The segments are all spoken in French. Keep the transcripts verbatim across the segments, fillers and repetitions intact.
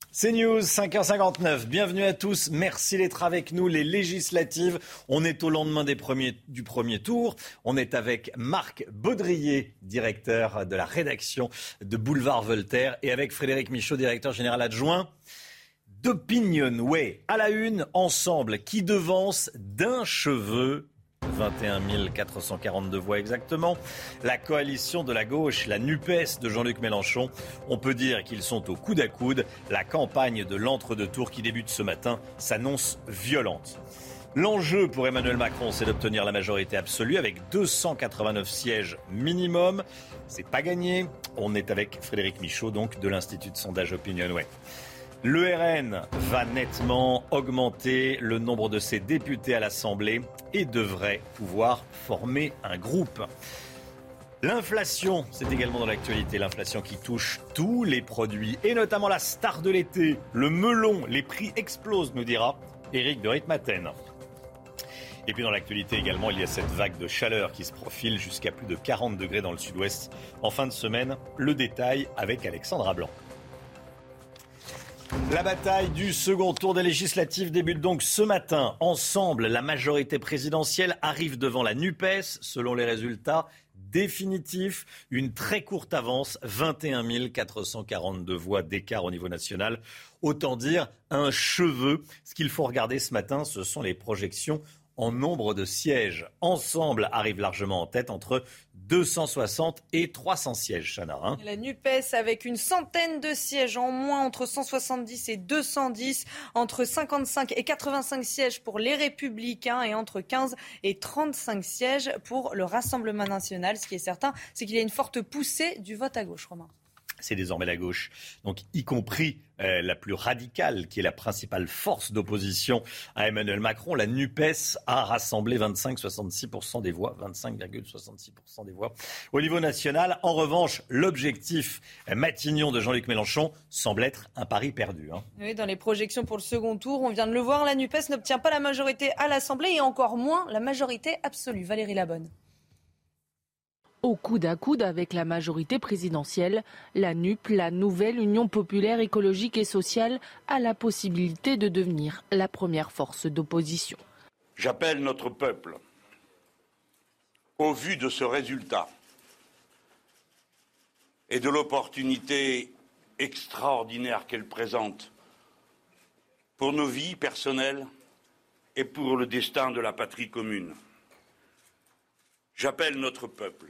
C'est News, cinq heures cinquante-neuf. Bienvenue à tous. Merci d'être avec nous. Les législatives, on est au lendemain des premiers, du premier tour. On est avec Marc Baudrier, directeur de la rédaction de Boulevard Voltaire, et avec Frédéric Michaud, directeur général adjoint d'Opinionway. À la une, ensemble, qui devance d'un cheveu vingt et un mille quatre cent quarante-deux voix exactement. La coalition de la gauche, la NUPES de Jean-Luc Mélenchon, on peut dire qu'ils sont au coude à coude. La campagne de l'entre-deux-tours qui débute ce matin s'annonce violente. L'enjeu pour Emmanuel Macron, c'est d'obtenir la majorité absolue avec deux cent quatre-vingt-neuf sièges minimum. C'est pas gagné. On est avec Frédéric Michaud, donc de l'Institut de sondage Opinionway. Le R N va nettement augmenter le nombre de ses députés à l'Assemblée et devrait pouvoir former un groupe. L'inflation, c'est également dans l'actualité. L'inflation qui touche tous les produits et notamment la star de l'été, le melon. Les prix explosent, nous dira Éric de Ritmaten. Et puis dans l'actualité également, il y a cette vague de chaleur qui se profile jusqu'à plus de quarante degrés dans le sud-ouest. En fin de semaine, le détail avec Alexandra Blanc. La bataille du second tour des législatives débute donc ce matin. Ensemble, la majorité présidentielle arrive devant la NUPES. Selon les résultats définitifs, une très courte avance, vingt et un mille quatre cent quarante-deux voix d'écart au niveau national. Autant dire un cheveu. Ce qu'il faut regarder ce matin, ce sont les projections en nombre de sièges. Ensemble arrive largement en tête entre deux cent soixante et trois cents sièges, Chana. Hein. La NUPES avec une centaine de sièges en moins, entre cent soixante-dix et deux cent dix, entre cinquante-cinq et quatre-vingt-cinq sièges pour les Républicains et entre quinze et trente-cinq sièges pour le Rassemblement national. Ce qui est certain, c'est qu'il y a une forte poussée du vote à gauche, Romain. C'est désormais la gauche, donc y compris euh, la plus radicale, qui est la principale force d'opposition à Emmanuel Macron. La NUPES a rassemblé vingt-cinq virgule soixante-six pour cent des voix, vingt-cinq virgule soixante-six pour cent des voix. Au niveau national, en revanche, l'objectif Matignon de Jean-Luc Mélenchon semble être un pari perdu. Hein. Oui, dans les projections pour le second tour, on vient de le voir, la NUPES n'obtient pas la majorité à l'Assemblée et encore moins la majorité absolue. Valérie Labonne. Au coude à coude avec la majorité présidentielle, la N U P, la nouvelle Union populaire écologique et sociale, a la possibilité de devenir la première force d'opposition. J'appelle notre peuple, au vu de ce résultat et de l'opportunité extraordinaire qu'elle présente pour nos vies personnelles et pour le destin de la patrie commune. J'appelle notre peuple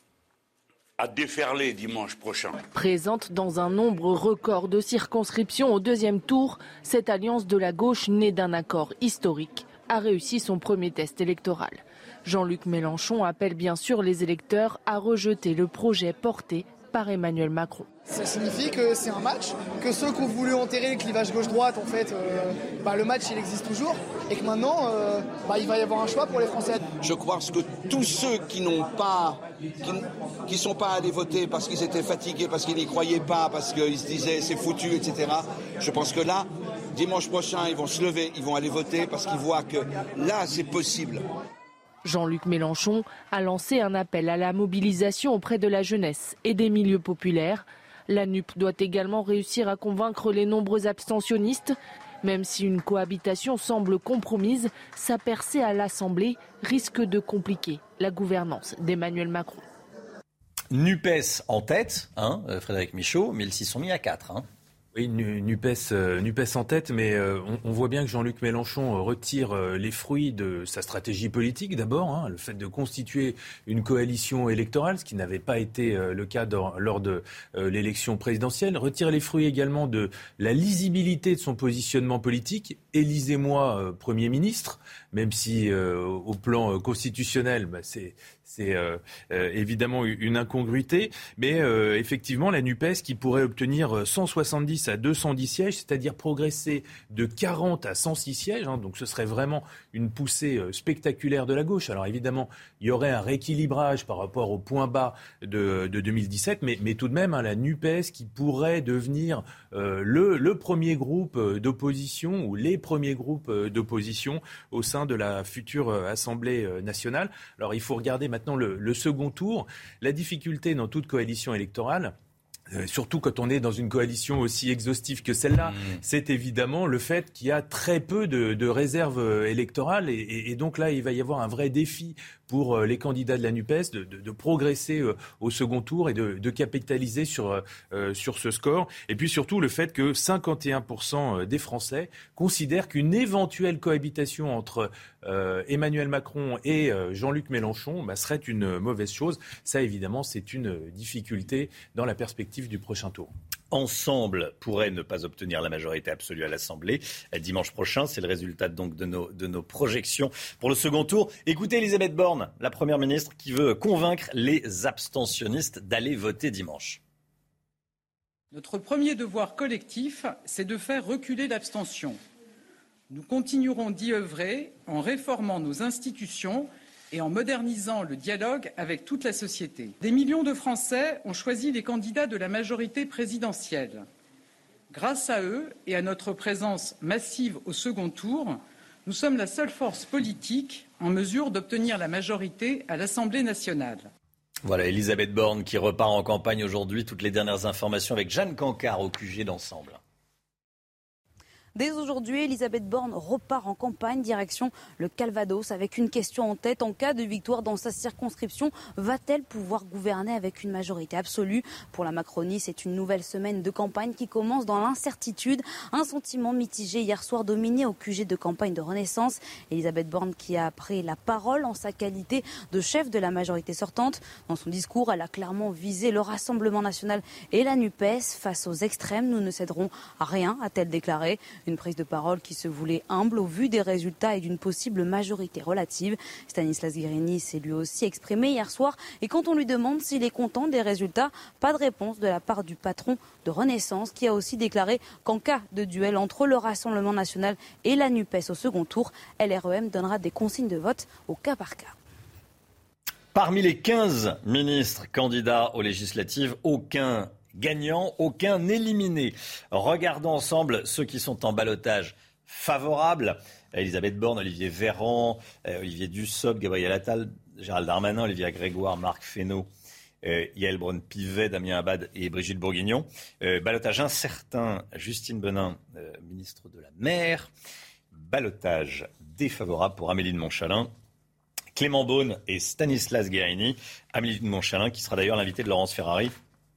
à déferler dimanche prochain. Présente dans un nombre record de circonscriptions au deuxième tour, cette alliance de la gauche née d'un accord historique a réussi son premier test électoral. Jean-Luc Mélenchon appelle bien sûr les électeurs à rejeter le projet porté par Emmanuel Macron. Ça signifie que c'est un match, que ceux qui ont voulu enterrer le clivage gauche-droite, en fait, euh, bah, le match il existe toujours et que maintenant euh, bah, il va y avoir un choix pour les Français. Je crois que tous ceux qui n'ont pas, qui, qui sont pas allés voter parce qu'ils étaient fatigués, parce qu'ils n'y croyaient pas, parce qu'ils se disaient c'est foutu, et cetera. Je pense que là, dimanche prochain, ils vont se lever, ils vont aller voter parce qu'ils voient que là c'est possible. Jean-Luc Mélenchon a lancé un appel à la mobilisation auprès de la jeunesse et des milieux populaires. La N U P doit également réussir à convaincre les nombreux abstentionnistes. Même si une cohabitation semble compromise, sa percée à l'Assemblée risque de compliquer la gouvernance d'Emmanuel Macron. NUPES en tête, hein, Frédéric Michaud, mais ils s'y sont mis à quatre. Hein. Oui, NUPES, euh, NUPES en tête, mais euh, on, on voit bien que Jean-Luc Mélenchon euh, retire euh, les fruits de sa stratégie politique d'abord, hein, le fait de constituer une coalition électorale, ce qui n'avait pas été euh, le cas dans, lors de euh, l'élection présidentielle, retire les fruits également de la lisibilité de son positionnement politique. Élisez-moi euh, Premier ministre, même si euh, au plan euh, constitutionnel, bah, c'est... C'est euh, euh, évidemment une incongruité, mais euh, effectivement la NUPES qui pourrait obtenir cent soixante-dix à deux cent dix sièges, c'est-à-dire progresser de quarante à cent six sièges, hein, donc ce serait vraiment une poussée euh, spectaculaire de la gauche. Alors évidemment, il y aurait un rééquilibrage par rapport au point bas de, de deux mille dix-sept, mais, mais tout de même, hein, la NUPES qui pourrait devenir euh, le, le premier groupe d'opposition ou les premiers groupes d'opposition au sein de la future Assemblée nationale. Alors il faut regarder maintenant Maintenant, le, le second tour, la difficulté dans toute coalition électorale, Euh, surtout quand on est dans une coalition aussi exhaustive que celle-là, mmh. c'est évidemment le fait qu'il y a très peu de, de réserves électorales et, et, et donc là, il va y avoir un vrai défi pour euh, les candidats de la NUPES de, de, de progresser euh, au second tour et de, de capitaliser sur, euh, sur ce score. Et puis surtout le fait que cinquante et un pour cent des Français considèrent qu'une éventuelle cohabitation entre euh, Emmanuel Macron et euh, Jean-Luc Mélenchon bah, serait une mauvaise chose. Ça, évidemment, c'est une difficulté dans la perspective du prochain tour. Ensemble pourrait ne pas obtenir la majorité absolue à l'Assemblée dimanche prochain. C'est le résultat donc de nos, de nos projections pour le second tour. Écoutez Elisabeth Borne, la Première ministre, qui veut convaincre les abstentionnistes d'aller voter dimanche. Notre premier devoir collectif, c'est de faire reculer l'abstention. Nous continuerons d'y œuvrer en réformant nos institutions et en modernisant le dialogue avec toute la société. Des millions de Français ont choisi les candidats de la majorité présidentielle. Grâce à eux et à notre présence massive au second tour, nous sommes la seule force politique en mesure d'obtenir la majorité à l'Assemblée nationale. Voilà, Elisabeth Borne qui repart en campagne aujourd'hui. Toutes les dernières informations avec Jeanne Cancard au Q G d'Ensemble. Dès aujourd'hui, Elisabeth Borne repart en campagne direction le Calvados avec une question en tête. En cas de victoire dans sa circonscription, va-t-elle pouvoir gouverner avec une majorité absolue ? Pour la Macronie, c'est une nouvelle semaine de campagne qui commence dans l'incertitude. Un sentiment mitigé hier soir dominé au Q G de campagne de Renaissance. Elisabeth Borne qui a pris la parole en sa qualité de chef de la majorité sortante. Dans son discours, elle a clairement visé le Rassemblement national et la NUPES. Face aux extrêmes, nous ne céderons à rien, a-t-elle déclaré. Une prise de parole qui se voulait humble au vu des résultats et d'une possible majorité relative. Stanislas Guerini s'est lui aussi exprimé hier soir et quand on lui demande s'il est content des résultats, pas de réponse de la part du patron de Renaissance qui a aussi déclaré qu'en cas de duel entre le Rassemblement national et la NUPES au second tour, L R E M donnera des consignes de vote au cas par cas. Parmi les quinze ministres candidats aux législatives, aucun gagnant, aucun éliminé. Regardons ensemble ceux qui sont en ballottage favorable. Elisabeth Borne, Olivier Véran, euh, Olivier Dussopt, Gabriel Attal, Gérald Darmanin, Olivia Grégoire, Marc Fesneau, euh, Yael Braun-Pivet, Damien Abad et Brigitte Bourguignon. Euh, ballottage incertain, Justine Benin, euh, ministre de la Mer. Ballottage défavorable pour Amélie de Montchalin, Clément Beaune et Stanislas Guerini. Amélie de Montchalin qui sera d'ailleurs l'invitée de Laurence Ferrari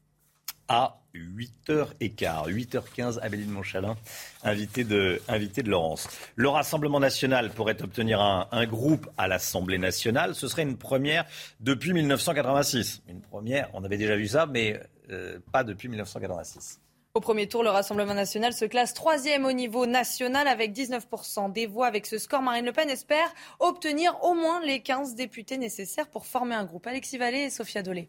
à huit heures quinze. huit heures quinze, Amélie de Montchalin, invitée de, invitée de Laurence. Le Rassemblement national pourrait obtenir un, un groupe à l'Assemblée nationale. Ce serait une première depuis mille neuf cent quatre-vingt-six. Une première, on avait déjà vu ça, mais euh, pas depuis mille neuf cent quatre-vingt-six. Au premier tour, le Rassemblement national se classe troisième au niveau national avec dix-neuf pour cent des voix. Avec ce score, Marine Le Pen espère obtenir au moins les quinze députés nécessaires pour former un groupe. Alexis Vallée et Sophia Dolé.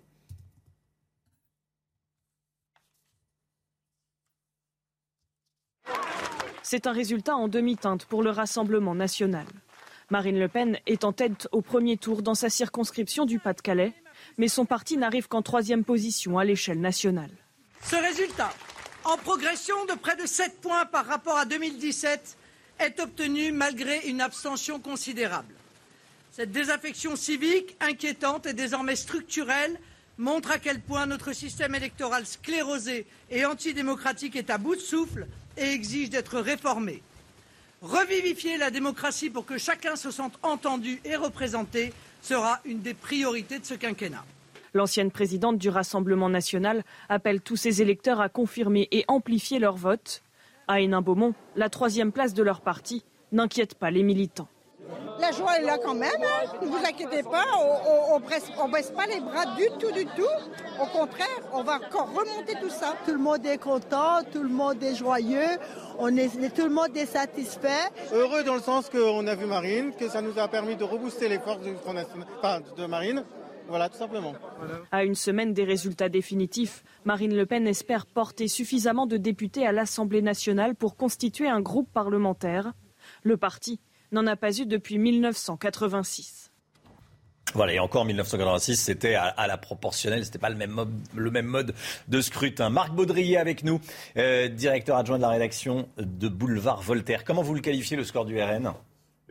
C'est un résultat en demi-teinte pour le Rassemblement national. Marine Le Pen est en tête au premier tour dans sa circonscription du Pas-de-Calais, mais son parti n'arrive qu'en troisième position à l'échelle nationale. Ce résultat, en progression de près de sept points par rapport à deux mille dix-sept, est obtenu malgré une abstention considérable. Cette désaffection civique, inquiétante et désormais structurelle, montre à quel point notre système électoral sclérosé et antidémocratique est à bout de souffle et exige d'être réformé. Revivifier la démocratie pour que chacun se sente entendu et représenté sera une des priorités de ce quinquennat. L'ancienne présidente du Rassemblement national appelle tous ses électeurs à confirmer et amplifier leur vote. À Hénin-Beaumont, la troisième place de leur parti n'inquiète pas les militants. La joie est là quand même, hein. Ne vous inquiétez pas, on ne baisse pas les bras du tout, du tout. Au contraire, on va encore remonter tout ça. Tout le monde est content, tout le monde est joyeux, on est, tout le monde est satisfait. Heureux dans le sens qu'on a vu Marine, que ça nous a permis de rebooster les forces du Front National, enfin, de Marine. Voilà, tout simplement. Voilà. À une semaine des résultats définitifs, Marine Le Pen espère porter suffisamment de députés à l'Assemblée nationale pour constituer un groupe parlementaire. Le parti n'en a pas eu depuis mille neuf cent quatre-vingt-six. Voilà, et encore mille neuf cent quatre-vingt-six, c'était à, à la proportionnelle, c'était pas le même mode, le même mode de scrutin. Marc Baudrier avec nous, euh, directeur adjoint de la rédaction de Boulevard Voltaire. Comment vous le qualifiez, le score du R N ?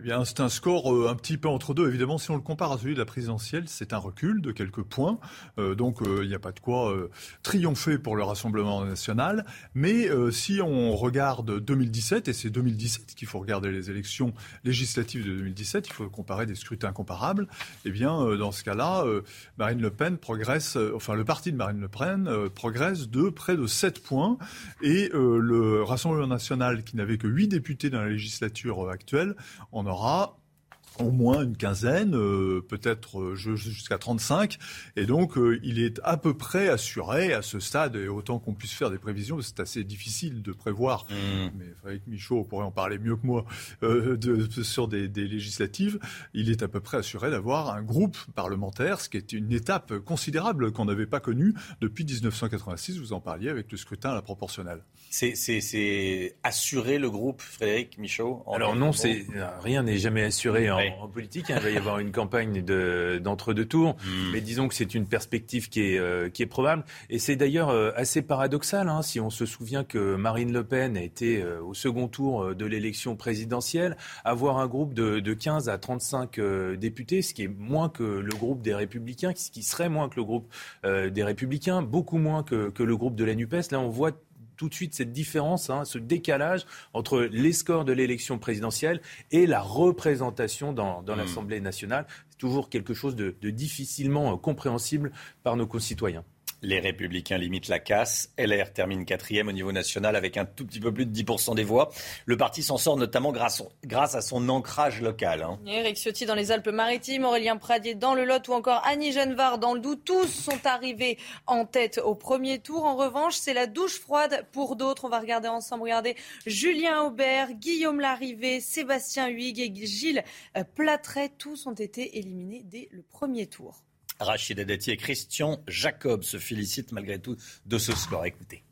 Eh bien, c'est un score euh, un petit peu entre deux. Évidemment, si on le compare à celui de la présidentielle, c'est un recul de quelques points. Euh, donc, il euh, n'y a pas de quoi euh, triompher pour le Rassemblement national. Mais euh, si on regarde deux mille dix-sept, et c'est deux mille dix-sept qu'il faut regarder les élections législatives de deux mille dix-sept, il faut comparer des scrutins comparables. Eh bien, euh, dans ce cas-là, euh, Marine Le Pen progresse, euh, enfin, le parti de Marine Le Pen euh, progresse de près de sept points. Et euh, le Rassemblement national, qui n'avait que huit députés dans la législature actuelle, en aura au moins une quinzaine, euh, peut-être euh, jusqu'à trente-cinq. Et donc, euh, il est à peu près assuré à ce stade, et autant qu'on puisse faire des prévisions, c'est assez difficile de prévoir, mmh. mais Frédéric Michaud pourrait en parler mieux que moi, euh, de, de, sur des, des législatives, il est à peu près assuré d'avoir un groupe parlementaire, ce qui est une étape considérable qu'on n'avait pas connue depuis dix-neuf cent quatre-vingt-six, vous en parliez, avec le scrutin à la proportionnelle. C'est, c'est, c'est assurer le groupe, Frédéric Michaud? Alors non, c'est, rien n'est jamais assuré en, oui. en politique. Hein. Il va y avoir une campagne de, d'entre-deux tours, mmh. mais disons que c'est une perspective qui est, euh, qui est probable. Et c'est d'ailleurs euh, assez paradoxal, hein, si on se souvient que Marine Le Pen a été euh, au second tour de l'élection présidentielle, avoir un groupe de, de quinze à trente-cinq euh, députés, ce qui est moins que le groupe des Républicains, ce qui serait moins que le groupe euh, des Républicains, beaucoup moins que, que le groupe de la NUPES. Là, on voit tout de suite cette différence, hein, ce décalage entre les scores de l'élection présidentielle et la représentation dans, dans mmh. l'Assemblée nationale. C'est toujours quelque chose de, de difficilement compréhensible par nos concitoyens. Les Républicains limitent la casse. L R termine quatrième au niveau national avec un tout petit peu plus de dix pour cent des voix. Le parti s'en sort notamment grâce, grâce à son ancrage local. Hein. Éric Ciotti dans les Alpes-Maritimes, Aurélien Pradier dans le Lot ou encore Annie Genevard dans le Doubs. Tous sont arrivés en tête au premier tour. En revanche, c'est la douche froide pour d'autres. On va regarder ensemble. Regardez Julien Aubert, Guillaume Larrivé, Sébastien Huyghe et Gilles Platret. Tous ont été éliminés dès le premier tour. Rachida Dati et Christian Jacob se félicitent malgré tout de ce score. Écoutez.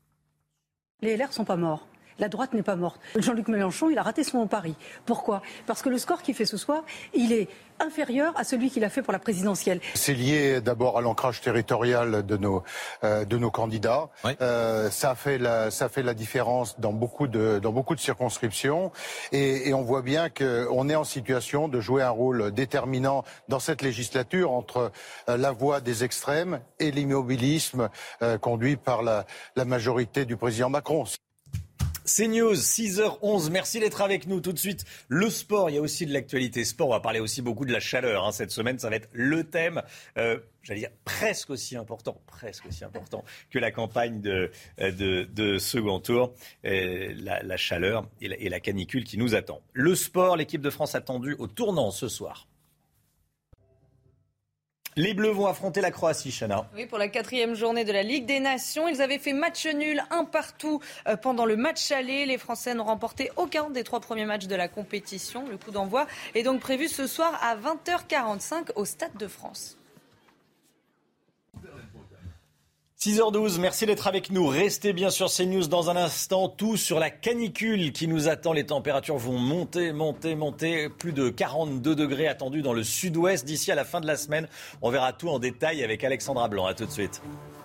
Les L R ne sont pas morts. La droite n'est pas morte. Jean-Luc Mélenchon, il a raté son pari. Pourquoi ? Parce que le score qu'il fait ce soir, il est inférieur à celui qu'il a fait pour la présidentielle. C'est lié d'abord à l'ancrage territorial de nos, euh, de nos candidats. Oui. Euh, ça fait la, ça fait la différence dans beaucoup de, dans beaucoup de circonscriptions. Et, et on voit bien qu'on est en situation de jouer un rôle déterminant dans cette législature entre euh, la voie des extrêmes et l'immobilisme euh, conduit par la, la majorité du président Macron. C'est News, six heures onze. Merci d'être avec nous. Tout de suite, le sport. Il y a aussi de l'actualité sport. On va parler aussi beaucoup de la chaleur. Hein. Cette semaine, ça va être le thème, euh, j'allais dire presque aussi important, presque aussi important que la campagne de, de, de second tour. Euh, la, la chaleur et la, et la canicule qui nous attend. Le sport, l'équipe de France attendue au tournant ce soir. Les Bleus vont affronter la Croatie, Chana. Oui, pour la quatrième journée de la Ligue des Nations. Ils avaient fait match nul, un partout pendant le match aller. Les Français n'ont remporté aucun des trois premiers matchs de la compétition. Le coup d'envoi est donc prévu ce soir à vingt heures quarante-cinq au Stade de France. six heures douze, merci d'être avec nous. Restez bien sur CNews dans un instant. Tout sur la canicule qui nous attend. Les températures vont monter, monter, monter. Plus de quarante-deux degrés attendus dans le sud-ouest d'ici à la fin de la semaine. On verra tout en détail avec Alexandra Blanc. À tout de suite.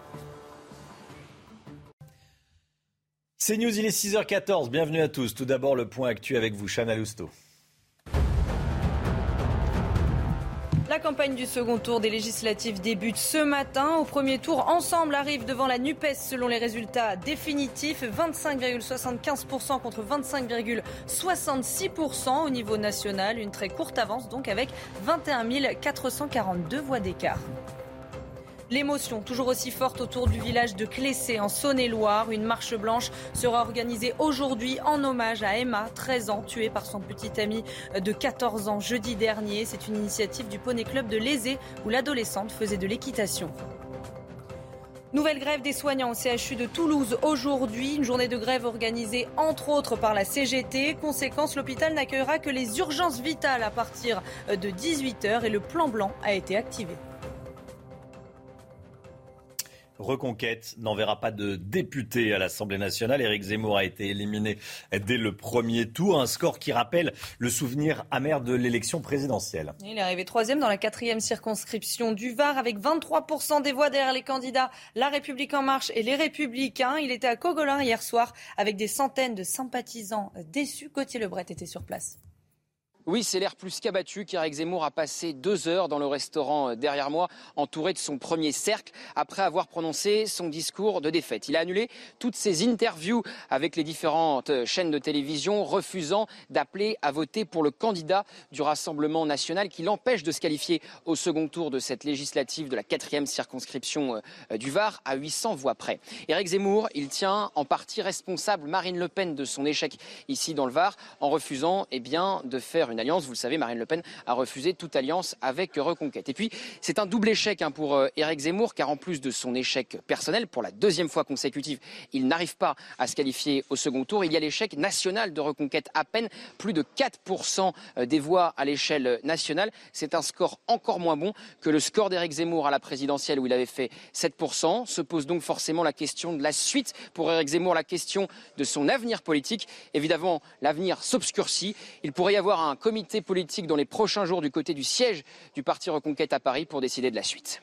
CNews, il est six heures quatorze. Bienvenue à tous. Tout d'abord, le point actu avec vous, Chana Lousteau. La campagne du second tour des législatives débute ce matin. Au premier tour, Ensemble arrive devant la NUPES selon les résultats définitifs. vingt-cinq virgule soixante-quinze pour cent contre vingt-cinq virgule soixante-six pour cent au niveau national. Une très courte avance donc avec vingt et un mille quatre cent quarante-deux voix d'écart. L'émotion toujours aussi forte autour du village de Clessé en Saône-et-Loire. Une marche blanche sera organisée aujourd'hui en hommage à Emma, treize ans, tuée par son petit ami de quatorze ans jeudi dernier. C'est une initiative du Poney Club de Lézé où l'adolescente faisait de l'équitation. Nouvelle grève des soignants au C H U de Toulouse aujourd'hui. Une journée de grève organisée entre autres par la C G T. Conséquence, l'hôpital n'accueillera que les urgences vitales à partir de dix-huit heures et le plan blanc a été activé. Reconquête n'enverra pas de député à l'Assemblée nationale. Éric Zemmour a été éliminé dès le premier tour. Un score qui rappelle le souvenir amer de l'élection présidentielle. Il est arrivé troisième dans la quatrième circonscription du Var avec vingt-trois pour cent des voix derrière les candidats La République En Marche et les Républicains. Il était à Cogolin hier soir avec des centaines de sympathisants déçus. Gauthier Lebret était sur place. Oui, c'est l'air plus qu'abattu qu'Éric Zemmour a passé deux heures dans le restaurant derrière moi, entouré de son premier cercle, après avoir prononcé son discours de défaite. Il a annulé toutes ses interviews avec les différentes chaînes de télévision, refusant d'appeler à voter pour le candidat du Rassemblement national qui l'empêche de se qualifier au second tour de cette législative de la quatrième circonscription du Var, à huit cents voix près. Éric Zemmour, il tient en partie responsable Marine Le Pen de son échec ici dans le Var, en refusant eh bien, de faire une alliance. Vous le savez, Marine Le Pen a refusé toute alliance avec Reconquête. Et puis, c'est un double échec hein, pour euh, Éric Zemmour, car en plus de son échec personnel, pour la deuxième fois consécutive, il n'arrive pas à se qualifier au second tour. Il y a l'échec national de Reconquête, à peine plus de quatre pour cent des voix à l'échelle nationale. C'est un score encore moins bon que le score d'Éric Zemmour à la présidentielle où il avait fait sept pour cent. Se pose donc forcément la question de la suite pour Éric Zemmour, la question de son avenir politique. Évidemment, l'avenir s'obscurcit. Il pourrait y avoir un comité politique dans les prochains jours du côté du siège du Parti Reconquête à Paris pour décider de la suite.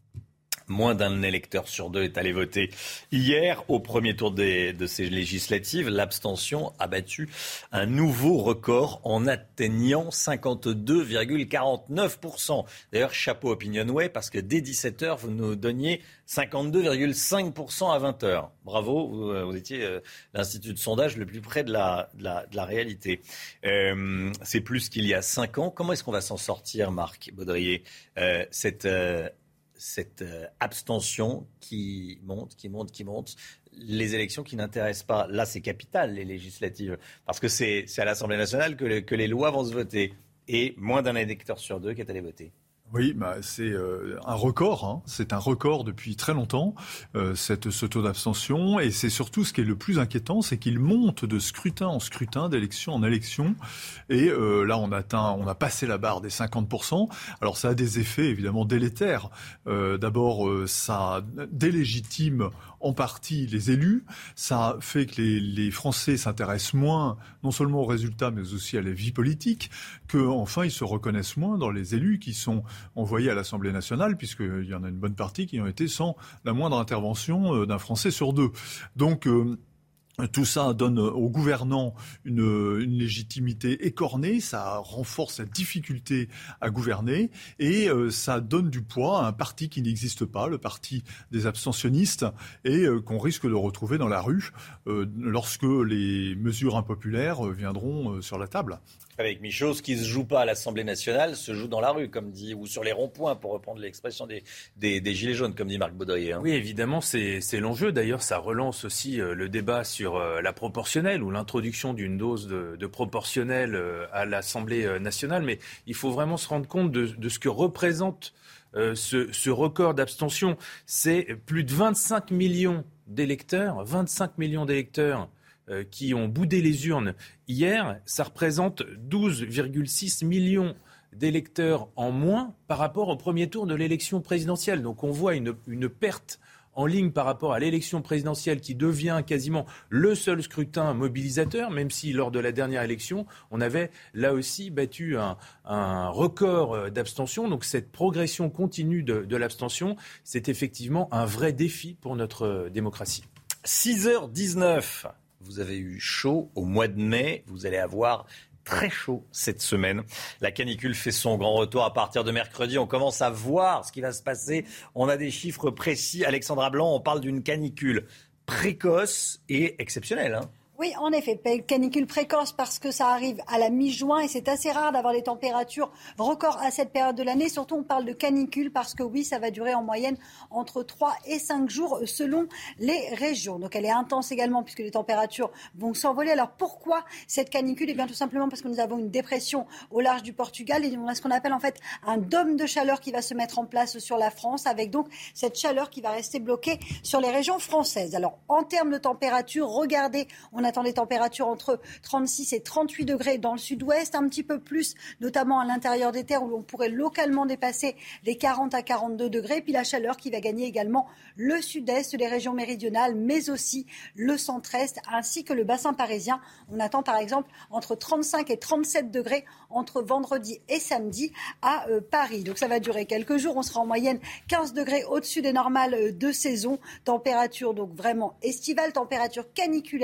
Moins d'un électeur sur deux est allé voter hier au premier tour des, de ces législatives. L'abstention a battu un nouveau record en atteignant cinquante-deux virgule quarante-neuf pour cent. D'ailleurs, chapeau Opinionway, parce que dès dix-sept heures, vous nous donniez cinquante-deux virgule cinq pour cent à vingt heures. Bravo, vous, vous étiez euh, l'institut de sondage le plus près de la, de la, de la réalité. Euh, c'est plus qu'il y a cinq ans. Comment est-ce qu'on va s'en sortir, Marc Baudrier, euh, cette... Euh, cette euh, abstention qui monte, qui monte, qui monte, les élections qui n'intéressent pas. Là, c'est capital, les législatives, parce que c'est, c'est à l'Assemblée nationale que, le, que les lois vont se voter. Et moins d'un électeur sur deux qui est allé voter. Oui, bah c'est euh, un record, hein. C'est un record depuis très longtemps, euh, cette, ce taux d'abstention. Et c'est surtout ce qui est le plus inquiétant, c'est qu'il monte de scrutin en scrutin, d'élection en élection. Et euh, là, on atteint, on a passé la barre des cinquante pour cent. Alors ça a des effets évidemment délétères. Euh, d'abord, euh, ça délégitime en partie les élus. Ça fait que les, les Français s'intéressent moins, non seulement aux résultats, mais aussi à la vie politique, qu'enfin ils se reconnaissent moins dans les élus qui sont envoyés à l'Assemblée nationale, puisqu'il y en a une bonne partie qui ont été sans la moindre intervention d'un Français sur deux. Donc euh, tout ça donne aux gouvernants une, une légitimité écornée, ça renforce la difficulté à gouverner et euh, ça donne du poids à un parti qui n'existe pas, le parti des abstentionnistes, et euh, qu'on risque de retrouver dans la rue euh, lorsque les mesures impopulaires viendront euh, sur la table. Avec Michaud, ce qui ne se joue pas à l'Assemblée nationale se joue dans la rue, comme dit, ou sur les ronds-points, pour reprendre l'expression des, des, des Gilets jaunes, comme dit Marc Baudrier. Hein. Oui, évidemment, c'est, c'est l'enjeu. D'ailleurs, ça relance aussi euh, le débat sur euh, la proportionnelle ou l'introduction d'une dose de, de proportionnelle euh, à l'Assemblée nationale. Mais il faut vraiment se rendre compte de, de ce que représente euh, ce, ce record d'abstention. C'est plus de vingt-cinq millions d'électeurs, vingt-cinq millions d'électeurs Euh, qui ont boudé les urnes hier. Ça représente douze virgule six millions d'électeurs en moins par rapport au premier tour de l'élection présidentielle. Donc on voit une, une perte en ligne par rapport à l'élection présidentielle qui devient quasiment le seul scrutin mobilisateur, même si lors de la dernière élection, on avait là aussi battu un, un record d'abstention. Donc cette progression continue de, de l'abstention, c'est effectivement un vrai défi pour notre démocratie. six heures dix-neuf. Vous avez eu chaud au mois de mai, vous allez avoir très chaud cette semaine. La canicule fait son grand retour à partir de mercredi. On commence à voir ce qui va se passer. On a des chiffres précis. Alexandra Blanc, on parle d'une canicule précoce et exceptionnelle, hein. Oui, en effet, canicule précoce parce que ça arrive à la mi-juin et c'est assez rare d'avoir des températures records à cette période de l'année. Surtout, on parle de canicule parce que oui, ça va durer en moyenne entre trois et cinq jours selon les régions. Donc elle est intense également puisque les températures vont s'envoler. Alors pourquoi cette canicule ? Eh bien tout simplement parce que nous avons une dépression au large du Portugal et on a ce qu'on appelle en fait un dôme de chaleur qui va se mettre en place sur la France avec donc cette chaleur qui va rester bloquée sur les régions françaises. Alors en termes de température, regardez, on a On attend des températures entre trente-six et trente-huit degrés dans le sud-ouest, un petit peu plus, notamment à l'intérieur des terres où l'on pourrait localement dépasser les quarante à quarante-deux degrés. Puis la chaleur qui va gagner également le sud-est, les régions méridionales, mais aussi le centre-est, ainsi que le bassin parisien. On attend par exemple entre trente-cinq et trente-sept degrés entre vendredi et samedi à euh, Paris. Donc ça va durer quelques jours. On sera en moyenne quinze degrés au-dessus des normales de saison. Température donc vraiment estivale, température caniculaire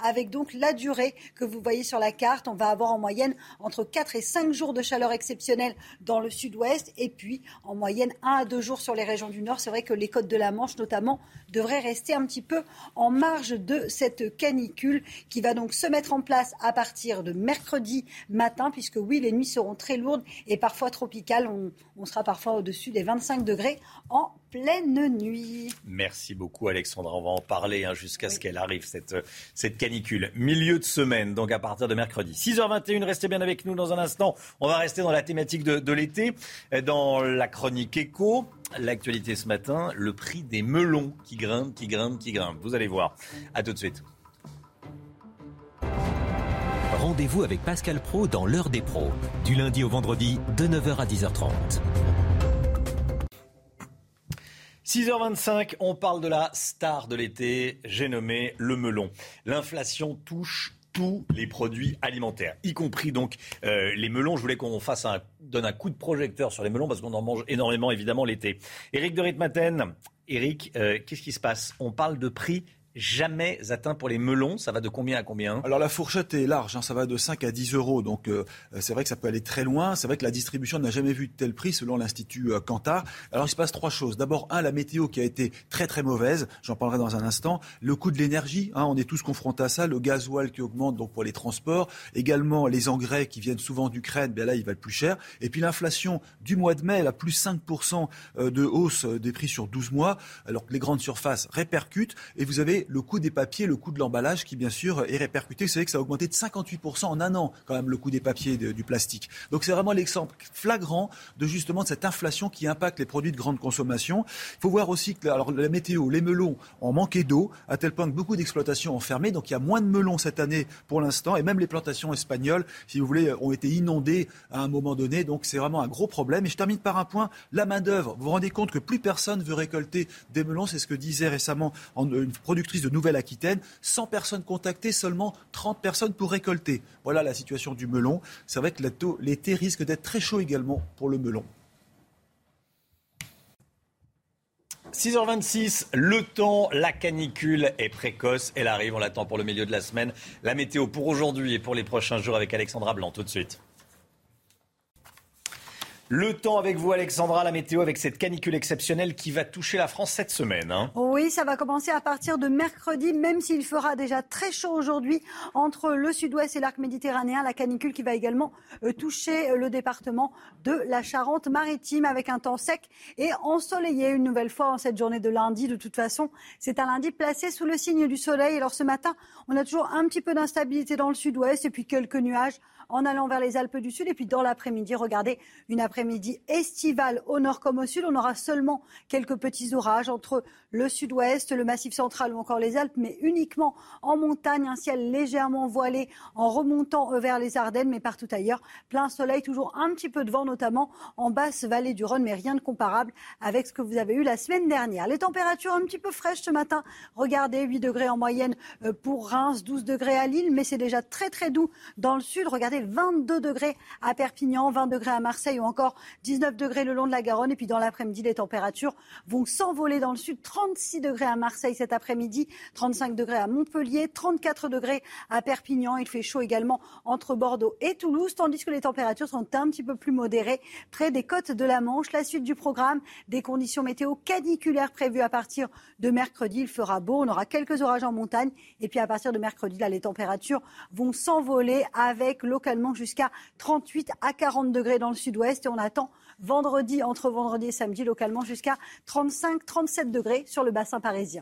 avec donc la durée que vous voyez sur la carte. On va avoir en moyenne entre quatre et cinq jours de chaleur exceptionnelle dans le sud-ouest et puis en moyenne un à deux jours sur les régions du nord. C'est vrai que les côtes de la Manche notamment devraient rester un petit peu en marge de cette canicule qui va donc se mettre en place à partir de mercredi matin, puisque oui, les nuits seront très lourdes et parfois tropicales. On, on sera parfois au-dessus des vingt-cinq degrés en pleine nuit. Merci beaucoup Alexandra, on va en parler hein, jusqu'à oui. ce qu'elle arrive, cette, cette canicule. Milieu de semaine, donc à partir de mercredi. six heures vingt et une, restez bien avec nous dans un instant. On va rester dans la thématique de, de l'été, dans la chronique éco. L'actualité ce matin, le prix des melons qui grimpe, qui grimpe, qui grimpe. Vous allez voir. À tout de suite. Rendez-vous avec Pascal Praud dans l'heure des pros, du lundi au vendredi de neuf heures à dix heures trente. six heures vingt-cinq, on parle de la star de l'été, j'ai nommé le melon. L'inflation touche tous les produits alimentaires, y compris donc euh, les melons. Je voulais qu'on fasse un, donne un coup de projecteur sur les melons parce qu'on en mange énormément évidemment l'été. Éric de Ritmaten, Éric, euh, qu'est-ce qui se passe ? On parle de prix jamais atteint pour les melons. Ça va de combien à combien ? Alors la fourchette est large, hein, ça va de cinq à dix euros. Donc euh, c'est vrai que ça peut aller très loin. C'est vrai que la distribution n'a jamais vu de tel prix selon l'Institut euh, Kantar. Alors il se passe trois choses. D'abord, un, la météo qui a été très très mauvaise. J'en parlerai dans un instant. Le coût de l'énergie, hein, on est tous confrontés à ça. Le gasoil qui augmente donc pour les transports. Également les engrais qui viennent souvent d'Ukraine. Bien là, il va être plus cher. Et puis l'inflation du mois de mai, la plus cinq pour cent de hausse des prix sur douze mois. Alors que les grandes surfaces répercutent. Et vous avez le coût des papiers, le coût de l'emballage qui bien sûr est répercuté. Vous savez que ça a augmenté de cinquante-huit pour cent en un an quand même le coût des papiers, de, du plastique. Donc c'est vraiment l'exemple flagrant de justement de cette inflation qui impacte les produits de grande consommation. Il faut voir aussi que alors, la météo, les melons ont manqué d'eau à tel point que beaucoup d'exploitations ont fermé. Donc il y a moins de melons cette année pour l'instant et même les plantations espagnoles, si vous voulez, ont été inondées à un moment donné. Donc c'est vraiment un gros problème. Et je termine par un point, la main d'œuvre. Vous vous rendez compte que plus personne veut récolter des melons. C'est ce que disait récemment une productrice de Nouvelle-Aquitaine, cent personnes contactées, seulement trente personnes pour récolter. Voilà la situation du melon. C'est vrai que l'été risque d'être très chaud également pour le melon. six heures vingt-six, le temps, la canicule est précoce. Elle arrive, on l'attend pour le milieu de la semaine. La météo pour aujourd'hui et pour les prochains jours avec Alexandra Blanc, tout de suite. Le temps avec vous Alexandra, la météo avec cette canicule exceptionnelle qui va toucher la France cette semaine. Hein. Oui, ça va commencer à partir de mercredi, même s'il fera déjà très chaud aujourd'hui entre le sud-ouest et l'arc méditerranéen. La canicule qui va également euh, toucher euh, le département de la Charente-Maritime avec un temps sec et ensoleillé une nouvelle fois en cette journée de lundi. De toute façon, c'est un lundi placé sous le signe du soleil. Alors ce matin, on a toujours un petit peu d'instabilité dans le sud-ouest et puis quelques nuages en allant vers les Alpes du Sud. Et puis dans l'après-midi, regardez, une après-midi estivale au nord comme au sud. On aura seulement quelques petits orages entre le sud-ouest, le massif central ou encore les Alpes, mais uniquement en montagne. Un ciel légèrement voilé en remontant vers les Ardennes, mais partout ailleurs, plein soleil, toujours un petit peu de vent, notamment en basse vallée du Rhône, mais rien de comparable avec ce que vous avez eu la semaine dernière. Les températures un petit peu fraîches ce matin. Regardez, huit degrés en moyenne pour Reims, douze degrés à Lille, mais c'est déjà très très doux dans le sud. Regardez, vingt-deux degrés à Perpignan, vingt degrés à Marseille ou encore dix-neuf degrés le long de la Garonne. Et puis dans l'après-midi, les températures vont s'envoler dans le sud. trente-six degrés à Marseille cet après-midi, trente-cinq degrés à Montpellier, trente-quatre degrés à Perpignan. Il fait chaud également entre Bordeaux et Toulouse, tandis que les températures sont un petit peu plus modérées près des côtes de la Manche. La suite du programme, des conditions météo caniculaires prévues à partir de mercredi. Il fera beau, on aura quelques orages en montagne. Et puis à partir de mercredi, là, les températures vont s'envoler avec localement jusqu'à trente-huit à quarante degrés dans le sud-ouest. Et on attend vendredi, entre vendredi et samedi, localement jusqu'à trente-cinq à trente-sept degrés sur le bassin parisien.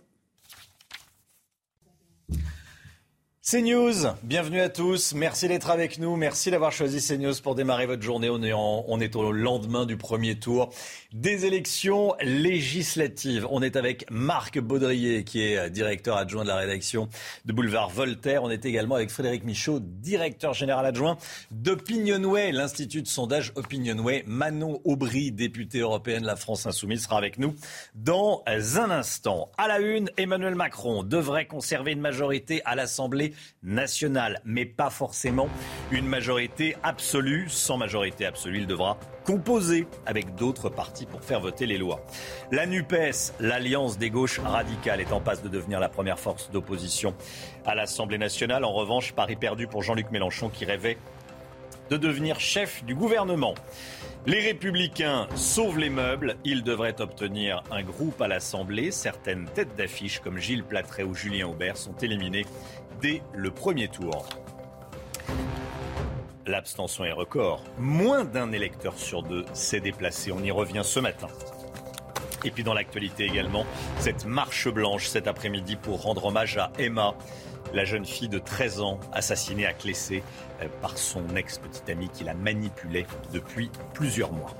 CNews, bienvenue à tous. Merci d'être avec nous. Merci d'avoir choisi CNews pour démarrer votre journée. On est, en, on est au lendemain du premier tour des élections législatives. On est avec Marc Baudrier, qui est directeur adjoint de la rédaction de Boulevard Voltaire. On est également avec Frédéric Michaud, directeur général adjoint d'Opinionway, l'Institut de sondage Opinionway. Manon Aubry, députée européenne La France Insoumise, sera avec nous dans un instant. À la une, Emmanuel Macron devrait conserver une majorité à l'Assemblée nationale, mais pas forcément une majorité absolue. Sans majorité absolue, il devra composer avec d'autres partis pour faire voter les lois. La NUPES, l'alliance des gauches radicales, est en passe de devenir la première force d'opposition à l'Assemblée nationale. En revanche, pari perdu pour Jean-Luc Mélenchon qui rêvait de devenir chef du gouvernement. Les Républicains sauvent les meubles. Ils devraient obtenir un groupe à l'Assemblée. Certaines têtes d'affiche comme Gilles Plattret ou Julien Aubert sont éliminées dès le premier tour. L'abstention est record. Moins d'un électeur sur deux s'est déplacé. On y revient ce matin. Et puis dans l'actualité également, cette marche blanche cet après-midi pour rendre hommage à Emma, la jeune fille de treize ans assassinée à Clessé par son ex-petite amie qui la manipulait depuis plusieurs mois.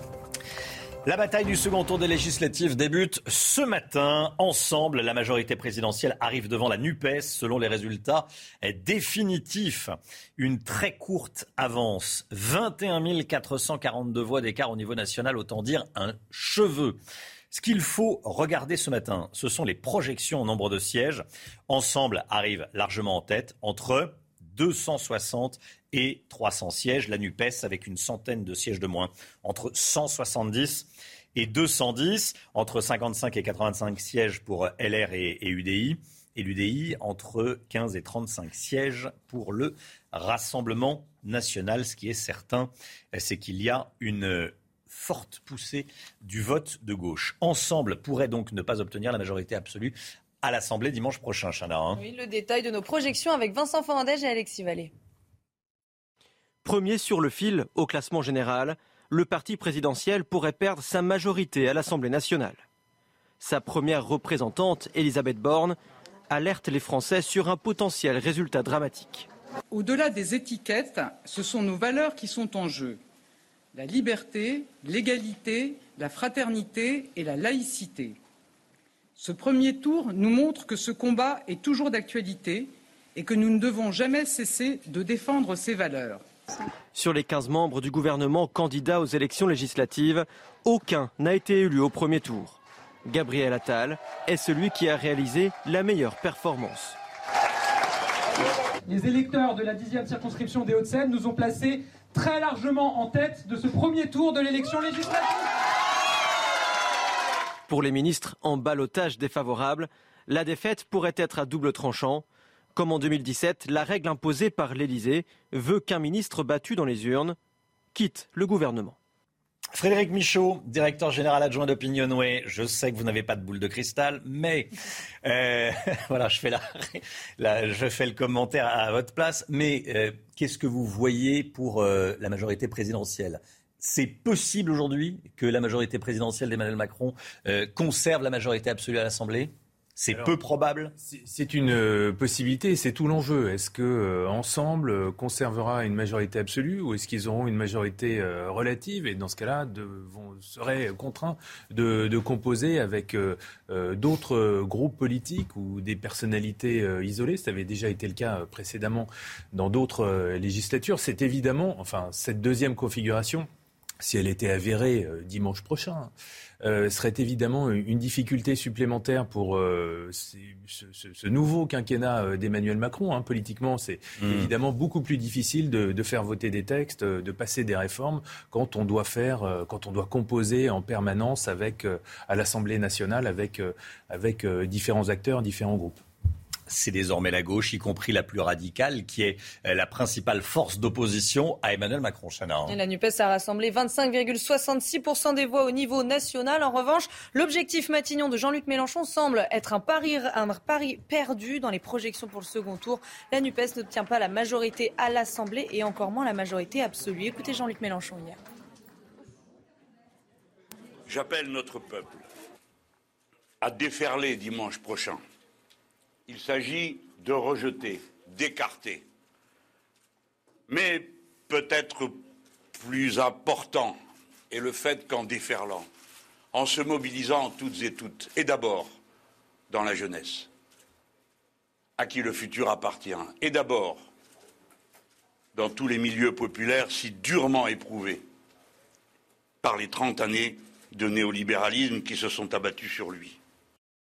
La bataille du second tour des législatives débute ce matin. Ensemble, la majorité présidentielle arrive devant la NUPES selon les résultats définitifs. Une très courte avance, vingt et un mille quatre cent quarante-deux voix d'écart au niveau national, autant dire un cheveu. Ce qu'il faut regarder ce matin, ce sont les projections en nombre de sièges. Ensemble arrive largement en tête, entre deux cent soixante et trois cents sièges. La NUPES avec une centaine de sièges de moins, entre cent soixante-dix et deux cent dix, entre cinquante-cinq et quatre-vingt-cinq sièges pour L R et, et U D I. Et l'U D I entre quinze et trente-cinq sièges pour le Rassemblement national. Ce qui est certain, c'est qu'il y a une forte poussée du vote de gauche. Ensemble pourrait donc ne pas obtenir la majorité absolue à l'Assemblée dimanche prochain, Chana. Hein. Oui, le détail de nos projections avec Vincent Fernandez et Alexis Vallée. Premier sur le fil au classement général, le parti présidentiel pourrait perdre sa majorité à l'Assemblée nationale. Sa première représentante, Elisabeth Borne, alerte les Français sur un potentiel résultat dramatique. Au-delà des étiquettes, ce sont nos valeurs qui sont en jeu. La liberté, l'égalité, la fraternité et la laïcité. Ce premier tour nous montre que ce combat est toujours d'actualité et que nous ne devons jamais cesser de défendre ces valeurs. Sur les quinze membres du gouvernement candidats aux élections législatives, aucun n'a été élu au premier tour. Gabriel Attal est celui qui a réalisé la meilleure performance. Les électeurs de la dixième circonscription des Hauts-de-Seine nous ont placés très largement en tête de ce premier tour de l'élection législative. Pour les ministres en ballottage défavorable, la défaite pourrait être à double tranchant. Comme en deux mille dix-sept, la règle imposée par l'Élysée veut qu'un ministre battu dans les urnes quitte le gouvernement. Frédéric Michaud, directeur général adjoint d'Opinionway. Je sais que vous n'avez pas de boule de cristal, mais euh, voilà, je fais, la, la, je fais le commentaire à votre place. Mais euh, qu'est-ce que vous voyez pour euh, la majorité présidentielle ? C'est possible aujourd'hui que la majorité présidentielle d'Emmanuel Macron euh, conserve la majorité absolue à l'Assemblée ? C'est Alors, peu probable. C'est une euh, possibilité, c'est tout l'enjeu. Est-ce que euh, Ensemble euh, conservera une majorité absolue ou est-ce qu'ils auront une majorité euh, relative et dans ce cas-là de, vont, seraient contraints de, de composer avec euh, euh, d'autres groupes politiques ou des personnalités euh, isolées. Ça avait déjà été le cas euh, précédemment dans d'autres euh, législatures. C'est évidemment, enfin, cette deuxième configuration, si elle était avérée euh, dimanche prochain, euh, serait évidemment une difficulté supplémentaire pour euh, ce, ce, ce nouveau quinquennat euh, d'Emmanuel Macron. Hein. Politiquement, c'est mmh. évidemment beaucoup plus difficile de, de faire voter des textes, de passer des réformes quand on doit faire, euh, quand on doit composer en permanence avec euh, à l'Assemblée nationale avec euh, avec euh, différents acteurs, différents groupes. C'est désormais la gauche, y compris la plus radicale, qui est la principale force d'opposition à Emmanuel Macron. Chana. Et la NUPES a rassemblé vingt-cinq virgule soixante-six pour cent des voix au niveau national. En revanche, l'objectif Matignon de Jean-Luc Mélenchon semble être un pari, un pari perdu dans les projections pour le second tour. La NUPES n'obtient pas la majorité à l'Assemblée et encore moins la majorité absolue. Écoutez Jean-Luc Mélenchon hier. J'appelle notre peuple à déferler dimanche prochain. Il s'agit de rejeter, d'écarter. Mais peut-être plus important est le fait qu'en déferlant, en se mobilisant toutes et toutes, et d'abord dans la jeunesse, à qui le futur appartient, et d'abord dans tous les milieux populaires si durement éprouvés par les trente années de néolibéralisme qui se sont abattus sur lui.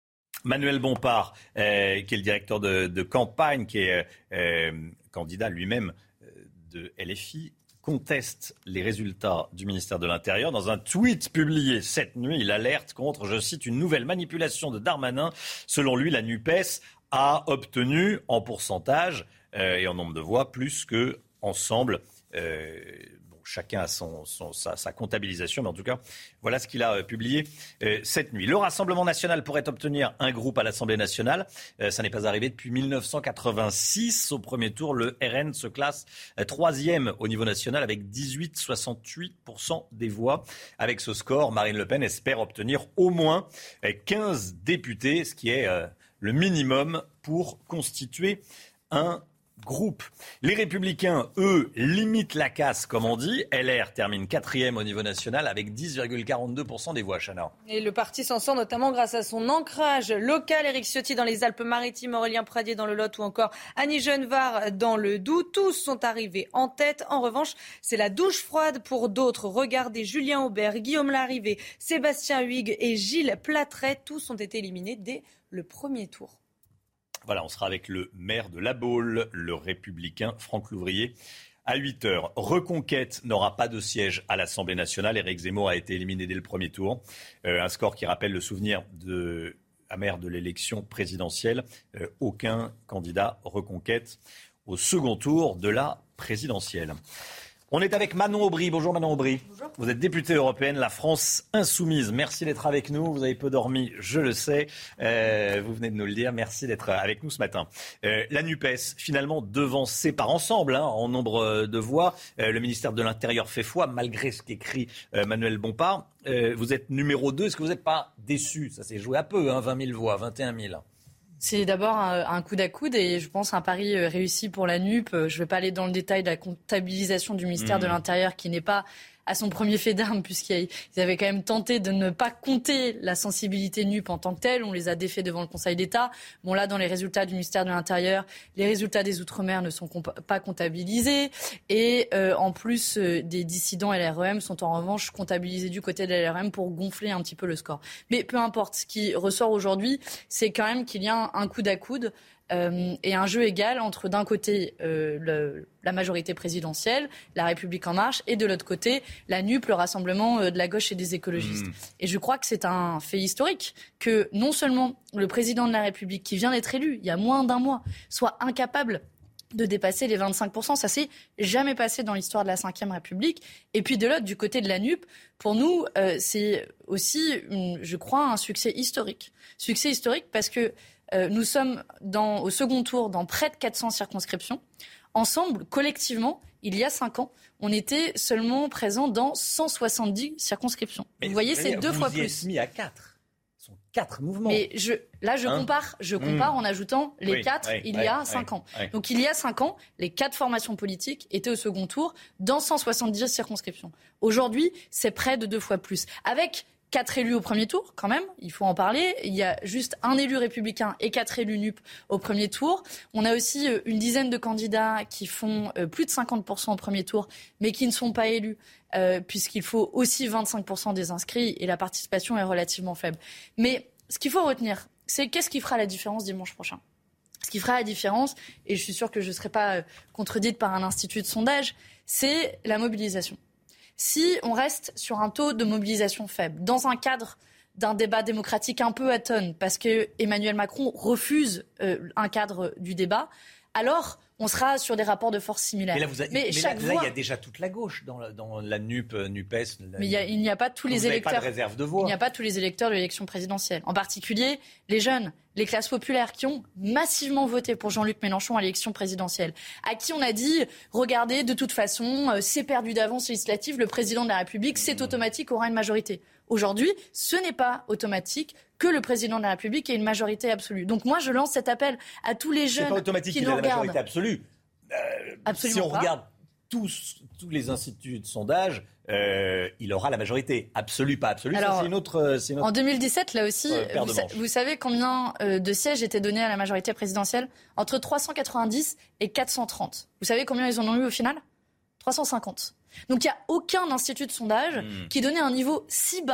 Manuel Bompard, euh, qui est le directeur de, de campagne, qui est euh, candidat lui-même de L F I, conteste les résultats du ministère de l'Intérieur. Dans un tweet publié cette nuit, il alerte contre, je cite, une nouvelle manipulation de Darmanin. Selon lui, la NUPES a obtenu en pourcentage euh, et en nombre de voix plus que Ensemble. Euh, bon, chacun a son, son, sa, sa comptabilisation, mais en tout cas, voilà ce qu'il a euh, publié euh, cette nuit. Le Rassemblement national pourrait obtenir un groupe à l'Assemblée nationale. Euh, ça n'est pas arrivé depuis dix-neuf cent quatre-vingt-six. Au premier tour, le R N se classe euh, troisième au niveau national avec dix-huit virgule soixante-huit pour cent des voix. Avec ce score, Marine Le Pen espère obtenir au moins euh, quinze députés, ce qui est euh, le minimum pour constituer un groupe. Les Républicains, eux, limitent la casse, comme on dit. L R termine quatrième au niveau national avec dix virgule quarante-deux pour cent des voix, Chana. Et le parti s'en sort notamment grâce à son ancrage local. Éric Ciotti dans les Alpes-Maritimes, Aurélien Pradier dans le Lot ou encore Annie Genevard dans le Doubs. Tous sont arrivés en tête. En revanche, c'est la douche froide pour d'autres. Regardez Julien Aubert, Guillaume Larrivé, Sébastien Huyghe et Gilles Platret. Tous ont été éliminés dès le premier tour. Voilà, on sera avec le maire de La Baule, le républicain Franck Louvrier, à huit heures. Reconquête n'aura pas de siège à l'Assemblée nationale. Éric Zemmour a été éliminé dès le premier tour. Euh, un score qui rappelle le souvenir de, amer de l'élection présidentielle. Euh, aucun candidat Reconquête au second tour de la présidentielle. On est avec Manon Aubry. Bonjour Manon Aubry. Bonjour. Vous êtes députée européenne, la France insoumise. Merci d'être avec nous. Vous avez peu dormi, je le sais. Euh, vous venez de nous le dire. Merci d'être avec nous ce matin. Euh, la NUPES, finalement devancée par Ensemble hein, en nombre de voix. Euh, le ministère de l'Intérieur fait foi, malgré ce qu'écrit euh, Manuel Bompard. Euh, vous êtes numéro deux. Est-ce que vous n'êtes pas déçu ? Ça s'est joué à peu, hein, vingt mille voix, vingt et un mille. C'est d'abord un, un coude à coude et je pense un pari réussi pour la N U P. Je ne vais pas aller dans le détail de la comptabilisation du ministère mmh. de l'Intérieur qui n'est pas à son premier fait d'armes puisqu'ils avaient quand même tenté de ne pas compter la sensibilité N U P en tant que telle. On les a défaits devant le Conseil d'État. Bon là, dans les résultats du ministère de l'Intérieur, les résultats des Outre-mer ne sont comp- pas comptabilisés. Et euh, en plus, euh, des dissidents L R E M sont en revanche comptabilisés du côté de L R E M pour gonfler un petit peu le score. Mais peu importe, ce qui ressort aujourd'hui, c'est quand même qu'il y a un, un coude à coude. Euh, et un jeu égal entre d'un côté euh, le, la majorité présidentielle, la République en marche, et de l'autre côté la N U P, le rassemblement euh, de la gauche et des écologistes. Mmh. Et je crois que c'est un fait historique que non seulement le président de la République, qui vient d'être élu il y a moins d'un mois, soit incapable de dépasser les vingt-cinq pour cent. Ça s'est jamais passé dans l'histoire de la cinquième République. Et puis de l'autre, du côté de la N U P, pour nous, euh, c'est aussi, une, je crois, un succès historique. Succès historique parce que Euh, nous sommes dans, au second tour dans près de quatre cents circonscriptions. Ensemble, collectivement, il y a cinq ans, on était seulement présents dans cent soixante-dix circonscriptions. Mais vous voyez, c'est deux fois plus. Vous y êtes mis à quatre. Ce sont quatre mouvements. Mais je, là, je hein compare, je compare mmh. en ajoutant les oui, quatre oui, il oui, y a cinq oui, ans. Oui. Donc il y a cinq ans, les quatre formations politiques étaient au second tour dans cent soixante-dix circonscriptions. Aujourd'hui, c'est près de deux fois plus. Avec quatre élus au premier tour, quand même, il faut en parler. Il y a juste un élu républicain et quatre élus N U P au premier tour. On a aussi une dizaine de candidats qui font plus de cinquante pour cent au premier tour, mais qui ne sont pas élus, euh, puisqu'il faut aussi vingt-cinq pour cent des inscrits et la participation est relativement faible. Mais ce qu'il faut retenir, c'est qu'est-ce qui fera la différence dimanche prochain ? Ce qui fera la différence, et je suis sûre que je ne serai pas contredite par un institut de sondage, c'est la mobilisation. Si on reste sur un taux de mobilisation faible, dans un cadre d'un débat démocratique un peu atone, parce que Emmanuel Macron refuse euh, un cadre du débat, alors on sera sur des rapports de force similaires. Mais là, vous avez, mais mais chaque là, voix... là, il y a déjà toute la gauche dans la, dans la N U P, NUPES. La... Mais il, y a, il n'y a pas tous les vous électeurs. Pas de réserve de voix. Il n'y a pas tous les électeurs de l'élection présidentielle. En particulier, les jeunes, les classes populaires qui ont massivement voté pour Jean-Luc Mélenchon à l'élection présidentielle, à qui on a dit, regardez, de toute façon, euh, c'est perdu d'avance législative, le président de la République, c'est mmh. automatique, aura une majorité. Aujourd'hui, ce n'est pas automatique que le président de la République ait une majorité absolue. Donc moi, je lance cet appel à tous les jeunes c'est pas automatique qui qu'il nous ait la regardent. Majorité absolue. Euh, Absolument si on pas. regarde tous, tous les instituts de sondage, euh, il aura la majorité absolue, pas absolue. Alors, ça, c'est une autre, c'est une autre... En deux mille dix-sept, là aussi, euh, vous, sa- vous savez combien euh, de sièges étaient donnés à la majorité présidentielle ? Entre trois cent quatre-vingt-dix et quatre cent trente. Vous savez combien ils en ont eu au final ? trois cent cinquante. Donc il n'y a aucun institut de sondage mmh. qui donnait un niveau si bas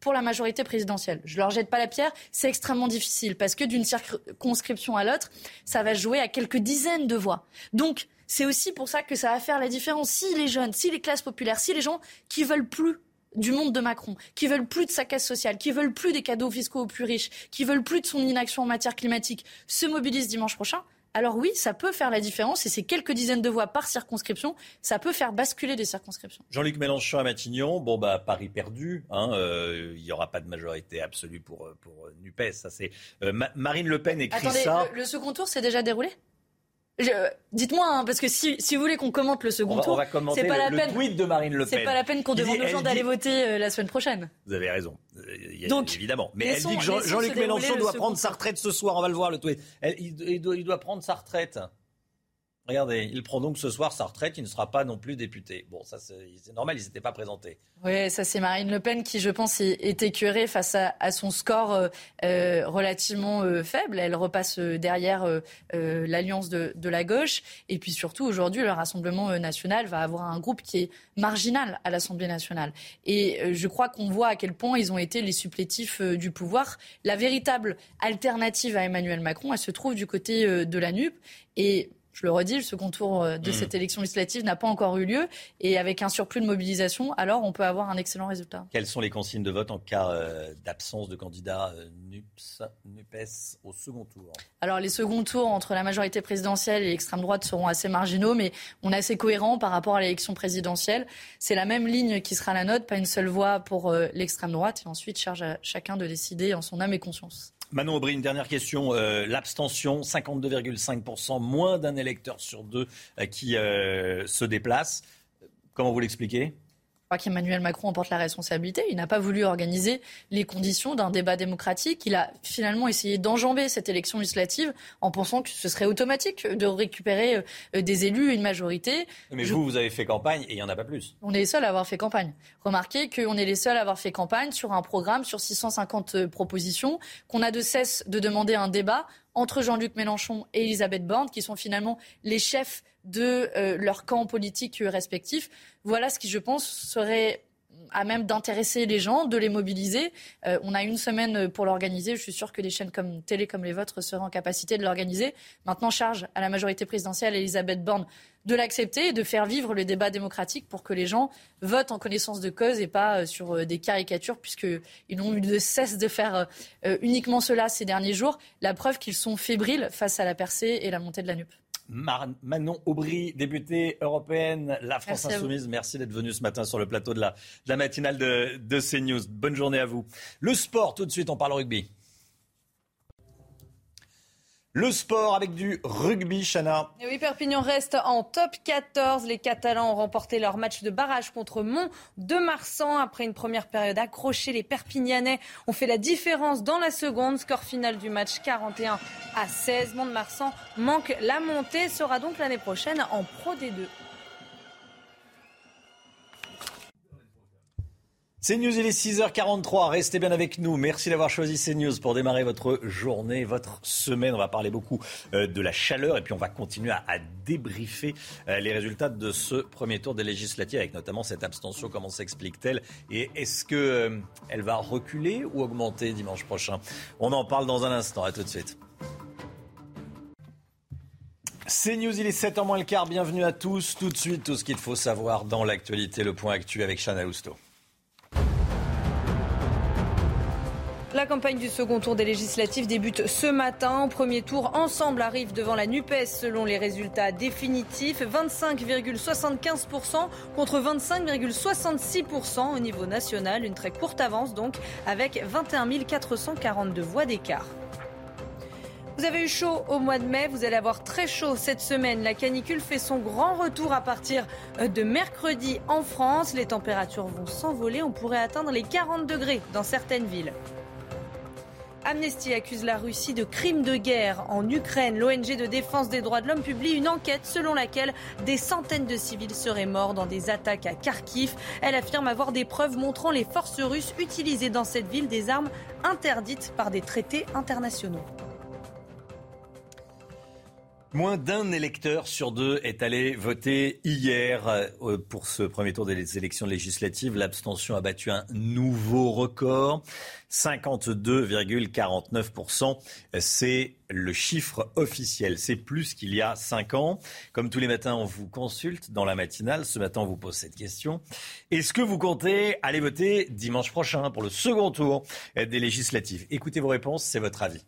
pour la majorité présidentielle. Je leur jette pas la pierre, c'est extrêmement difficile parce que d'une circonscription à l'autre, ça va jouer à quelques dizaines de voix. Donc, c'est aussi pour ça que ça va faire la différence. Si les jeunes, si les classes populaires, si les gens qui veulent plus du monde de Macron, qui veulent plus de sa caisse sociale, qui veulent plus des cadeaux fiscaux aux plus riches, qui veulent plus de son inaction en matière climatique, se mobilisent dimanche prochain, alors oui, ça peut faire la différence et ces quelques dizaines de voix par circonscription, ça peut faire basculer des circonscriptions. Jean-Luc Mélenchon à Matignon, bon bah Paris perdu, hein, euh, il n'y aura pas de majorité absolue pour, pour NUPES. Ça, c'est, euh, Ma- Marine Le Pen écrit Attendez, ça. Le, le second tour s'est déjà déroulé ? Je, dites-moi, hein, parce que si, si vous voulez qu'on commente le second on va, tour, on va commenter c'est pas le, la le peine. tweet de Marine Le Pen. C'est pas la peine qu'on Il demande dit- aux gens elle d'aller dit- voter euh, la semaine prochaine. Vous avez raison, Il y a- Donc, évidemment. Mais laissons- elle dit que Jean, laissons Jean-Luc se dérouler Mélenchon le doit second prendre sa tour. retraite ce soir. On va le voir, le tweet. Elle- il, il doit, il doit prendre sa retraite. Regardez, il prend donc ce soir sa retraite, il ne sera pas non plus député. Bon, ça c'est, c'est normal, ils ne s'étaient pas présentés. Oui, ça c'est Marine Le Pen qui, je pense, est, est écœurée face à, à son score euh, euh, relativement euh, faible. Elle repasse euh, derrière euh, euh, l'alliance de, de la gauche. Et puis surtout, aujourd'hui, le Rassemblement euh, national va avoir un groupe qui est marginal à l'Assemblée nationale. Et euh, je crois qu'on voit à quel point ils ont été les supplétifs euh, du pouvoir. La véritable alternative à Emmanuel Macron, elle se trouve du côté euh, de la N U P. Et je le redis, le second tour de mmh. cette élection législative n'a pas encore eu lieu. Et avec un surplus de mobilisation, alors on peut avoir un excellent résultat. Quelles sont les consignes de vote en cas euh, d'absence de candidat euh, NUPS, NUPES au second tour ? Alors les seconds tours entre la majorité présidentielle et l'extrême droite seront assez marginaux, mais on est assez cohérent par rapport à l'élection présidentielle. C'est la même ligne qui sera la nôtre, pas une seule voix pour euh, l'extrême droite. Et ensuite, charge à chacun de décider en son âme et conscience. Manon Aubry, une dernière question. Euh, l'abstention, cinquante-deux virgule cinq pour cent, moins d'un électeur sur deux euh, qui euh, se déplace. Comment vous l'expliquez ? Je crois qu'Emmanuel Macron en porte la responsabilité. Il n'a pas voulu organiser les conditions d'un débat démocratique. Il a finalement essayé d'enjamber cette élection législative en pensant que ce serait automatique de récupérer des élus et une majorité. Mais Je... vous, vous avez fait campagne et il n'y en a pas plus. On est les seuls à avoir fait campagne. Remarquez qu'on est les seuls à avoir fait campagne sur un programme sur six cent cinquante propositions, qu'on a de cesse de demander un débat entre Jean-Luc Mélenchon et Elisabeth Borne, qui sont finalement les chefs de euh, leur camp politique respectif. Voilà ce qui, je pense, serait à même d'intéresser les gens, de les mobiliser. Euh, on a une semaine pour l'organiser. Je suis sûre que des chaînes comme télé comme les vôtres seraient en capacité de l'organiser. Maintenant, charge à la majorité présidentielle, Elisabeth Borne, de l'accepter et de faire vivre le débat démocratique pour que les gens votent en connaissance de cause et pas sur des caricatures, puisqu'ils n'ont eu de cesse de faire euh, uniquement cela ces derniers jours. La preuve qu'ils sont fébriles face à la percée et la montée de la N U P. Mar- Manon Aubry, députée européenne, la France Merci Insoumise. Merci d'être venue ce matin sur le plateau de la, de la matinale de, de CNews. Bonne journée à vous. Le sport, tout de suite, on parle rugby. Le sport avec du rugby, Chana. Et oui, Perpignan reste en top quatorze. Les Catalans ont remporté leur match de barrage contre Mont-de-Marsan. Après une première période accrochée, les Perpignanais ont fait la différence dans la seconde. Score final du match quarante et un à seize. Mont-de-Marsan manque la montée, sera donc l'année prochaine en Pro D deux. CNews, il est six heures quarante-trois. Restez bien avec nous. Merci d'avoir choisi CNews pour démarrer votre journée, votre semaine. On va parler beaucoup euh, de la chaleur et puis on va continuer à, à débriefer euh, les résultats de ce premier tour des législatives avec notamment cette abstention. Comment s'explique-t-elle et est-ce que euh, elle va reculer ou augmenter dimanche prochain ? On en parle dans un instant. À tout de suite. CNews, il est sept heures moins le quart. Bienvenue à tous. Tout de suite, tout ce qu'il faut savoir dans l'actualité. Le point actu avec Chana Lousteau. La campagne du second tour des législatives débute ce matin. Au premier tour, Ensemble arrive devant la NUPES selon les résultats définitifs. vingt-cinq virgule soixante-quinze pour cent contre vingt-cinq virgule soixante-six pour cent au niveau national. Une très courte avance donc avec vingt et un mille quatre cent quarante-deux voix d'écart. Vous avez eu chaud au mois de mai, vous allez avoir très chaud cette semaine. La canicule fait son grand retour à partir de mercredi en France. Les températures vont s'envoler, on pourrait atteindre les quarante degrés dans certaines villes. Amnesty accuse la Russie de crimes de guerre en Ukraine. L'O N G de défense des droits de l'homme publie une enquête selon laquelle des centaines de civils seraient morts dans des attaques à Kharkiv. Elle affirme avoir des preuves montrant les forces russes utiliser dans cette ville des armes interdites par des traités internationaux. Moins d'un électeur sur deux est allé voter hier pour ce premier tour des élections législatives. L'abstention a battu un nouveau record. cinquante-deux virgule quarante-neuf pour cent, c'est le chiffre officiel. C'est plus qu'il y a cinq ans. Comme tous les matins, on vous consulte dans la matinale. Ce matin, on vous pose cette question. Est-ce que vous comptez aller voter dimanche prochain pour le second tour des législatives ? Écoutez vos réponses, c'est votre avis.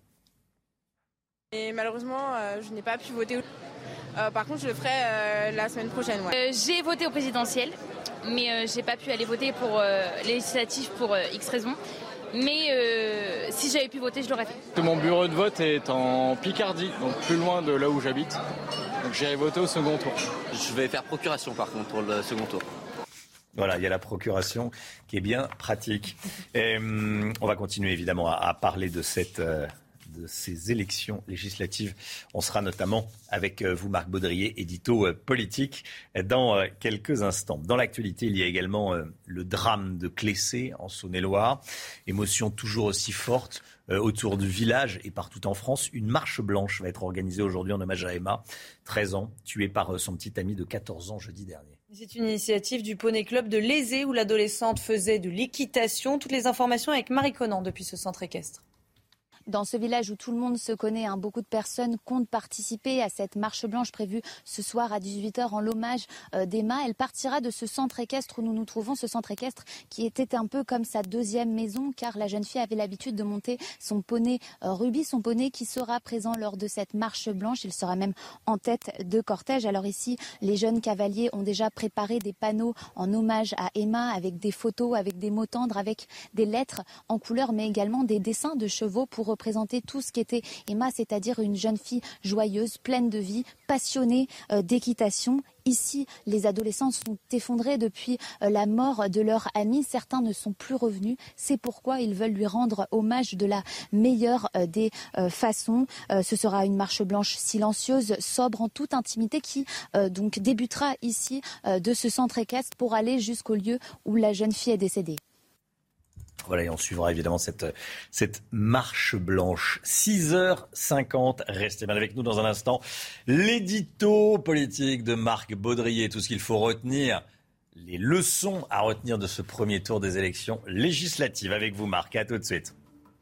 Et malheureusement, euh, je n'ai pas pu voter. Euh, par contre, je le ferai euh, la semaine prochaine. Ouais. Euh, j'ai voté au présidentiel, mais euh, j'ai pas pu aller voter pour euh, les législatives pour euh, X raisons. Mais euh, si j'avais pu voter, je l'aurais fait. Mon bureau de vote est en Picardie, donc plus loin de là où j'habite. Donc j'irai voter au second tour. Je vais faire procuration par contre pour le second tour. Voilà, il y a la procuration qui est bien pratique. Et, hum, on va continuer évidemment à, à parler de cette... Euh, de ces élections législatives. On sera notamment avec vous, Marc Baudrier, édito politique, dans quelques instants. Dans l'actualité, il y a également le drame de Clessé, en Saône-et-Loire. Émotion toujours aussi forte autour du village et partout en France. Une marche blanche va être organisée aujourd'hui en hommage à Emma, treize ans, tuée par son petit ami de quatorze ans jeudi dernier. C'est une initiative du Poney Club de Lézé où l'adolescente faisait de l'équitation. Toutes les informations avec Marie Conan depuis ce centre équestre. Dans ce village où tout le monde se connaît, hein, beaucoup de personnes comptent participer à cette marche blanche prévue ce soir à dix-huit heures en l'hommage euh, d'Emma. Elle partira de ce centre équestre où nous nous trouvons, ce centre équestre qui était un peu comme sa deuxième maison car la jeune fille avait l'habitude de monter son poney euh, Ruby, son poney qui sera présent lors de cette marche blanche. Il sera même en tête de cortège. Alors ici, les jeunes cavaliers ont déjà préparé des panneaux en hommage à Emma avec des photos, avec des mots tendres, avec des lettres en couleur mais également des dessins de chevaux pour présenter tout ce qu'était Emma, c'est-à-dire une jeune fille joyeuse, pleine de vie, passionnée euh, d'équitation. Ici, les adolescents sont effondrés depuis euh, la mort de leur amie. Certains ne sont plus revenus. C'est pourquoi ils veulent lui rendre hommage de la meilleure euh, des euh, façons. Euh, ce sera une marche blanche silencieuse, sobre, en toute intimité, qui euh, donc débutera ici euh, de ce centre équestre pour aller jusqu'au lieu où la jeune fille est décédée. Voilà, et on suivra évidemment cette, cette marche blanche. six heures cinquante, restez bien avec nous dans un instant. L'édito politique de Marc Baudrier, tout ce qu'il faut retenir, les leçons à retenir de ce premier tour des élections législatives. Avec vous, Marc, à tout de suite.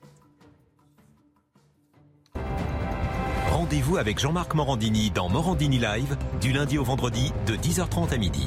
Rendez-vous avec Jean-Marc Morandini dans Morandini Live, du lundi au vendredi, de dix heures trente à midi.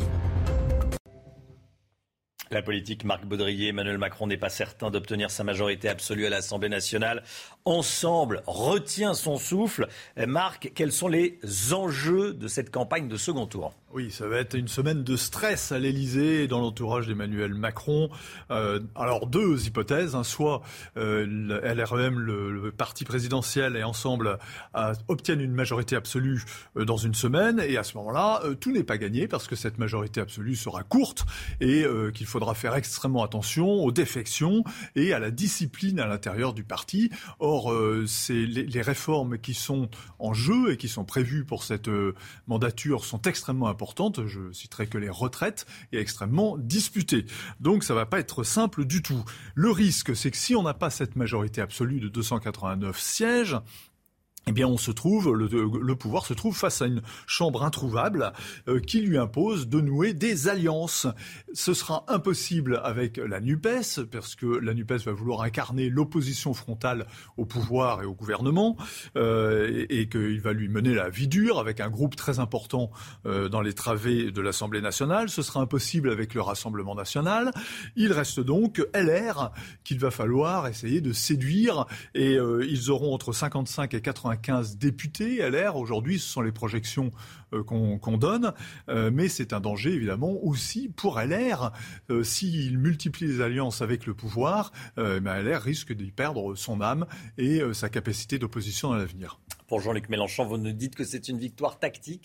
La politique, Marc Baudrier, Emmanuel Macron n'est pas certain d'obtenir sa majorité absolue à l'Assemblée nationale. Ensemble, retient son souffle. Marc, quels sont les enjeux de cette campagne de second tour ? Oui, ça va être une semaine de stress à l'Élysée et dans l'entourage d'Emmanuel Macron. Euh, alors, deux hypothèses. Hein. Soit euh, le L R E M, le, le parti présidentiel, et Ensemble euh, obtiennent une majorité absolue euh, dans une semaine. Et à ce moment-là, euh, tout n'est pas gagné parce que cette majorité absolue sera courte et euh, qu'il faudra faire extrêmement attention aux défections et à la discipline à l'intérieur du parti. Or, euh, c'est les, les réformes qui sont en jeu et qui sont prévues pour cette euh, mandature sont extrêmement importantes. Importante, je citerai que les retraites, est extrêmement disputée. Donc ça va pas être simple du tout. Le risque, c'est que si on n'a pas cette majorité absolue de deux cent quatre-vingt-neuf sièges, eh bien, on se trouve, le, le pouvoir se trouve face à une chambre introuvable euh, qui lui impose de nouer des alliances. Ce sera impossible avec la NUPES, parce que la NUPES va vouloir incarner l'opposition frontale au pouvoir et au gouvernement, euh, et, et qu'il va lui mener la vie dure avec un groupe très important euh, dans les travées de l'Assemblée nationale. Ce sera impossible avec le Rassemblement national. Il reste donc L R qu'il va falloir essayer de séduire, et euh, ils auront entre cinquante-cinq et quatre-vingt-quinze députés L R. Aujourd'hui, ce sont les projections euh, qu'on, qu'on donne, euh, mais c'est un danger évidemment aussi pour L R. Euh, s'il multiplie les alliances avec le pouvoir, euh, ben L R risque d'y perdre son âme et euh, sa capacité d'opposition dans l'avenir. Pour Jean-Luc Mélenchon, vous nous dites que c'est une victoire tactique ?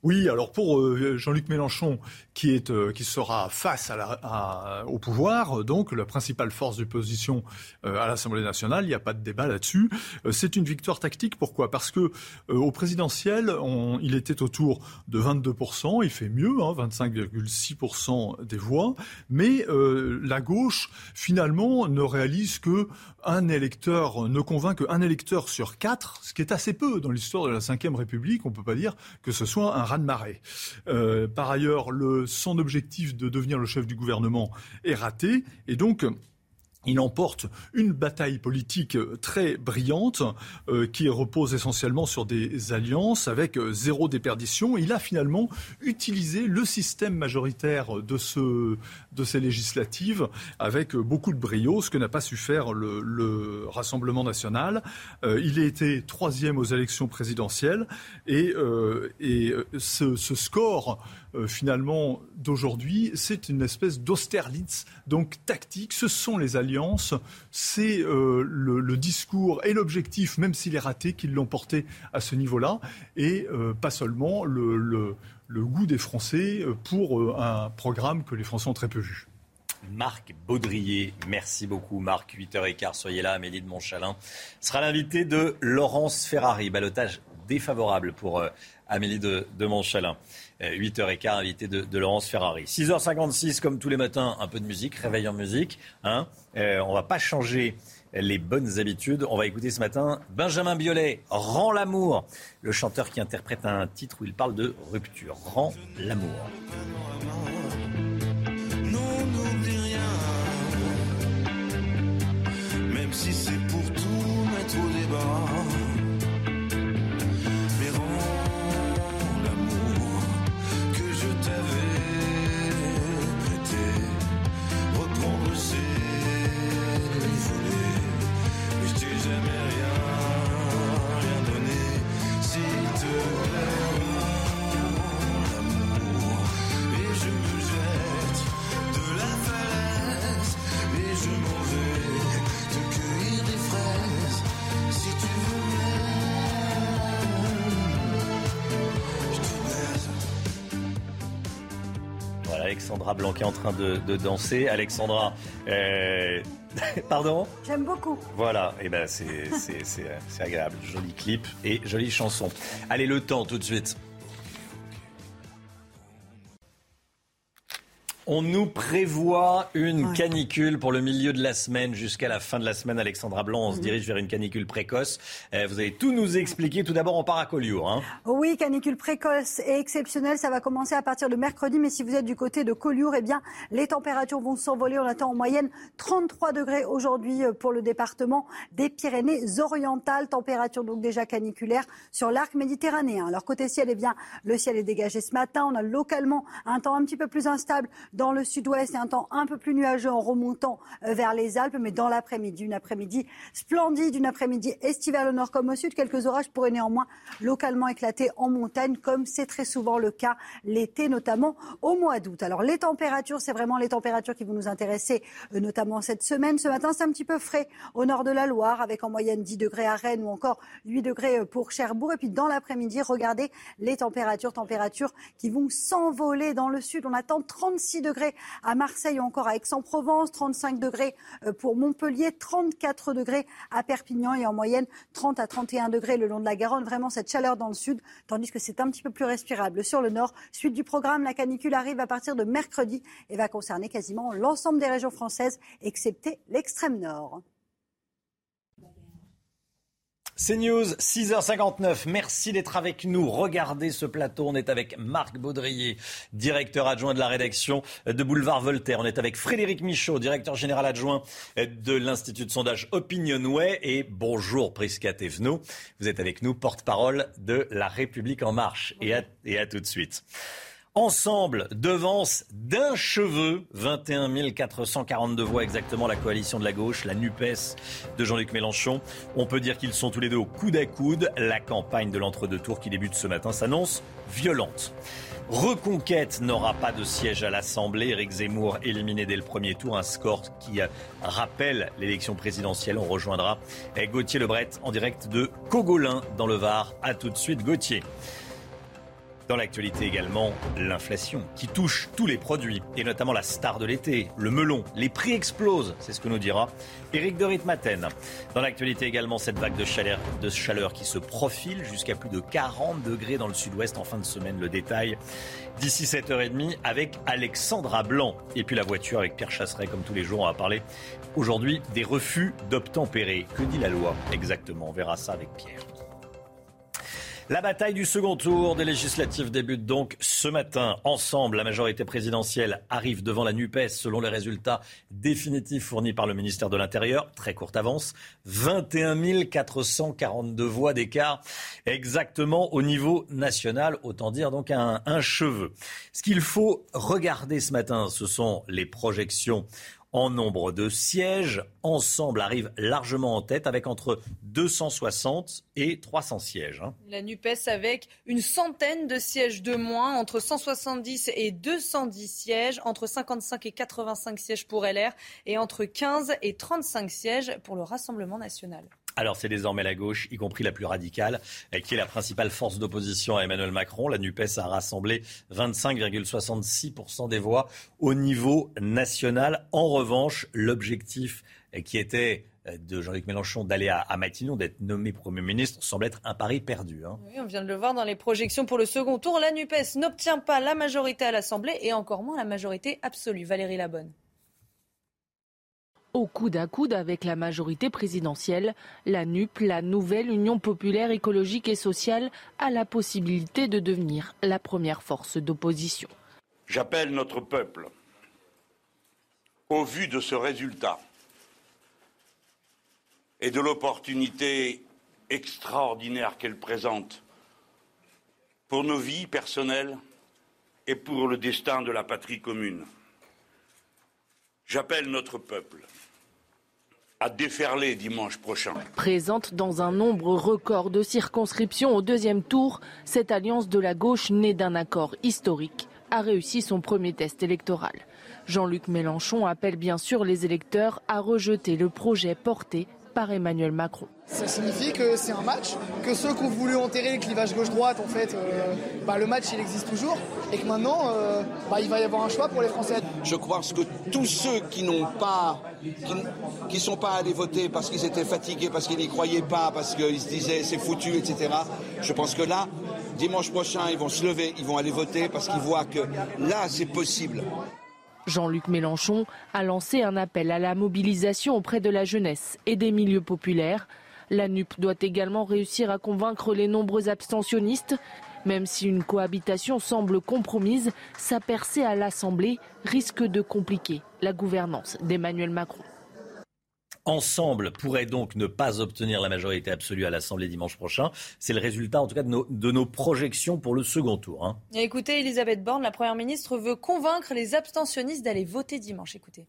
Oui, alors pour euh, Jean-Luc Mélenchon, qui est euh, qui sera face à la, à, au pouvoir, donc la principale force d'opposition euh, à l'Assemblée nationale, il n'y a pas de débat là-dessus. Euh, c'est une victoire tactique. Pourquoi ? Parce que euh, au présidentiel, on, il était autour de vingt-deux pour cent. Il fait mieux, hein, vingt-cinq virgule six pour cent des voix. Mais euh, la gauche, finalement, ne réalise que un électeur, ne convainc qu'un électeur sur quatre, ce qui est assez peu dans l'histoire de la cinquième République. On ne peut pas dire que ce soit un raz-de-marée. Euh, par ailleurs, le, son objectif de devenir le chef du gouvernement est raté. Et donc, il emporte une bataille politique très brillante euh, qui repose essentiellement sur des alliances avec euh, zéro déperdition. Il a finalement utilisé le système majoritaire de, ce, de ces législatives avec beaucoup de brio, ce que n'a pas su faire le, le Rassemblement national. Euh, il a été troisième aux élections présidentielles et, euh, et ce, ce score euh, finalement d'aujourd'hui, c'est une espèce d'Austerlitz, donc tactique. Ce sont les alliances. C'est euh, le, le discours et l'objectif, même s'il est raté, qui l'ont porté à ce niveau-là, et euh, pas seulement le, le, le goût des Français pour euh, un programme que les Français ont très peu vu. Marc Baudrier, merci beaucoup Marc, huit heures quinze, soyez là, Amélie de Montchalin sera l'invité de Laurence Ferrari, ballottage défavorable pour euh, Amélie de, de Montchalin. Euh, huit heures quinze, invité de, de Laurence Ferrari. six heures cinquante-six, comme tous les matins, un peu de musique, réveil en musique. Hein. Euh, on ne va pas changer les bonnes habitudes. On va écouter ce matin Benjamin Biolay, Rends l'amour. Le chanteur qui interprète un titre où il parle de rupture. Rends l'amour. Non, n'oublie rien. Même si c'est pour tout mettre au débat. Alexandra Blanc est en train de, de danser. Alexandra, euh... pardon ? J'aime beaucoup. Voilà, et ben c'est, c'est, c'est, c'est agréable. Joli clip et jolie chanson. Allez, le temps tout de suite. On nous prévoit une ouais. canicule pour le milieu de la semaine jusqu'à la fin de la semaine. Alexandra Blanc, on mmh. se dirige vers une canicule précoce. Euh, vous allez tout nous expliquer. Tout d'abord, on part à Collioure. Hein. Oui, canicule précoce et exceptionnelle. Ça va commencer à partir de mercredi. Mais si vous êtes du côté de Collioure, eh bien, les températures vont s'envoler. On attend en moyenne trente-trois degrés aujourd'hui pour le département des Pyrénées-Orientales. Température donc déjà caniculaire sur l'arc méditerranéen. Alors, côté ciel, eh bien, le ciel est dégagé ce matin. On a localement un temps un petit peu plus instable dans le sud-ouest et un temps un peu plus nuageux en remontant vers les Alpes. Mais dans l'après-midi, une après-midi splendide, une après-midi estivale au nord comme au sud. Quelques orages pourraient néanmoins localement éclater en montagne, comme c'est très souvent le cas l'été, notamment au mois d'août. Alors les températures, c'est vraiment les températures qui vont nous intéresser, notamment cette semaine. Ce matin, c'est un petit peu frais au nord de la Loire, avec en moyenne dix degrés à Rennes ou encore huit degrés pour Cherbourg. Et puis dans l'après-midi, regardez les températures, températures qui vont s'envoler dans le sud. On attend trente-six degrés à Marseille ou encore à Aix-en-Provence, trente-cinq degrés pour Montpellier, trente-quatre degrés à Perpignan et en moyenne trente à trente et un degrés le long de la Garonne. Vraiment cette chaleur dans le sud, tandis que c'est un petit peu plus respirable sur le nord. Suite du programme, la canicule arrive à partir de mercredi et va concerner quasiment l'ensemble des régions françaises, excepté l'extrême nord. C'est News, six heures cinquante-neuf. Merci d'être avec nous. Regardez ce plateau. On est avec Marc Baudrier, directeur adjoint de la rédaction de Boulevard Voltaire. On est avec Frédéric Michaud, directeur général adjoint de l'Institut de sondage Opinionway. Et bonjour Prisca Thévenot. Vous êtes avec nous, porte-parole de La République En Marche. Et à, et à tout de suite. Ensemble, devance d'un cheveu, vingt et un mille quatre cent quarante-deux voix exactement, la coalition de la gauche, la NUPES de Jean-Luc Mélenchon. On peut dire qu'ils sont tous les deux au coude à coude. La campagne de l'entre-deux tours qui débute ce matin s'annonce violente. Reconquête n'aura pas de siège à l'Assemblée. Éric Zemmour éliminé dès le premier tour, un score qui rappelle l'élection présidentielle. On rejoindra Gauthier Lebret en direct de Cogolin dans le Var. A tout de suite Gauthier. Dans l'actualité également, l'inflation qui touche tous les produits et notamment la star de l'été, le melon. Les prix explosent, c'est ce que nous dira Éric de Ritmaten. Dans l'actualité également, cette vague de chaleur, de chaleur qui se profile jusqu'à plus de quarante degrés dans le sud-ouest en fin de semaine. Le détail d'ici sept heures trente avec Alexandra Blanc. Et puis la voiture avec Pierre Chasseret, comme tous les jours, on va parler aujourd'hui des refus d'obtempérer. Que dit la loi exactement? On verra ça avec Pierre. La bataille du second tour des législatives débute donc ce matin. Ensemble, la majorité présidentielle arrive devant la NUPES selon les résultats définitifs fournis par le ministère de l'Intérieur. Très courte avance, vingt et un mille quatre cent quarante-deux voix d'écart exactement au niveau national. Autant dire donc un, un cheveu. Ce qu'il faut regarder ce matin, ce sont les projections en nombre de sièges. Ensemble arrive largement en tête avec entre deux cent soixante et trois cents sièges. Hein. La NUPES avec une centaine de sièges de moins, entre cent soixante-dix et deux cent dix sièges, entre cinquante-cinq et quatre-vingt-cinq sièges pour L R et entre quinze et trente-cinq sièges pour le Rassemblement national. Alors c'est désormais la gauche, y compris la plus radicale, qui est la principale force d'opposition à Emmanuel Macron. La NUPES a rassemblé vingt-cinq virgule soixante-six pour cent des voix au niveau national. En revanche, l'objectif qui était de Jean-Luc Mélenchon d'aller à, à Matignon, d'être nommé Premier ministre, semble être un pari perdu. Hein. Oui, on vient de le voir dans les projections pour le second tour. La NUPES n'obtient pas la majorité à l'Assemblée et encore moins la majorité absolue. Valérie Labonne. Au coude à coude avec la majorité présidentielle, la N U P, la nouvelle Union populaire écologique et sociale, a la possibilité de devenir la première force d'opposition. J'appelle notre peuple, au vu de ce résultat et de l'opportunité extraordinaire qu'elle présente pour nos vies personnelles et pour le destin de la patrie commune. J'appelle notre peuple à déferler dimanche prochain. Présente dans un nombre record de circonscriptions au deuxième tour, cette alliance de la gauche née d'un accord historique a réussi son premier test électoral. Jean-Luc Mélenchon appelle bien sûr les électeurs à rejeter le projet porté par Emmanuel Macron. Ça signifie que c'est un match, que ceux qui ont voulu enterrer le clivage gauche-droite, en fait, euh, bah, le match il existe toujours et que maintenant euh, bah, il va y avoir un choix pour les Français. Je crois que tous ceux qui n'ont pas, qui, qui sont pas allés voter parce qu'ils étaient fatigués, parce qu'ils n'y croyaient pas, parce qu'ils se disaient c'est foutu, et cetera. Je pense que là, dimanche prochain, ils vont se lever, ils vont aller voter parce qu'ils voient que là c'est possible. Jean-Luc Mélenchon a lancé un appel à la mobilisation auprès de la jeunesse et des milieux populaires. La N U P doit également réussir à convaincre les nombreux abstentionnistes. Même si une cohabitation semble compromise, sa percée à l'Assemblée risque de compliquer la gouvernance d'Emmanuel Macron. Ensemble pourrait donc ne pas obtenir la majorité absolue à l'Assemblée dimanche prochain. C'est le résultat en tout cas de nos, de nos projections pour le second tour. Hein. Écoutez, Elisabeth Borne, la Première ministre, veut convaincre les abstentionnistes d'aller voter dimanche. Écoutez.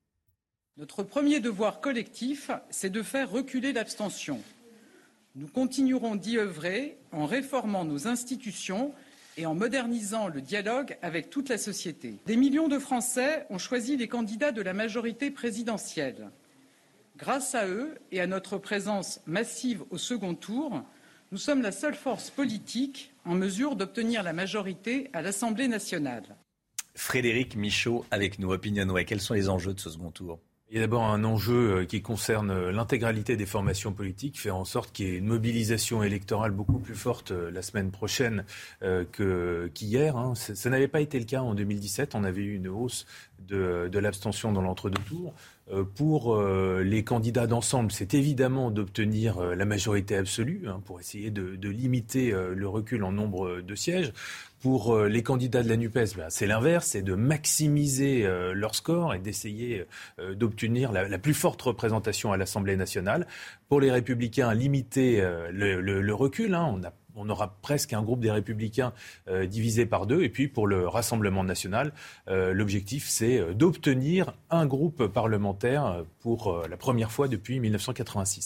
Notre premier devoir collectif, c'est de faire reculer l'abstention. Nous continuerons d'y œuvrer en réformant nos institutions et en modernisant le dialogue avec toute la société. Des millions de Français ont choisi les candidats de la majorité présidentielle. Grâce à eux et à notre présence massive au second tour, nous sommes la seule force politique en mesure d'obtenir la majorité à l'Assemblée nationale. Frédéric Michaud avec nous, Opinionway. Quels sont les enjeux de ce second tour ? Il y a d'abord un enjeu qui concerne l'intégralité des formations politiques, faire en sorte qu'il y ait une mobilisation électorale beaucoup plus forte la semaine prochaine que, qu'hier. Hein. Ça, ça n'avait pas été le cas en deux mille dix-sept. On avait eu une hausse de, de l'abstention dans l'entre-deux tours. Pour les candidats d'ensemble, c'est évidemment d'obtenir la majorité absolue hein, pour essayer de, de limiter le recul en nombre de sièges. Pour les candidats de la NUPES, ben, c'est l'inverse, c'est de maximiser euh, leur score et d'essayer euh, d'obtenir la, la plus forte représentation à l'Assemblée nationale. Pour les Républicains, limiter euh, le, le, le recul. Hein, on a On aura presque un groupe des Républicains euh, divisé par deux. Et puis pour le Rassemblement national, euh, l'objectif c'est d'obtenir un groupe parlementaire pour euh, la première fois depuis mille neuf cent quatre-vingt-six.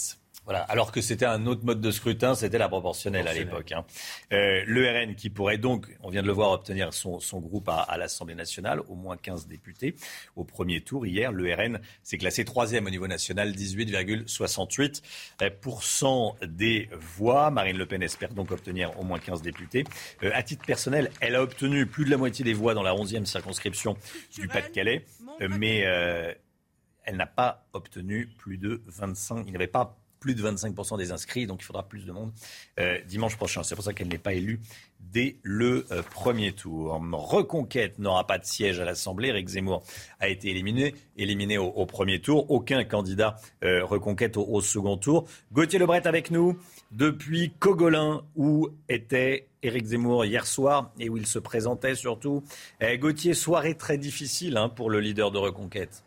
Voilà, alors que c'était un autre mode de scrutin, c'était la proportionnelle à l'époque. Hein. Euh, le R N qui pourrait donc, on vient de le voir, obtenir son, son groupe à, à l'Assemblée nationale, au moins quinze députés. Au premier tour, hier, le R N s'est classé troisième au niveau national, dix-huit virgule soixante-huit pour cent des voix. Marine Le Pen espère donc obtenir au moins quinze députés. Euh, à titre personnel, elle a obtenu plus de la moitié des voix dans la onzième circonscription du Pas-de-Calais, euh, mais euh, elle n'a pas obtenu plus de vingt-cinq, il n'y avait pas plus de vingt-cinq pour cent des inscrits, donc il faudra plus de monde euh, dimanche prochain. C'est pour ça qu'elle n'est pas élue dès le euh, premier tour. Reconquête n'aura pas de siège à l'Assemblée. Éric Zemmour a été éliminé, éliminé au, au premier tour. Aucun candidat euh, Reconquête au, au second tour. Gauthier Lebret avec nous depuis Cogolin, où était Éric Zemmour hier soir et où il se présentait surtout. Euh, Gauthier, soirée très difficile hein, pour le leader de Reconquête.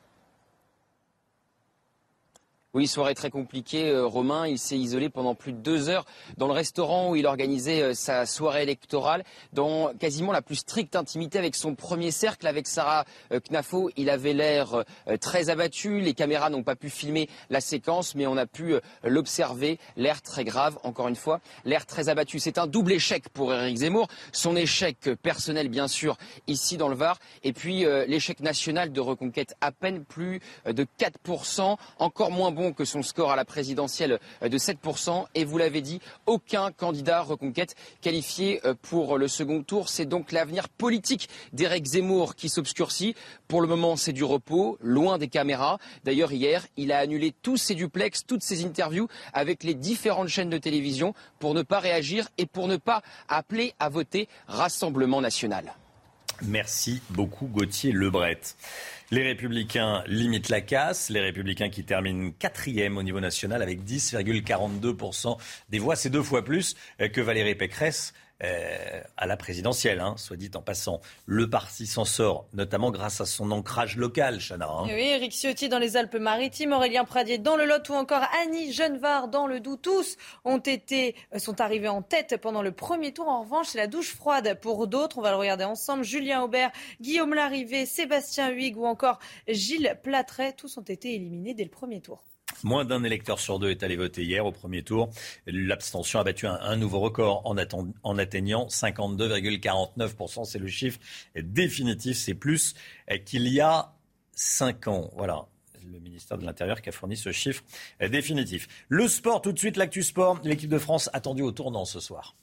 Oui, soirée très compliquée, euh, Romain. Il s'est isolé pendant plus de deux heures dans le restaurant où il organisait euh, sa soirée électorale, dans quasiment la plus stricte intimité avec son premier cercle, avec Sarah euh, Knafo. Il avait l'air euh, très abattu. Les caméras n'ont pas pu filmer la séquence, mais on a pu euh, l'observer. L'air très grave, encore une fois, l'air très abattu. C'est un double échec pour Éric Zemmour. Son échec personnel, bien sûr, ici dans le Var. Et puis euh, l'échec national de Reconquête, à peine plus de quatre pour cent, encore moins bon que son score à la présidentielle de sept pour cent. Et vous l'avez dit, aucun candidat Reconquête qualifié pour le second tour. C'est donc l'avenir politique d'Éric Zemmour qui s'obscurcit. Pour le moment, c'est du repos, loin des caméras. D'ailleurs, hier, il a annulé tous ses duplex, toutes ses interviews avec les différentes chaînes de télévision pour ne pas réagir et pour ne pas appeler à voter Rassemblement national. Merci beaucoup Gauthier Lebret. Les Républicains limitent la casse. Les Républicains qui terminent quatrième au niveau national avec dix virgule quarante-deux pour cent des voix. C'est deux fois plus que Valérie Pécresse euh, à la présidentielle, hein, soit dit en passant. Le parti s'en sort, notamment grâce à son ancrage local, Chana. Hein. Oui, Éric Ciotti dans les Alpes-Maritimes, Aurélien Pradier dans le Lot ou encore Annie Genevard dans le Doubs. Tous ont été, sont arrivés en tête pendant le premier tour. En revanche, c'est la douche froide pour d'autres. On va le regarder ensemble. Julien Aubert, Guillaume Larrivé, Sébastien Huyghe ou encore Gilles Platret. Tous ont été éliminés dès le premier tour. Moins d'un électeur sur deux est allé voter hier au premier tour. L'abstention a battu un, un nouveau record en, atten- en atteignant cinquante-deux virgule quarante-neuf pour cent. C'est le chiffre définitif. C'est plus qu'il y a cinq ans. Voilà. Le ministère de l'Intérieur qui a fourni ce chiffre définitif. Le sport, tout de suite, l'actu sport. L'équipe de France attendue au tournant ce soir.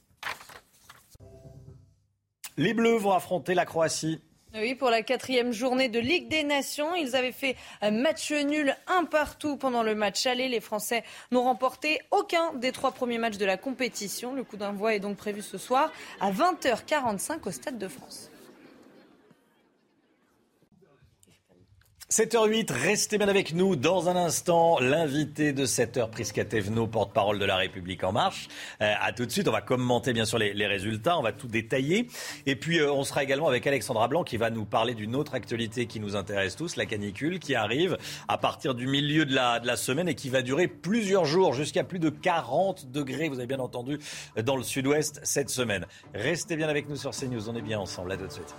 Les Bleus vont affronter la Croatie. Oui, pour la quatrième journée de Ligue des Nations, ils avaient fait un match nul un partout pendant le match aller. Les Français n'ont remporté aucun des trois premiers matchs de la compétition. Le coup d'envoi est donc prévu ce soir à vingt heures quarante-cinq au Stade de France. sept heures huit, restez bien avec nous. Dans un instant, l'invité de sept heures, Prisca Thévenot, porte-parole de La République En Marche. Euh, à tout de suite, on va commenter bien sûr les, les résultats, on va tout détailler. Et puis euh, on sera également avec Alexandra Blanc qui va nous parler d'une autre actualité qui nous intéresse tous, la canicule qui arrive à partir du milieu de la, de la semaine et qui va durer plusieurs jours, jusqu'à plus de quarante degrés, vous avez bien entendu, dans le sud-ouest cette semaine. Restez bien avec nous sur CNews, on est bien ensemble, à tout de suite.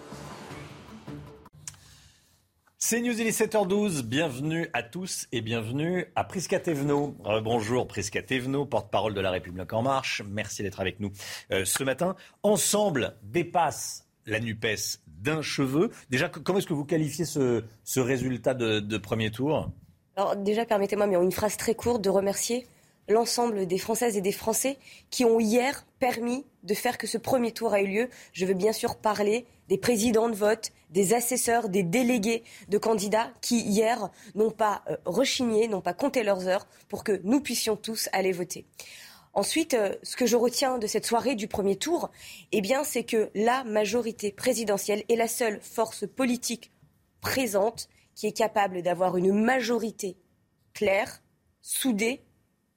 CNews, il est sept heures douze. Bienvenue à tous et bienvenue à Prisca Thévenot. Euh, bonjour Prisca Thévenot, porte-parole de La République En Marche. Merci d'être avec nous euh, ce matin. Ensemble dépasse la NUPES d'un cheveu. Déjà, comment est-ce que vous qualifiez ce, ce résultat de, de premier tour ? Alors déjà, permettez-moi, mais en une phrase très courte, de remercier l'ensemble des Françaises et des Français qui ont hier permis de faire que ce premier tour a eu lieu. Je veux bien sûr parler des présidents de vote, des assesseurs, des délégués de candidats qui, hier, n'ont pas euh, rechigné, n'ont pas compté leurs heures pour que nous puissions tous aller voter. Ensuite, euh, ce que je retiens de cette soirée du premier tour, eh bien, c'est que la majorité présidentielle est la seule force politique présente qui est capable d'avoir une majorité claire, soudée et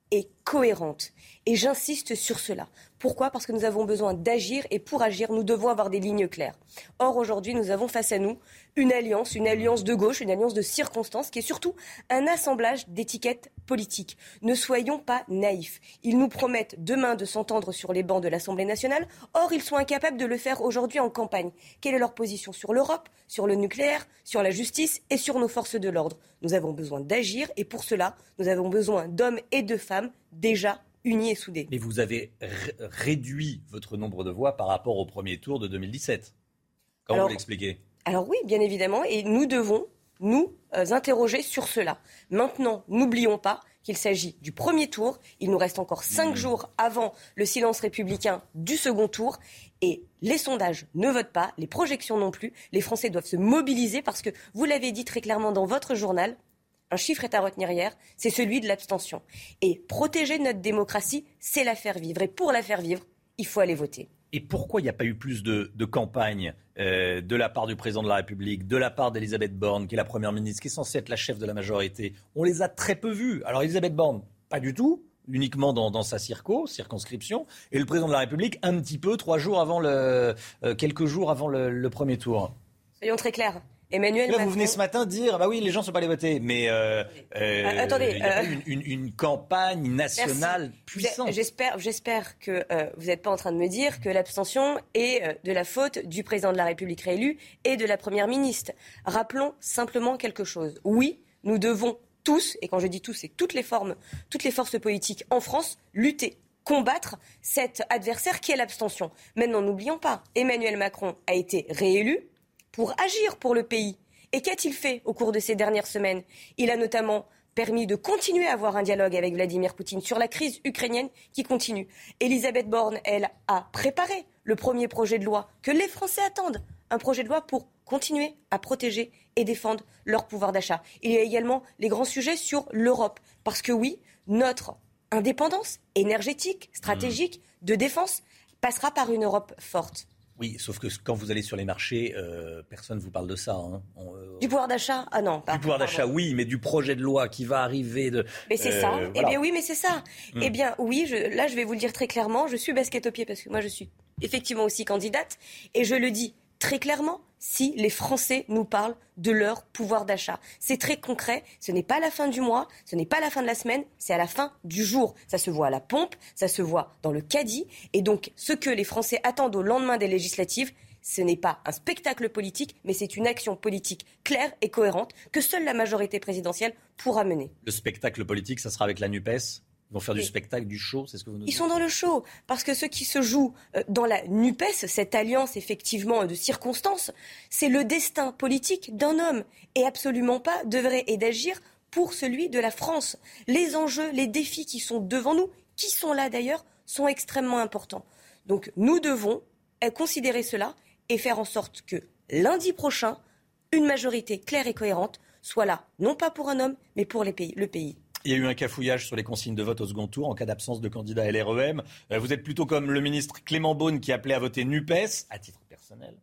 cohérente. Et j'insiste sur cela. Pourquoi ? Parce que nous avons besoin d'agir et pour agir, nous devons avoir des lignes claires. Or, aujourd'hui, nous avons face à nous une alliance, une alliance de gauche, une alliance de circonstances qui est surtout un assemblage d'étiquettes politiques. Ne soyons pas naïfs. Ils nous promettent demain de s'entendre sur les bancs de l'Assemblée nationale. Or, ils sont incapables de le faire aujourd'hui en campagne. Quelle est leur position sur l'Europe, sur le nucléaire, sur la justice et sur nos forces de l'ordre ? Nous avons besoin d'agir et pour cela, nous avons besoin d'hommes et de femmes déjà unis et soudés. Mais vous avez r- réduit votre nombre de voix par rapport au premier tour de deux mille dix-sept. Comment Alors, vous l'expliquez ? Alors oui, bien évidemment, et nous devons nous euh, interroger sur cela. Maintenant, n'oublions pas qu'il s'agit du premier tour. Il nous reste encore cinq mmh. jours avant le silence républicain du second tour. Et les sondages ne votent pas, les projections non plus. Les Français doivent se mobiliser parce que, vous l'avez dit très clairement dans votre journal, un chiffre est à retenir hier, c'est celui de l'abstention. Et protéger notre démocratie, c'est la faire vivre. Et pour la faire vivre, il faut aller voter. Et pourquoi il n'y a pas eu plus de, de campagne euh, de la part du président de la République, de la part d'Elisabeth Borne, qui est la première ministre, qui est censée être la chef de la majorité ? On les a très peu vus. Alors Elisabeth Borne, pas du tout, uniquement dans, dans sa circo, circonscription, et le président de la République un petit peu, trois jours avant le, euh, quelques jours avant le, le premier tour. Soyons très clairs. Emmanuel Là, Macron... vous venez ce matin dire, bah oui, les gens ne sont pas allés voter, mais euh, euh, euh, attendez, il y a euh... pas une, une, une campagne nationale Merci. puissante. J'espère, j'espère que euh, vous n'êtes pas en train de me dire que l'abstention est euh, de la faute du président de la République réélu et de la première ministre. Rappelons simplement quelque chose. Oui, nous devons tous, et quand je dis tous, c'est toutes les formes, toutes les forces politiques en France, lutter, combattre cet adversaire qui est l'abstention. Maintenant, n'oublions pas, Emmanuel Macron a été réélu pour agir pour le pays. Et qu'a-t-il fait au cours de ces dernières semaines ? Il a notamment permis de continuer à avoir un dialogue avec Vladimir Poutine sur la crise ukrainienne qui continue. Elisabeth Borne, elle, a préparé le premier projet de loi que les Français attendent. Un projet de loi pour continuer à protéger et défendre leur pouvoir d'achat. Il y a également les grands sujets sur l'Europe. Parce que oui, notre indépendance énergétique, stratégique, de défense passera par une Europe forte. Oui, sauf que quand vous allez sur les marchés, euh, personne ne vous parle de ça. Hein. On, euh, du pouvoir d'achat ? Ah non, pas. Du pouvoir d'achat, oui, mais du projet de loi qui va arriver de... Mais c'est euh, ça. Voilà. Eh bien oui, mais c'est ça. Hum. Eh bien oui, je, là je vais vous le dire très clairement, je suis basket au pied parce que moi je suis effectivement aussi candidate. Et je le dis très clairement, si les Français nous parlent de leur pouvoir d'achat. C'est très concret, ce n'est pas la fin du mois, ce n'est pas la fin de la semaine, c'est à la fin du jour. Ça se voit à la pompe, ça se voit dans le caddie. Et donc, ce que les Français attendent au lendemain des législatives, ce n'est pas un spectacle politique, mais c'est une action politique claire et cohérente que seule la majorité présidentielle pourra mener. Le spectacle politique, ça sera avec la NUPES ? Ils vont faire oui. du spectacle, du show, c'est ce que vous nous dites ? Ils sont dans le show, parce que ce qui se joue dans la NUPES, cette alliance effectivement de circonstances, c'est le destin politique d'un homme, et absolument pas d'œuvrer et d'agir pour celui de la France. Les enjeux, les défis qui sont devant nous, qui sont là d'ailleurs, sont extrêmement importants. Donc nous devons considérer cela et faire en sorte que lundi prochain, une majorité claire et cohérente soit là, non pas pour un homme, mais pour les pays, le pays. Il y a eu un cafouillage sur les consignes de vote au second tour en cas d'absence de candidat L R E M. Vous êtes plutôt comme le ministre Clément Beaune qui appelait à voter NUPES, à titre personnel.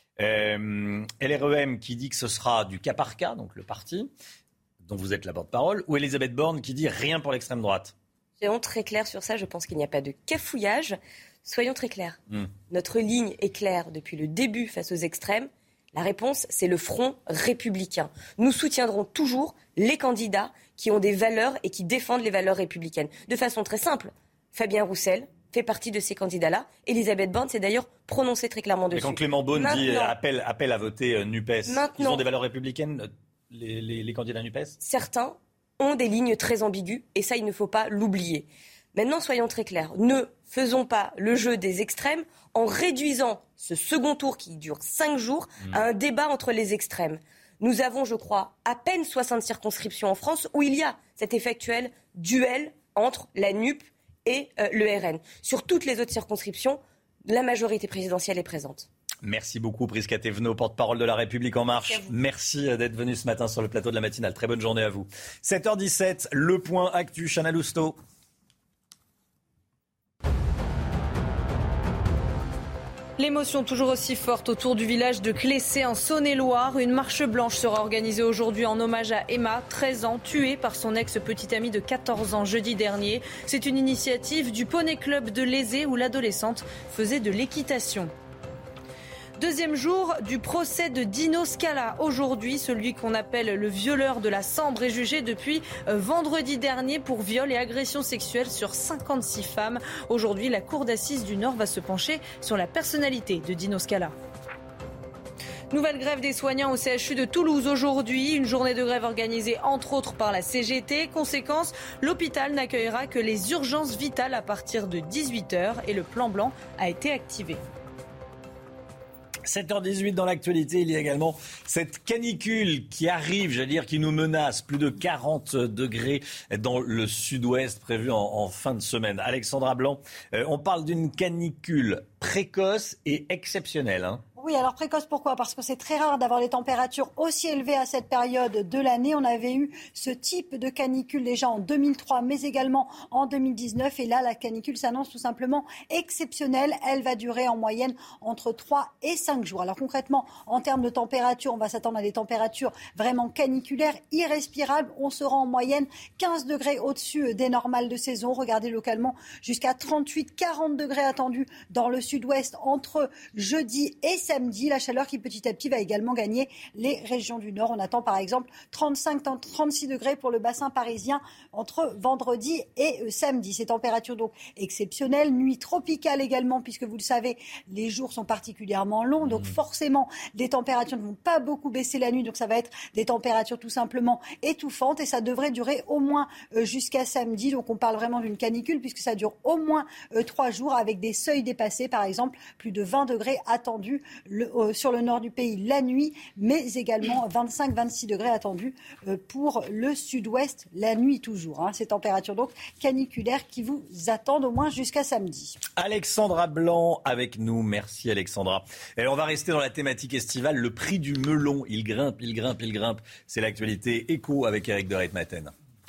Euh, L R E M qui dit que ce sera du cas par cas, donc le parti, dont vous êtes la porte-parole, ou Elisabeth Borne qui dit rien pour l'extrême droite. Soyons très clairs sur ça, je pense qu'il n'y a pas de cafouillage. Soyons très clairs. Mmh. Notre ligne est claire depuis le début face aux extrêmes. La réponse, c'est le front républicain. Nous soutiendrons toujours les candidats qui ont des valeurs et qui défendent les valeurs républicaines. De façon très simple, Fabien Roussel fait partie de ces candidats-là. Elisabeth Borne s'est d'ailleurs prononcée très clairement dessus. Mais quand Clément Beaune dit appel, appel à voter euh, NUPES, Maintenant, ils ont des valeurs républicaines, les, les, les candidats NUPES ? Certains ont des lignes très ambiguës et ça, il ne faut pas l'oublier. Maintenant, soyons très clairs. Ne faisons pas le jeu des extrêmes en réduisant ce second tour qui dure cinq jours mmh. à un débat entre les extrêmes. Nous avons, je crois, à peine soixante circonscriptions en France où il y a cet effectuel duel entre la N U P et euh, le R N. Sur toutes les autres circonscriptions, la majorité présidentielle est présente. Merci beaucoup, Prisca Thévenot, porte-parole de La République En Marche. Merci, Merci d'être venu ce matin sur le plateau de la matinale. Très bonne journée à vous. sept heures dix-sept, le point actu, Chana Lousteau. L'émotion toujours aussi forte autour du village de Clessé en Saône-et-Loire. Une marche blanche sera organisée aujourd'hui en hommage à Emma, treize ans, tuée par son ex-petite amie de quatorze ans jeudi dernier. C'est une initiative du Poney Club de Lézé où l'adolescente faisait de l'équitation. Deuxième jour du procès de Dino Scala. Aujourd'hui, celui qu'on appelle le violeur de la Sambre est jugé depuis vendredi dernier pour viol et agression sexuelle sur cinquante-six femmes. Aujourd'hui, la cour d'assises du Nord va se pencher sur la personnalité de Dino Scala. Nouvelle grève des soignants au C H U de Toulouse aujourd'hui. Une journée de grève organisée entre autres par la C G T. Conséquence, l'hôpital n'accueillera que les urgences vitales à partir de dix-huit heures et le plan blanc a été activé. sept heures dix-huit dans l'actualité, il y a également cette canicule qui arrive, j'allais dire, qui nous menace. Plus de quarante degrés dans le sud-ouest prévu en, en fin de semaine. Alexandra Blanc, euh, on parle d'une canicule précoce et exceptionnelle, hein. Oui, alors précoce, pourquoi ? Parce que c'est très rare d'avoir les températures aussi élevées à cette période de l'année. On avait eu ce type de canicule déjà en deux mille trois, mais également en deux mille dix-neuf. Et là, la canicule s'annonce tout simplement exceptionnelle. Elle va durer en moyenne entre trois et cinq jours. Alors concrètement, en termes de température, on va s'attendre à des températures vraiment caniculaires, irrespirables. On sera en moyenne quinze degrés au-dessus des normales de saison. Regardez localement, jusqu'à trente-huit, quarante degrés attendus dans le sud-ouest entre jeudi et samedi. Samedi, la chaleur qui petit à petit va également gagner les régions du Nord. On attend par exemple trente-cinq à trente-six degrés pour le bassin parisien entre vendredi et samedi. Ces températures donc exceptionnelles, nuit tropicale également puisque vous le savez, les jours sont particulièrement longs. Donc forcément, les températures ne vont pas beaucoup baisser la nuit. Donc ça va être des températures tout simplement étouffantes et ça devrait durer au moins jusqu'à samedi. Donc on parle vraiment d'une canicule puisque ça dure au moins trois jours avec des seuils dépassés. Par exemple, plus de vingt degrés attendus Le, euh, sur le nord du pays la nuit, mais également vingt-cinq à vingt-six degrés attendus euh, pour le sud-ouest la nuit toujours. Hein. Ces températures donc caniculaires qui vous attendent au moins jusqu'à samedi. Alexandra Blanc avec nous. Merci Alexandra. Et on va rester dans la thématique estivale. Le prix du melon, il grimpe, il grimpe, il grimpe. C'est l'actualité écho avec Éric de Ritmaten.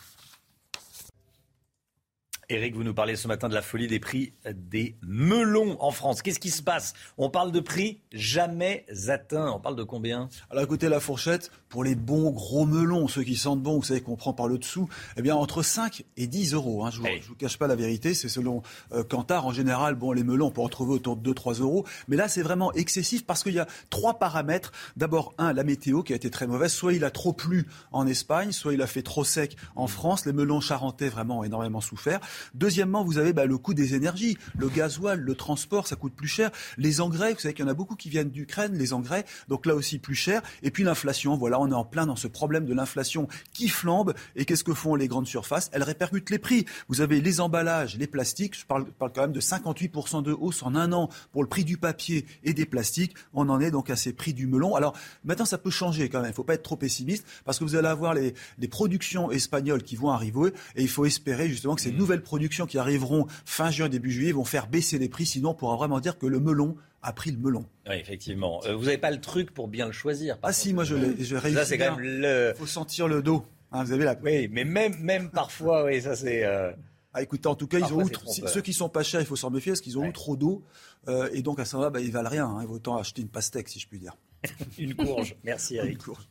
Éric, vous nous parlez ce matin de la folie des prix des melons en France. Qu'est-ce qui se passe ? On parle de prix jamais atteints. On parle de combien ? Alors écoutez, la fourchette, pour les bons gros melons, ceux qui sentent bon, vous savez qu'on prend par le dessous, eh bien entre cinq et dix euros. Hein. Je ne hey. vous, vous cache pas la vérité, c'est selon euh, Kantar. En général, bon, les melons, on peut en trouver autour de deux à trois euros. Mais là, c'est vraiment excessif parce qu'il y a trois paramètres. D'abord, un, la météo qui a été très mauvaise. Soit il a trop plu en Espagne, soit il a fait trop sec en France. Les melons charentais, vraiment, ont énormément souffert. Deuxièmement, vous avez bah, le coût des énergies, le gasoil, le transport, ça coûte plus cher. Les engrais, vous savez qu'il y en a beaucoup qui viennent d'Ukraine, les engrais, donc là aussi plus cher. Et puis l'inflation, voilà, on est en plein dans ce problème de l'inflation qui flambe. Et qu'est-ce que font les grandes surfaces ? Elles répercutent les prix. Vous avez les emballages, les plastiques, je parle, parle quand même de cinquante-huit pour cent de hausse en un an pour le prix du papier et des plastiques. On en est donc à ces prix du melon. Alors maintenant, ça peut changer quand même, il ne faut pas être trop pessimiste, parce que vous allez avoir les, les productions espagnoles qui vont arriver, et il faut espérer justement que ces mmh. nouvelles productions qui arriveront fin juin, début juillet, vont faire baisser les prix. Sinon, on pourra vraiment dire que le melon a pris le melon. Oui, effectivement. Euh, vous n'avez pas le truc pour bien le choisir. Ah si, moi je l'ai. Je réussis. Ça, c'est quand même le... Il faut sentir le dos. Hein, vous avez la... Oui, mais même, même parfois, oui, ça c'est... Euh... Ah, écoutez, en tout cas, parfois, ils ont outre... si, ceux qui sont pas chers, il faut s'en méfier parce qu'ils ont ouais. eu trop d'eau. Euh, et donc, à ce moment-là, bah, ils valent rien. Hein. Il vaut autant acheter une pastèque, si je puis dire. Une courge. Merci, Eric. Une courge.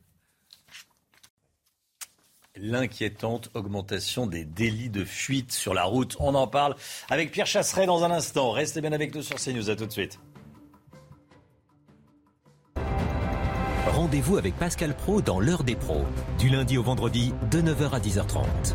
L'inquiétante augmentation des délits de fuite sur la route. On en parle avec Pierre Chasseret dans un instant. Restez bien avec nous sur CNews. À tout de suite. Rendez-vous avec Pascal Praud dans l'heure des pros. Du lundi au vendredi, de neuf heures à dix heures trente.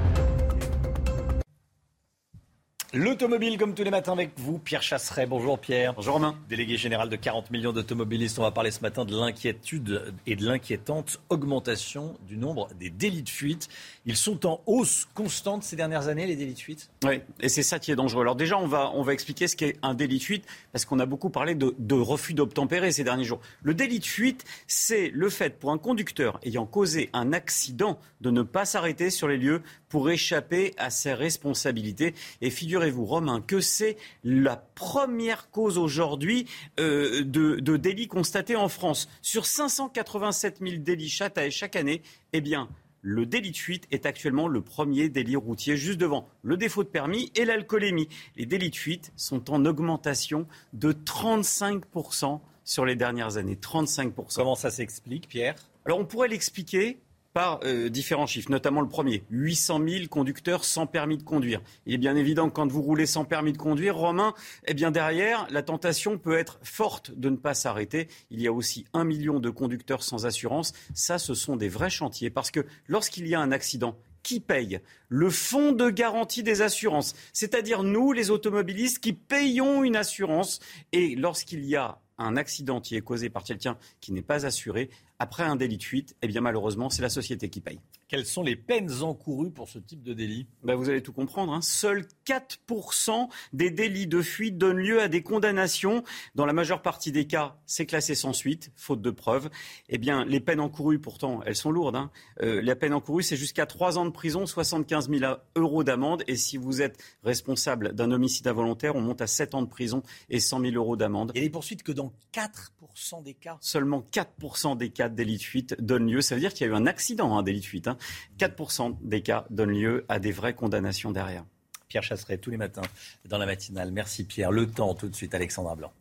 L'automobile, comme tous les matins avec vous, Pierre Chasseret. Bonjour Pierre. Bonjour Romain. Délégué général de quarante millions d'automobilistes. On va parler ce matin de l'inquiétude et de l'inquiétante augmentation du nombre des délits de fuite. Ils sont en hausse constante ces dernières années, les délits de fuite. Oui, et c'est ça qui est dangereux. Alors déjà, on va, on va expliquer ce qu'est un délit de fuite, parce qu'on a beaucoup parlé de, de refus d'obtempérer ces derniers jours. Le délit de fuite, c'est le fait pour un conducteur ayant causé un accident de ne pas s'arrêter sur les lieux pour échapper à ses responsabilités. Et figurez-vous, Romain, que c'est la première cause aujourd'hui euh, de, de délits constatés en France. Sur cinq cent quatre-vingt-sept mille délits chaque, chaque année, eh bien, Le délit de fuite est actuellement le premier délit routier, juste devant le défaut de permis et l'alcoolémie. Les délits de fuite sont en augmentation de trente-cinq pour cent sur les dernières années. trente-cinq pour cent. Comment ça s'explique, Pierre ? Alors on pourrait l'expliquer par euh, différents chiffres, notamment le premier, huit cent mille conducteurs sans permis de conduire. Il est bien évident que quand vous roulez sans permis de conduire, Romain, eh bien derrière, la tentation peut être forte de ne pas s'arrêter. Il y a aussi un million de conducteurs sans assurance. Ça, ce sont des vrais chantiers, parce que lorsqu'il y a un accident, qui paye ? Le fonds de garantie des assurances, c'est-à-dire nous, les automobilistes, qui payons une assurance. Et lorsqu'il y a un accident qui est causé par quelqu'un qui n'est pas assuré, après un délit de fuite, eh bien malheureusement, c'est la société qui paye. Quelles sont les peines encourues pour ce type de délit ? Ben, vous allez tout comprendre. Hein. Seuls quatre pour cent des délits de fuite donnent lieu à des condamnations. Dans la majeure partie des cas, c'est classé sans suite, faute de preuves. Eh bien, les peines encourues, pourtant, elles sont lourdes. Hein. Euh, la peine encourue, c'est jusqu'à trois ans de prison, soixante-quinze mille euros d'amende. Et si vous êtes responsable d'un homicide involontaire, on monte à sept ans de prison et cent mille euros d'amende. Et les poursuites que dans quatre pour cent des cas ? Seulement quatre pour cent des cas de délit de fuite donnent lieu. Ça veut dire qu'il y a eu un accident, un délit de fuite. Hein. quatre pour cent des cas donnent lieu à des vraies condamnations derrière. Pierre Chasseret, tous les matins dans la matinale. Merci Pierre. Le temps tout de suite, Alexandra Blanc.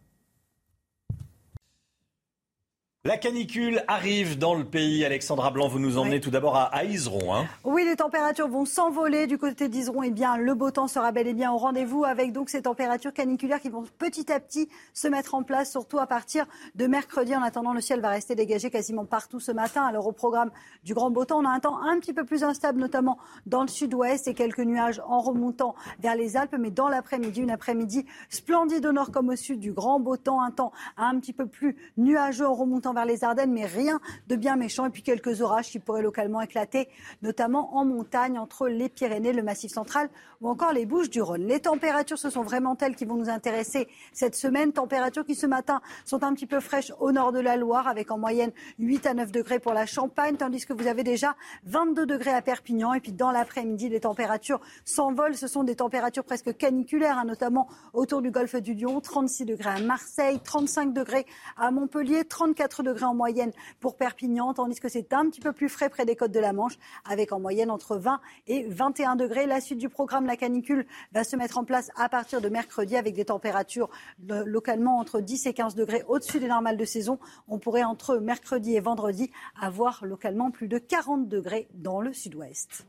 La canicule arrive dans le pays. Alexandra Blanc, vous nous emmenez oui. tout d'abord à, à Izeron. Hein. Oui, les températures vont s'envoler du côté d'Izeron. Eh bien, le beau temps sera bel et bien au rendez-vous avec donc ces températures caniculaires qui vont petit à petit se mettre en place, surtout à partir de mercredi. En attendant, le ciel va rester dégagé quasiment partout ce matin. Alors au programme du grand beau temps, on a un temps un petit peu plus instable, notamment dans le sud-ouest et quelques nuages en remontant vers les Alpes. Mais dans l'après-midi, une après-midi splendide au nord comme au sud, du grand beau temps, un temps un petit peu plus nuageux en remontant vers les Ardennes, mais rien de bien méchant. Et puis quelques orages qui pourraient localement éclater, notamment en montagne, entre les Pyrénées, le Massif central ou encore les Bouches-du-Rhône. Les températures, ce sont vraiment elles qui vont nous intéresser cette semaine. Températures qui, ce matin, sont un petit peu fraîches au nord de la Loire, avec en moyenne huit à neuf degrés pour la Champagne, tandis que vous avez déjà vingt-deux degrés à Perpignan. Et puis dans l'après-midi, les températures s'envolent. Ce sont des températures presque caniculaires, hein, notamment autour du golfe du Lion. trente-six degrés à Marseille, trente-cinq degrés à Montpellier, trente-quatre degrés en moyenne pour Perpignan, tandis que c'est un petit peu plus frais près des côtes de la Manche, avec en moyenne entre vingt et vingt et un degrés. La suite du programme, la canicule, va se mettre en place à partir de mercredi, avec des températures euh, localement entre dix et quinze degrés au-dessus des normales de saison. On pourrait entre mercredi et vendredi avoir localement plus de quarante degrés dans le sud-ouest.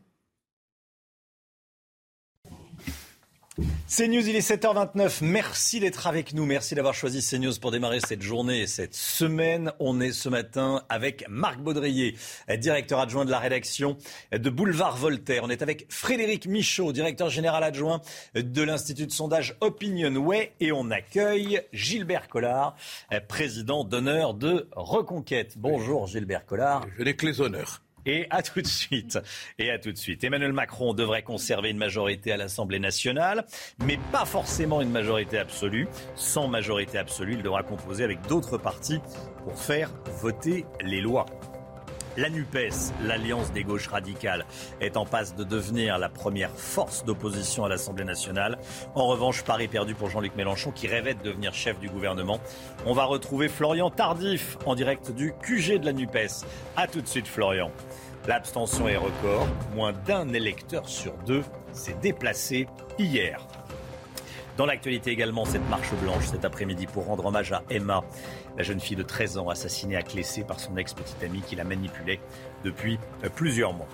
CNews, il est sept heures vingt-neuf. Merci d'être avec nous. Merci d'avoir choisi CNews pour démarrer cette journée et cette semaine. On est ce matin avec Marc Baudrier, directeur adjoint de la rédaction de Boulevard Voltaire. On est avec Frédéric Michaud, directeur général adjoint de l'Institut de sondage Opinionway. Et on accueille Gilbert Collard, président d'honneur de Reconquête. Bonjour Gilbert Collard. Je n'ai que les honneurs. Et à tout de suite. Et à tout de suite. Emmanuel Macron devrait conserver une majorité à l'Assemblée nationale, mais pas forcément une majorité absolue. Sans majorité absolue, il devra composer avec d'autres partis pour faire voter les lois. La NUPES, l'Alliance des gauches radicales, est en passe de devenir la première force d'opposition à l'Assemblée nationale. En revanche, pari perdu pour Jean-Luc Mélenchon, qui rêvait de devenir chef du gouvernement. On va retrouver Florian Tardif en direct du Q G de la NUPES. A tout de suite, Florian. L'abstention est record. Moins d'un électeur sur deux s'est déplacé hier. Dans l'actualité également, cette marche blanche cet après-midi pour rendre hommage à Emma, la jeune fille de treize ans assassinée à Clessé par son ex-petite amie qui la manipulait depuis plusieurs mois.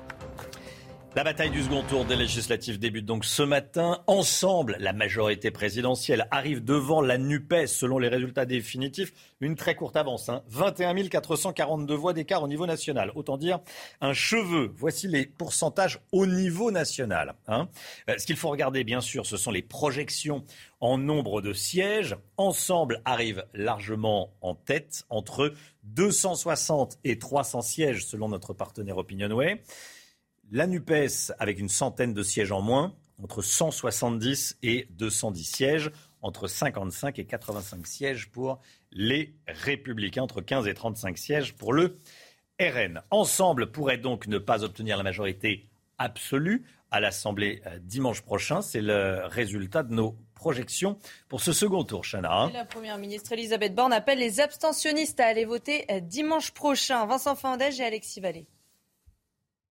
La bataille du second tour des législatives débute donc ce matin. Ensemble, la majorité présidentielle arrive devant la NUPES selon les résultats définitifs. Une très courte avance, hein. vingt et un mille quatre cent quarante-deux voix d'écart au niveau national. Autant dire un cheveu. Voici les pourcentages au niveau national. Hein. Euh, ce qu'il faut regarder, bien sûr, ce sont les projections en nombre de sièges. Ensemble arrive largement en tête, entre deux cent soixante et trois cents sièges selon notre partenaire Opinionway. La NUPES avec une centaine de sièges en moins, entre cent soixante-dix et deux cent dix sièges, entre cinquante-cinq et quatre-vingt-cinq sièges pour les Républicains, entre quinze et trente-cinq sièges pour le R N. Ensemble pourrait donc ne pas obtenir la majorité absolue à l'Assemblée dimanche prochain. C'est le résultat de nos projections pour ce second tour, Chana. La Première ministre Elisabeth Borne appelle les abstentionnistes à aller voter dimanche prochain. Vincent Fandège et Alexis Vallée.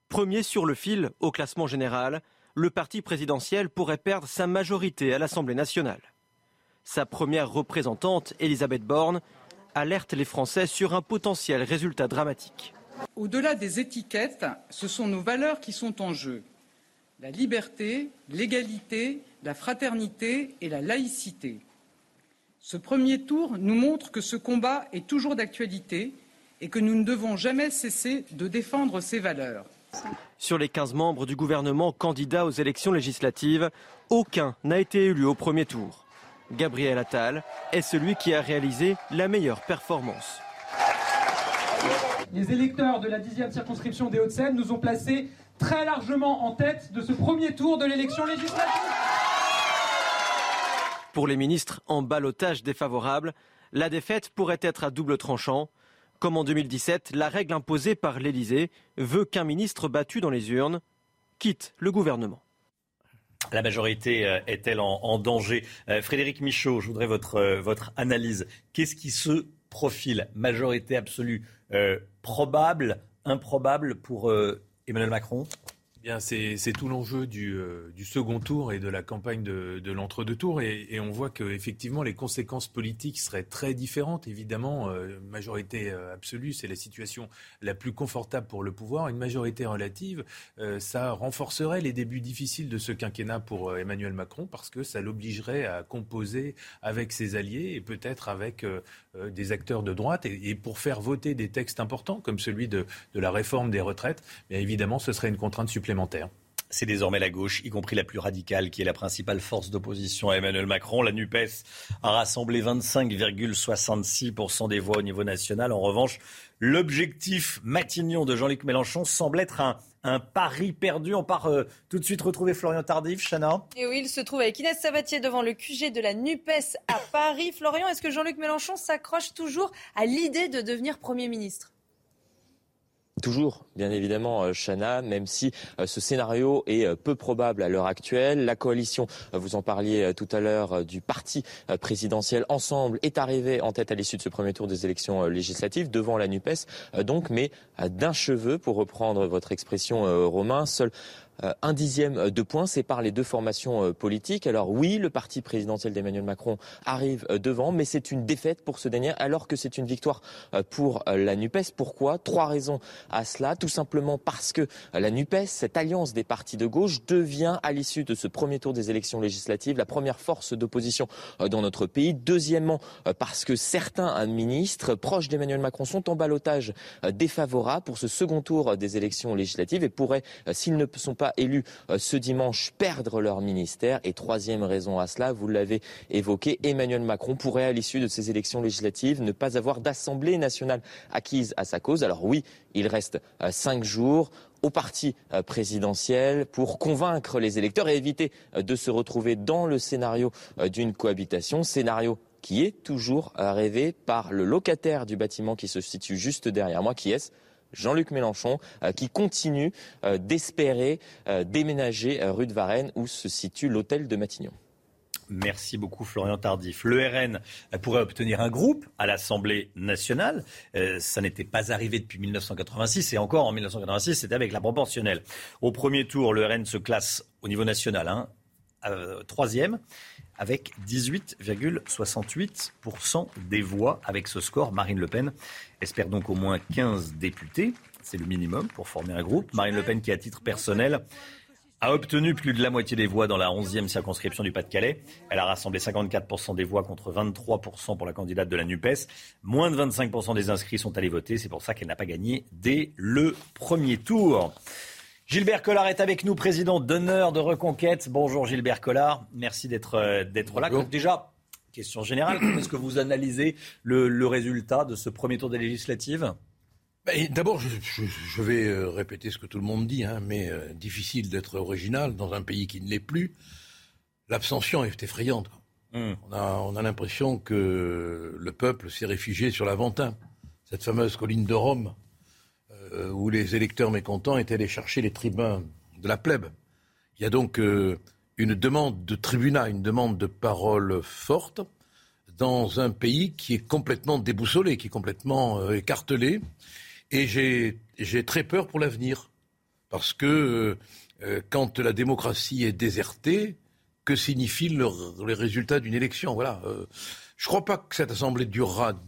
Premier sur le fil au classement général, le parti présidentiel pourrait perdre sa majorité à l'Assemblée nationale. Sa première représentante, Elisabeth Borne, alerte les Français sur un potentiel résultat dramatique. Au-delà des étiquettes, ce sont nos valeurs qui sont en jeu. La liberté, l'égalité, la fraternité et la laïcité. Ce premier tour nous montre que ce combat est toujours d'actualité et que nous ne devons jamais cesser de défendre ces valeurs. Sur les quinze membres du gouvernement candidats aux élections législatives, aucun n'a été élu au premier tour. Gabriel Attal est celui qui a réalisé la meilleure performance. Les électeurs de la dixième circonscription des Hauts-de-Seine nous ont placés très largement en tête de ce premier tour de l'élection législative. Pour les ministres en ballottage défavorable, la défaite pourrait être à double tranchant. Comme en deux mille dix-sept, la règle imposée par l'Élysée veut qu'un ministre battu dans les urnes quitte le gouvernement. La majorité est-elle en, en danger ? euh, Frédéric Michaud, je voudrais votre, euh, votre analyse. Qu'est-ce qui se profile ? Majorité absolue euh, probable, improbable pour euh, Emmanuel Macron ? Bien, c'est, c'est tout l'enjeu du, euh, du second tour et de la campagne de, de l'entre-deux tours. Et, et on voit qu'effectivement, les conséquences politiques seraient très différentes. Évidemment, euh, majorité euh, absolue, c'est la situation la plus confortable pour le pouvoir. Une majorité relative, euh, ça renforcerait les débuts difficiles de ce quinquennat pour euh, Emmanuel Macron parce que ça l'obligerait à composer avec ses alliés et peut-être avec euh, euh, des acteurs de droite. Et, et pour faire voter des textes importants comme celui de, de la réforme des retraites, bien évidemment, ce serait une contrainte supplémentaire. C'est désormais la gauche, y compris la plus radicale, qui est la principale force d'opposition à Emmanuel Macron. La NUPES a rassemblé vingt-cinq virgule soixante-six pour cent des voix au niveau national. En revanche, l'objectif Matignon de Jean-Luc Mélenchon semble être un, un pari perdu. On part euh, tout de suite retrouver Florian Tardif. Chana. Et oui, il se trouve avec Inès Sabatier devant le Q G de la NUPES à Paris. Florian, est-ce que Jean-Luc Mélenchon s'accroche toujours à l'idée de devenir Premier ministre ? Toujours, bien évidemment, Chana, même si ce scénario est peu probable à l'heure actuelle. La coalition, vous en parliez tout à l'heure, du parti présidentiel Ensemble est arrivée en tête à l'issue de ce premier tour des élections législatives, devant la NUPES, donc, mais d'un cheveu, pour reprendre votre expression, Romain, seul un dixième de point sépare les deux formations politiques. Alors oui, le parti présidentiel d'Emmanuel Macron arrive devant, mais c'est une défaite pour ce dernier, alors que c'est une victoire pour la NUPES. Pourquoi ? Trois raisons à cela. Tout simplement parce que la NUPES, cette alliance des partis de gauche, devient à l'issue de ce premier tour des élections législatives la première force d'opposition dans notre pays. Deuxièmement, parce que certains ministres proches d'Emmanuel Macron sont en ballottage défavorable pour ce second tour des élections législatives et pourraient, s'ils ne sont pas élus ce dimanche, perdre leur ministère. Et troisième raison à cela, vous l'avez évoqué, Emmanuel Macron pourrait à l'issue de ces élections législatives ne pas avoir d'Assemblée nationale acquise à sa cause. Alors oui, il reste cinq jours au parti présidentiel pour convaincre les électeurs et éviter de se retrouver dans le scénario d'une cohabitation, scénario qui est toujours rêvé par le locataire du bâtiment qui se situe juste derrière moi. Qui est-ce ? Jean-Luc Mélenchon, euh, qui continue euh, d'espérer euh, déménager euh, rue de Varennes où se situe l'hôtel de Matignon. Merci beaucoup Florian Tardif. Le R N pourrait obtenir un groupe à l'Assemblée nationale. Euh, ça n'était pas arrivé depuis mille neuf cent quatre-vingt-six et encore en mille neuf cent quatre-vingt-six, c'était avec la proportionnelle. Au premier tour, le R N se classe au niveau national, hein, euh, troisième, avec dix-huit virgule soixante-huit pour cent des voix. Avec ce score, Marine Le Pen espère donc au moins quinze députés. C'est le minimum pour former un groupe. Marine Le Pen qui, à titre personnel, a obtenu plus de la moitié des voix dans la onzième circonscription du Pas-de-Calais. Elle a rassemblé cinquante-quatre pour cent des voix contre vingt-trois pour cent pour la candidate de la NUPES. Moins de vingt-cinq pour cent des inscrits sont allés voter. C'est pour ça qu'elle n'a pas gagné dès le premier tour. Gilbert Collard est avec nous, président d'honneur de Reconquête. Bonjour Gilbert Collard, merci d'être, d'être là. Donc déjà, question générale, comment est-ce que vous analysez le, le résultat de ce premier tour des législatives ? Ben, d'abord, je, je, je vais euh, répéter ce que tout le monde dit, hein, mais euh, difficile d'être original dans un pays qui ne l'est plus. L'abstention est effrayante. Mmh. On a, on a l'impression que le peuple s'est réfugié sur l'Aventin, cette fameuse colline de Rome, euh, où les électeurs mécontents étaient allés chercher les tribuns de la plèbe. Il y a donc euh, une demande de tribunat, une demande de parole forte dans un pays qui est complètement déboussolé, qui est complètement euh, écartelé. Et j'ai, j'ai très peur pour l'avenir. Parce que euh, quand la démocratie est désertée, que signifient le, les résultats d'une élection ? Voilà. Euh, je ne crois pas que cette Assemblée durera.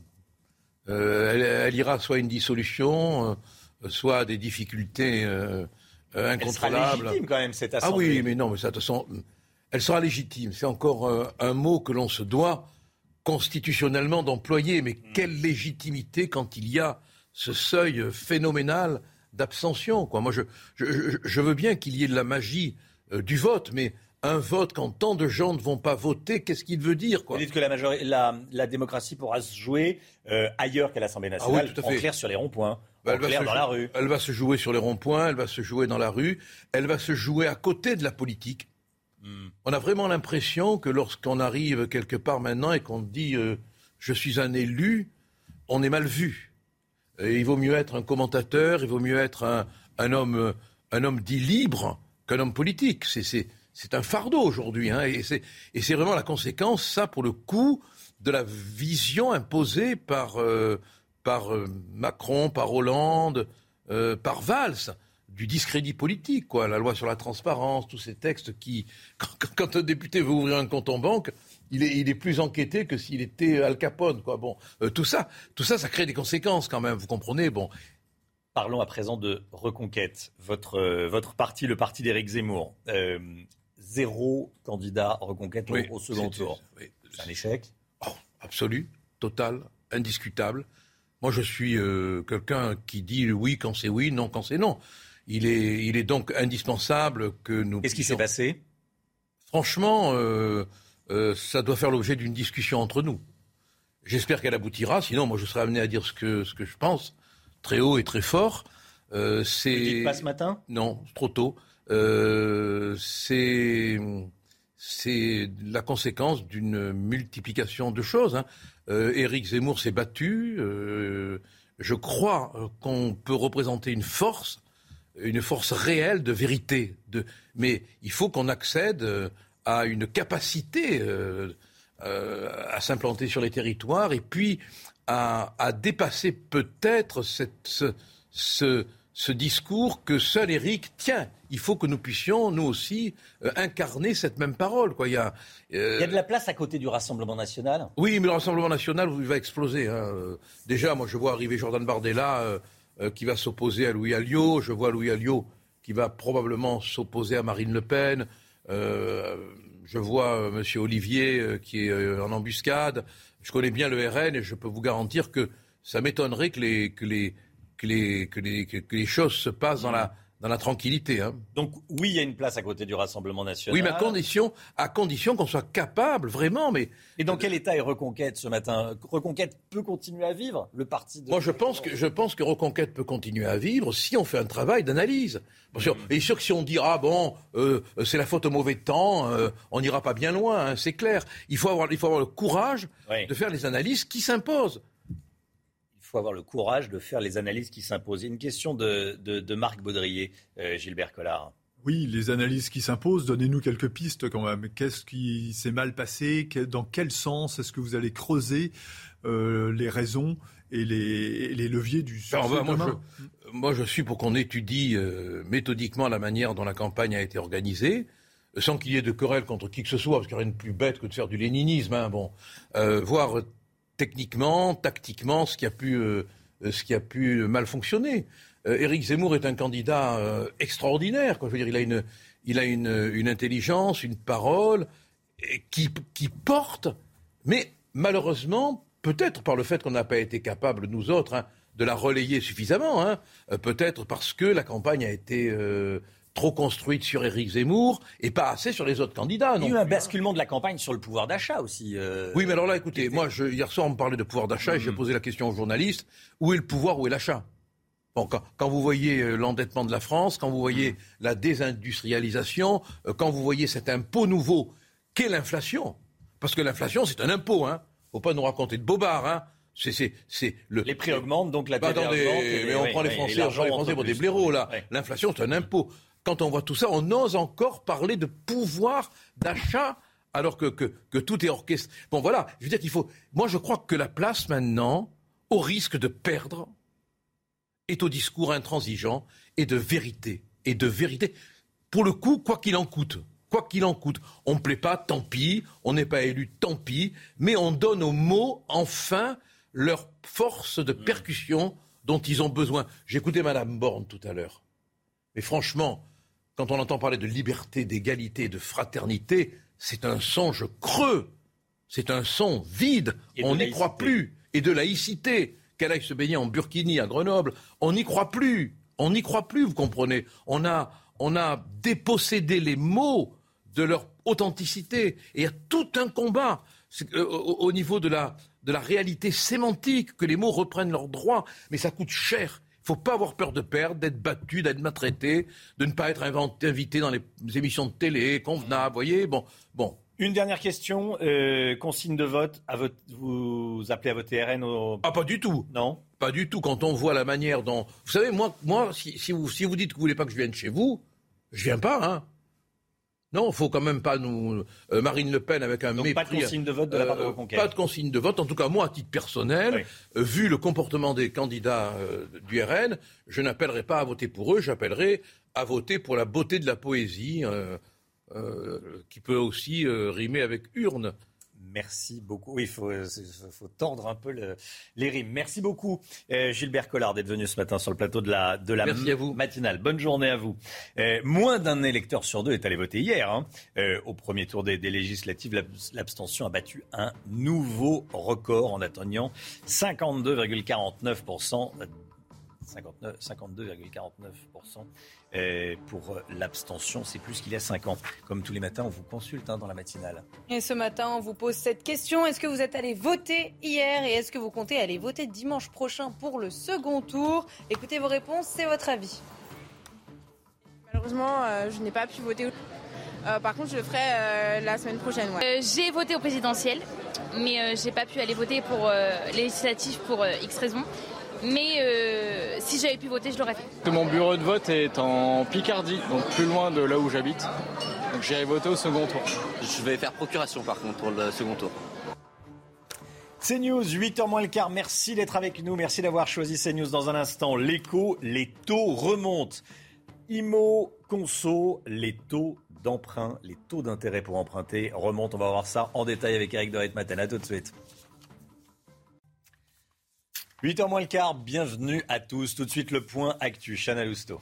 Euh, elle, elle ira soit à une dissolution, euh, soit à des difficultés euh, euh, incontrôlables. Elle sera légitime quand même, cette Assemblée. Ah oui, mais non, mais ça, de toute façon, elle sera légitime. C'est encore euh, un mot que l'on se doit constitutionnellement d'employer. Mais mmh. quelle légitimité quand il y a ce seuil phénoménal d'abstention, quoi. Moi, je, je, je veux bien qu'il y ait de la magie euh, du vote, mais un vote quand tant de gens ne vont pas voter, qu'est-ce qu'il veut dire, quoi ? Vous dites que la, majori- la, la démocratie pourra se jouer euh, ailleurs qu'à l'Assemblée nationale, ah oui, tout à fait. En clair sur les ronds-points, bah, en clair dans la rue. Elle va se jouer sur les ronds-points, elle va se jouer dans la rue, elle va se jouer à côté de la politique. Mm. On a vraiment l'impression que lorsqu'on arrive quelque part maintenant et qu'on dit euh, « je suis un élu », on est mal vu. Et il vaut mieux être un commentateur, il vaut mieux être un, un, homme, un homme dit libre qu'un homme politique. C'est... c'est C'est un fardeau aujourd'hui, hein, et, c'est, et c'est vraiment la conséquence, ça, pour le coup, de la vision imposée par, euh, par euh, Macron, par Hollande, euh, par Valls, du discrédit politique, quoi. La loi sur la transparence, tous ces textes qui, quand, quand un député veut ouvrir un compte en banque, il est, il est plus enquêté que s'il était Al Capone, quoi. Bon, euh, tout ça, tout ça, ça crée des conséquences quand même, vous comprenez, bon. Parlons à présent de Reconquête, votre, euh, votre parti, le parti d'Éric Zemmour. Euh, Zéro candidat Reconquête oui, au, au second c'est, tour. Oui, c'est un échec. Oh, absolu, total, indiscutable. Moi, je suis euh, quelqu'un qui dit oui quand c'est oui, non quand c'est non. Il est, il est donc indispensable que nous... Qu'est-ce qui s'est passé ? Franchement, euh, euh, ça doit faire l'objet d'une discussion entre nous. J'espère qu'elle aboutira, sinon moi je serai amené à dire ce que, ce que je pense, très haut et très fort. Euh, c'est... Vous dites pas ce matin ? Non, trop tôt. Euh, c'est, c'est la conséquence d'une multiplication de choses. Hein. Euh, Éric Zemmour s'est battu. Euh, je crois qu'on peut représenter une force, une force réelle de vérité. De, mais il faut qu'on accède à une capacité euh, euh, à s'implanter sur les territoires et puis à, à dépasser peut-être cette, ce, ce ce discours que seul Éric tient. Il faut que nous puissions, nous aussi, euh, incarner cette même parole, quoi. Il y a, euh... il y a de la place à côté du Rassemblement national ? Oui, mais le Rassemblement national, il va exploser. Hein. Déjà, moi, je vois arriver Jordan Bardella, euh, euh, qui va s'opposer à Louis Alliot. Je vois Louis Alliot qui va probablement s'opposer à Marine Le Pen. Euh, je vois euh, M. Olivier euh, qui est euh, en embuscade. Je connais bien le R N et je peux vous garantir que ça m'étonnerait que les... Que les Que les, que, les, que les choses se passent dans la, dans la tranquillité. Hein. Donc oui, il y a une place à côté du Rassemblement national. Oui, mais à condition, à condition qu'on soit capable, vraiment. Mais... Et dans quel état est Reconquête ce matin ? Reconquête peut continuer à vivre, le parti de... Moi, je pense, que, je pense que Reconquête peut continuer à vivre si on fait un travail d'analyse. Bien sûr. Mmh. Et sûr que si on dit, ah bon, euh, c'est la faute au mauvais temps, euh, on n'ira pas bien loin, hein, c'est clair. Il faut avoir, il faut avoir le courage oui. de faire les analyses qui s'imposent. Il faut avoir le courage de faire les analyses qui s'imposent. Une question de, de, de Marc Baudrier, euh, Gilbert Collard. Oui, les analyses qui s'imposent, donnez-nous quelques pistes quand même. Qu'est-ce qui s'est mal passé ? Dans quel sens est-ce que vous allez creuser euh, les raisons et les, et les leviers du succès Alors, moi, je, moi, je suis pour qu'on étudie euh, méthodiquement la manière dont la campagne a été organisée, sans qu'il y ait de querelle contre qui que ce soit, parce qu'il n'y a rien de plus bête que de faire du léninisme. Hein, bon, euh, voir techniquement, tactiquement, ce qui a pu, euh, ce qui a pu mal fonctionner. Euh, Éric Zemmour est un candidat euh, extraordinaire. Quoi. Je veux dire, il a une, il a une, une intelligence, une parole qui, qui porte, mais malheureusement, peut-être par le fait qu'on n'a pas été capable, nous autres, hein, de la relayer suffisamment, hein, euh, peut-être parce que la campagne a été euh, trop construite sur Éric Zemmour et pas assez sur les autres candidats. Il y a eu un basculement de la campagne sur le pouvoir d'achat aussi. Euh... Oui, mais alors là, écoutez, moi, je, hier soir, on me parlait de pouvoir d'achat mmh. et j'ai posé la question aux journalistes, où est le pouvoir, où est l'achat ? Bon, quand, quand vous voyez euh, l'endettement de la France, quand vous voyez mmh. la désindustrialisation, euh, quand vous voyez cet impôt nouveau qu'est l'inflation, parce que l'inflation, c'est un impôt, hein. Faut pas nous raconter de bobards, hein. C'est, c'est, c'est le... Les prix augmentent, donc la T V A bah, attendez, augmente. Mais on oui, prend les Français, on prend les Français pour des blaireaux, là. Oui. L'inflation, c'est un impôt. Quand on voit tout ça, on ose encore parler de pouvoir d'achat alors que, que, que tout est orchestré. Bon, voilà, je veux dire qu'il faut... Moi, je crois que la place, maintenant, au risque de perdre, est au discours intransigeant et de vérité. et de vérité. Pour le coup, quoi qu'il en coûte, quoi qu'il en coûte, on ne plaît pas, tant pis, on n'est pas élu, tant pis, mais on donne aux mots, enfin, leur force de percussion dont ils ont besoin. J'écoutais Madame Borne tout à l'heure. Mais franchement, quand on entend parler de liberté, d'égalité, de fraternité, c'est un songe creux. C'est un son vide. On n'y croit plus. Et de laïcité. Qu'elle aille se baigner en burkini à Grenoble. On n'y croit plus. On n'y croit plus, vous comprenez. On a, on a dépossédé les mots de leur authenticité. Et il y a tout un combat au, au niveau de la, de la réalité sémantique, que les mots reprennent leurs droits. Mais ça coûte cher. Il ne faut pas avoir peur de perdre, d'être battu, d'être maltraité, de ne pas être invité dans les émissions de télé, convenables, vous voyez, bon, bon. Une dernière question, euh, consigne de vote, à vote, vous appelez à voter R N au... Ah, pas du tout. Non. Pas du tout, quand on voit la manière dont... Vous savez, moi, moi si, si, vous, si vous dites que vous ne voulez pas que je vienne chez vous, je ne viens pas, hein. Non, il ne faut quand même pas nous... Euh, Marine Le Pen avec un Donc mépris... pas de consigne de vote de la part de Reconquête. Pas de consigne de vote, en tout cas moi, à titre personnel, oui. euh, vu le comportement des candidats euh, du R N, je n'appellerai pas à voter pour eux, j'appellerai à voter pour la beauté de la poésie, euh, euh, qui peut aussi euh, rimer avec urne. Merci beaucoup. Oui, il faut, faut tordre un peu le, les rimes. Merci beaucoup, euh, Gilbert Collard, d'être venu ce matin sur le plateau de la, de la Merci à vous. matinale. Bonne journée à vous. Euh, moins d'un électeur sur deux est allé voter hier. Hein. Euh, au premier tour des, des législatives, l'abstention a battu un nouveau record en atteignant cinquante-deux virgule quarante-neuf pour cent. cinquante-deux virgule quarante-neuf pour cent euh, pour l'abstention, c'est plus qu'il y a cinq ans. Comme tous les matins, on vous consulte hein, dans la matinale. Et ce matin, on vous pose cette question. Est-ce que vous êtes allé voter hier et est-ce que vous comptez aller voter dimanche prochain pour le second tour? Écoutez vos réponses, c'est votre avis. Malheureusement, euh, je n'ai pas pu voter. Euh, par contre, je le ferai euh, la semaine prochaine. Ouais. Euh, j'ai voté au présidentiel, mais euh, j'ai pas pu aller voter pour euh, les législatives pour euh, X raisons. Mais euh, si j'avais pu voter, je l'aurais fait. Mon bureau de vote est en Picardie, donc plus loin de là où j'habite. Donc j'irai voter au second tour. Je vais faire procuration par contre pour le second tour. CNews, huit heures moins le quart. Merci d'être avec nous. Merci d'avoir choisi CNews. Dans un instant, l'écho, les taux remontent. Imo, Conso, les taux d'emprunt, les taux d'intérêt pour emprunter remontent. On va voir ça en détail avec Eric de Ritmaten. À tout de suite. huit heures moins le quart, bienvenue à tous. Tout de suite, le point actu. Chana Lousteau.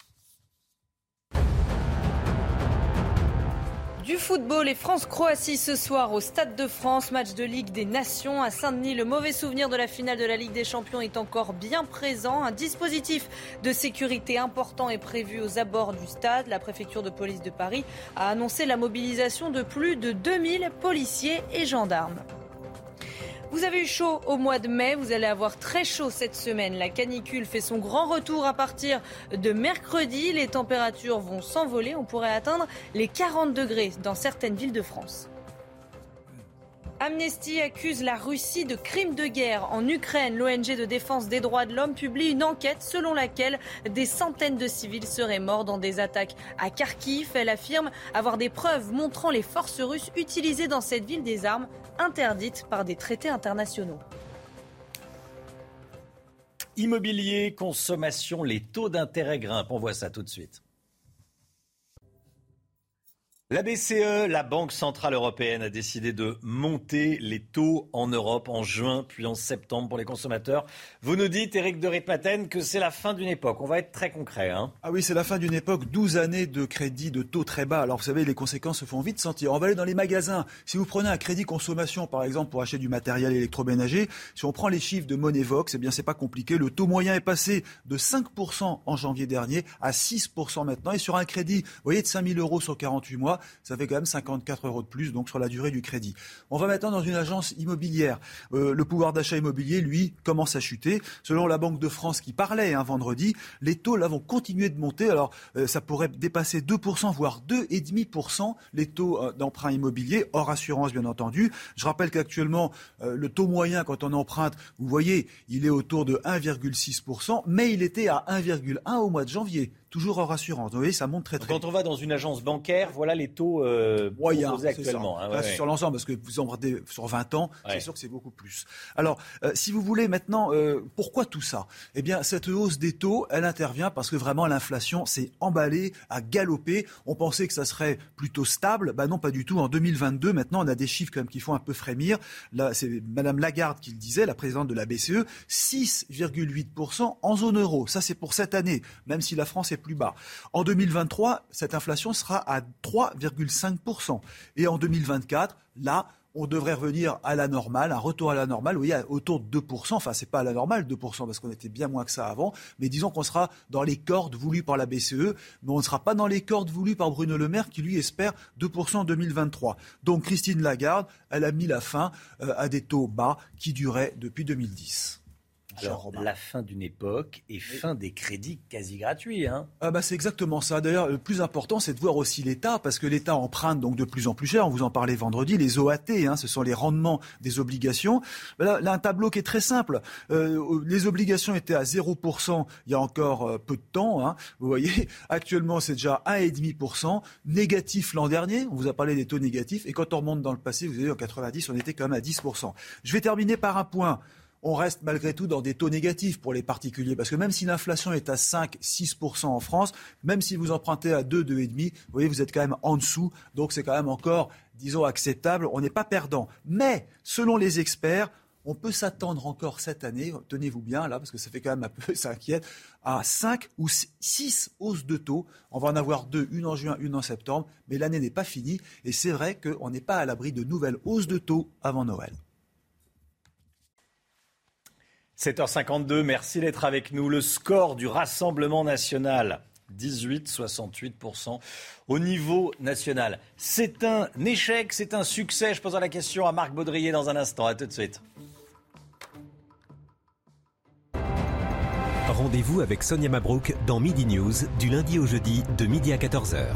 Du football et France-Croatie ce soir au Stade de France, match de Ligue des Nations à Saint-Denis. Le mauvais souvenir de la finale de la Ligue des Champions est encore bien présent. Un dispositif de sécurité important est prévu aux abords du stade. La préfecture de police de Paris a annoncé la mobilisation de plus de deux mille policiers et gendarmes. Vous avez eu chaud au mois de mai, vous allez avoir très chaud cette semaine. La canicule fait son grand retour à partir de mercredi. Les températures vont s'envoler, on pourrait atteindre les quarante degrés dans certaines villes de France. Amnesty accuse la Russie de crimes de guerre en Ukraine. L'O N G de défense des droits de l'homme publie une enquête selon laquelle des centaines de civils seraient morts dans des attaques à Kharkiv. Elle affirme avoir des preuves montrant les forces russes utiliser dans cette ville des armes interdites par des traités internationaux. Immobilier, consommation, les taux d'intérêt grimpent. On voit ça tout de suite. La B C E, la Banque Centrale Européenne, a décidé de monter les taux en Europe en juin puis en septembre pour les consommateurs. Vous nous dites, Éric de Ritmaten, que c'est la fin d'une époque. On va être très concret. Hein. Ah oui, c'est la fin d'une époque. douze années de crédit de taux très bas. Alors vous savez, les conséquences se font vite sentir. On va aller dans les magasins. Si vous prenez un crédit consommation, par exemple, pour acheter du matériel électroménager, si on prend les chiffres de Monevox, eh bien c'est pas compliqué. Le taux moyen est passé de cinq pour cent en janvier dernier à six pour cent maintenant. Et sur un crédit, vous voyez, de cinq mille euros sur quarante-huit mois, ça fait quand même cinquante-quatre euros de plus donc sur la durée du crédit. On va maintenant dans une agence immobilière. Euh, le pouvoir d'achat immobilier, lui, commence à chuter. Selon la Banque de France qui parlait hein, vendredi, les taux là vont continuer de monter. Alors euh, ça pourrait dépasser deux pour cent, voire deux virgule cinq pour cent les taux euh, d'emprunt immobilier, hors assurance bien entendu. Je rappelle qu'actuellement, euh, le taux moyen quand on emprunte, vous voyez, il est autour de un virgule six pour cent, mais il était à un virgule un au mois de janvier. Toujours hors assurance. Vous voyez, ça monte très très Quand on va dans une agence bancaire, voilà les les taux euh, moyens proposés actuellement. Hein, ouais, Là, ouais. Sur l'ensemble, parce que vous empruntez sur vingt ans, Ouais. c'est sûr que c'est beaucoup plus. Alors, euh, si vous voulez maintenant, euh, pourquoi tout ça ? Eh bien, cette hausse des taux, elle intervient parce que vraiment l'inflation s'est emballée, a galopé. On pensait que ça serait plutôt stable. Ben non, pas du tout. En deux mille vingt-deux, maintenant, on a des chiffres quand même qui font un peu frémir. Là, c'est Madame Lagarde qui le disait, la présidente de la B C E, six virgule huit pour cent en zone euro. Ça, c'est pour cette année, même si la France est plus bas. En deux mille vingt-trois, cette inflation sera à trois virgule cinq pour cent. Et en deux mille vingt-quatre, là, on devrait revenir à la normale, un retour à la normale, vous voyez, autour de deux pour cent. Enfin, c'est pas à la normale, deux pour cent, parce qu'on était bien moins que ça avant. Mais disons qu'on sera dans les cordes voulues par la B C E, mais on ne sera pas dans les cordes voulues par Bruno Le Maire, qui lui espère deux pour cent en deux mille vingt-trois. Donc Christine Lagarde, elle a mis la fin euh, à des taux bas qui duraient depuis deux mille dix. Alors, la fin d'une époque et fin des crédits quasi gratuits. Hein. Ah bah c'est exactement ça. D'ailleurs, le plus important, c'est de voir aussi l'État, parce que l'État emprunte donc de plus en plus cher. On vous en parlait vendredi, les O A T, hein, ce sont les rendements des obligations. Là, là, un tableau qui est très simple. Euh, les obligations étaient à zéro pour cent il y a encore euh, peu de temps. Hein. Vous voyez, actuellement, c'est déjà un virgule cinq pour cent. Négatif l'an dernier, on vous a parlé des taux négatifs. Et quand on remonte dans le passé, vous avez vu, en quatre-vingt-dix, on était quand même à dix pour cent. Je vais terminer par un point. On reste malgré tout dans des taux négatifs pour les particuliers. Parce que même si l'inflation est à cinq à six pour cent en France, même si vous empruntez à deux, deux virgule cinq, vous voyez, vous êtes quand même en dessous. Donc c'est quand même encore, disons, acceptable. On n'est pas perdant. Mais, selon les experts, on peut s'attendre encore cette année, tenez-vous bien là, parce que ça fait quand même un peu, ça inquiète, à cinq ou six hausses de taux. On va en avoir deux, une en juin, une en septembre. Mais l'année n'est pas finie. Et c'est vrai qu'on n'est pas à l'abri de nouvelles hausses de taux avant Noël. sept heures cinquante-deux, merci d'être avec nous. Le score du Rassemblement national, dix-huit virgule soixante-huit pour cent au niveau national. C'est un échec, c'est un succès. Je poserai la question à Marc Baudrier dans un instant. À tout de suite. Rendez-vous avec Sonia Mabrouk dans Midi News, du lundi au jeudi, de midi à quatorze heures.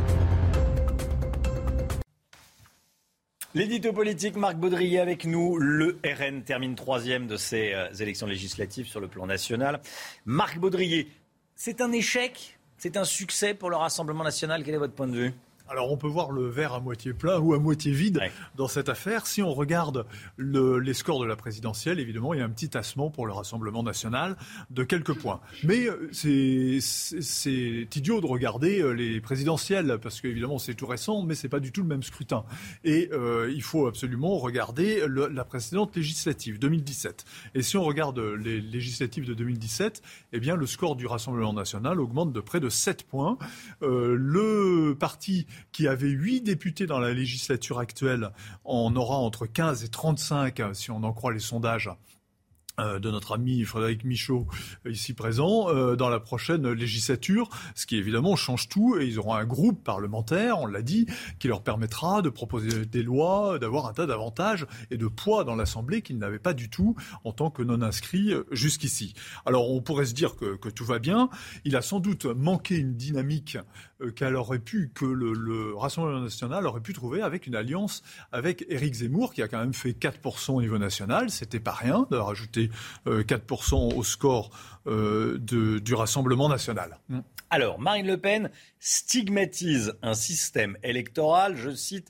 L'édito politique, Marc Baudrier avec nous. Le R N termine troisième de ces euh, élections législatives sur le plan national. Marc Baudrier, c'est un échec, c'est un succès pour le Rassemblement national. Quel est votre point de vue ? Alors on peut voir le verre à moitié plein ou à moitié vide ouais. dans cette affaire. Si on regarde le, les scores de la présidentielle, évidemment, il y a un petit tassement pour le Rassemblement national de quelques points. Mais c'est, c'est, c'est idiot de regarder les présidentielles, parce qu'évidemment c'est tout récent, mais c'est pas du tout le même scrutin. Et euh, il faut absolument regarder le, la précédente législative, deux mille dix-sept. Et si on regarde les législatives de deux mille dix-sept, eh bien le score du Rassemblement national augmente de près de sept points. Euh, le parti qui avait huit députés dans la législature actuelle, en aura entre quinze et trente-cinq, si on en croit les sondages euh, de notre ami Frédéric Michaud, ici présent, euh, dans la prochaine législature, ce qui évidemment change tout, et ils auront un groupe parlementaire, on l'a dit, qui leur permettra de proposer des lois, d'avoir un tas d'avantages et de poids dans l'Assemblée qu'ils n'avaient pas du tout en tant que non-inscrits jusqu'ici. Alors on pourrait se dire que, que tout va bien, il a sans doute manqué une dynamique euh, qu'elle aurait pu, que le, le Rassemblement national aurait pu trouver avec une alliance avec Éric Zemmour, qui a quand même fait quatre pour cent au niveau national, c'était pas rien de rajouter quatre pour cent au score euh, de, du Rassemblement national. Alors, Marine Le Pen stigmatise un système électoral, je cite,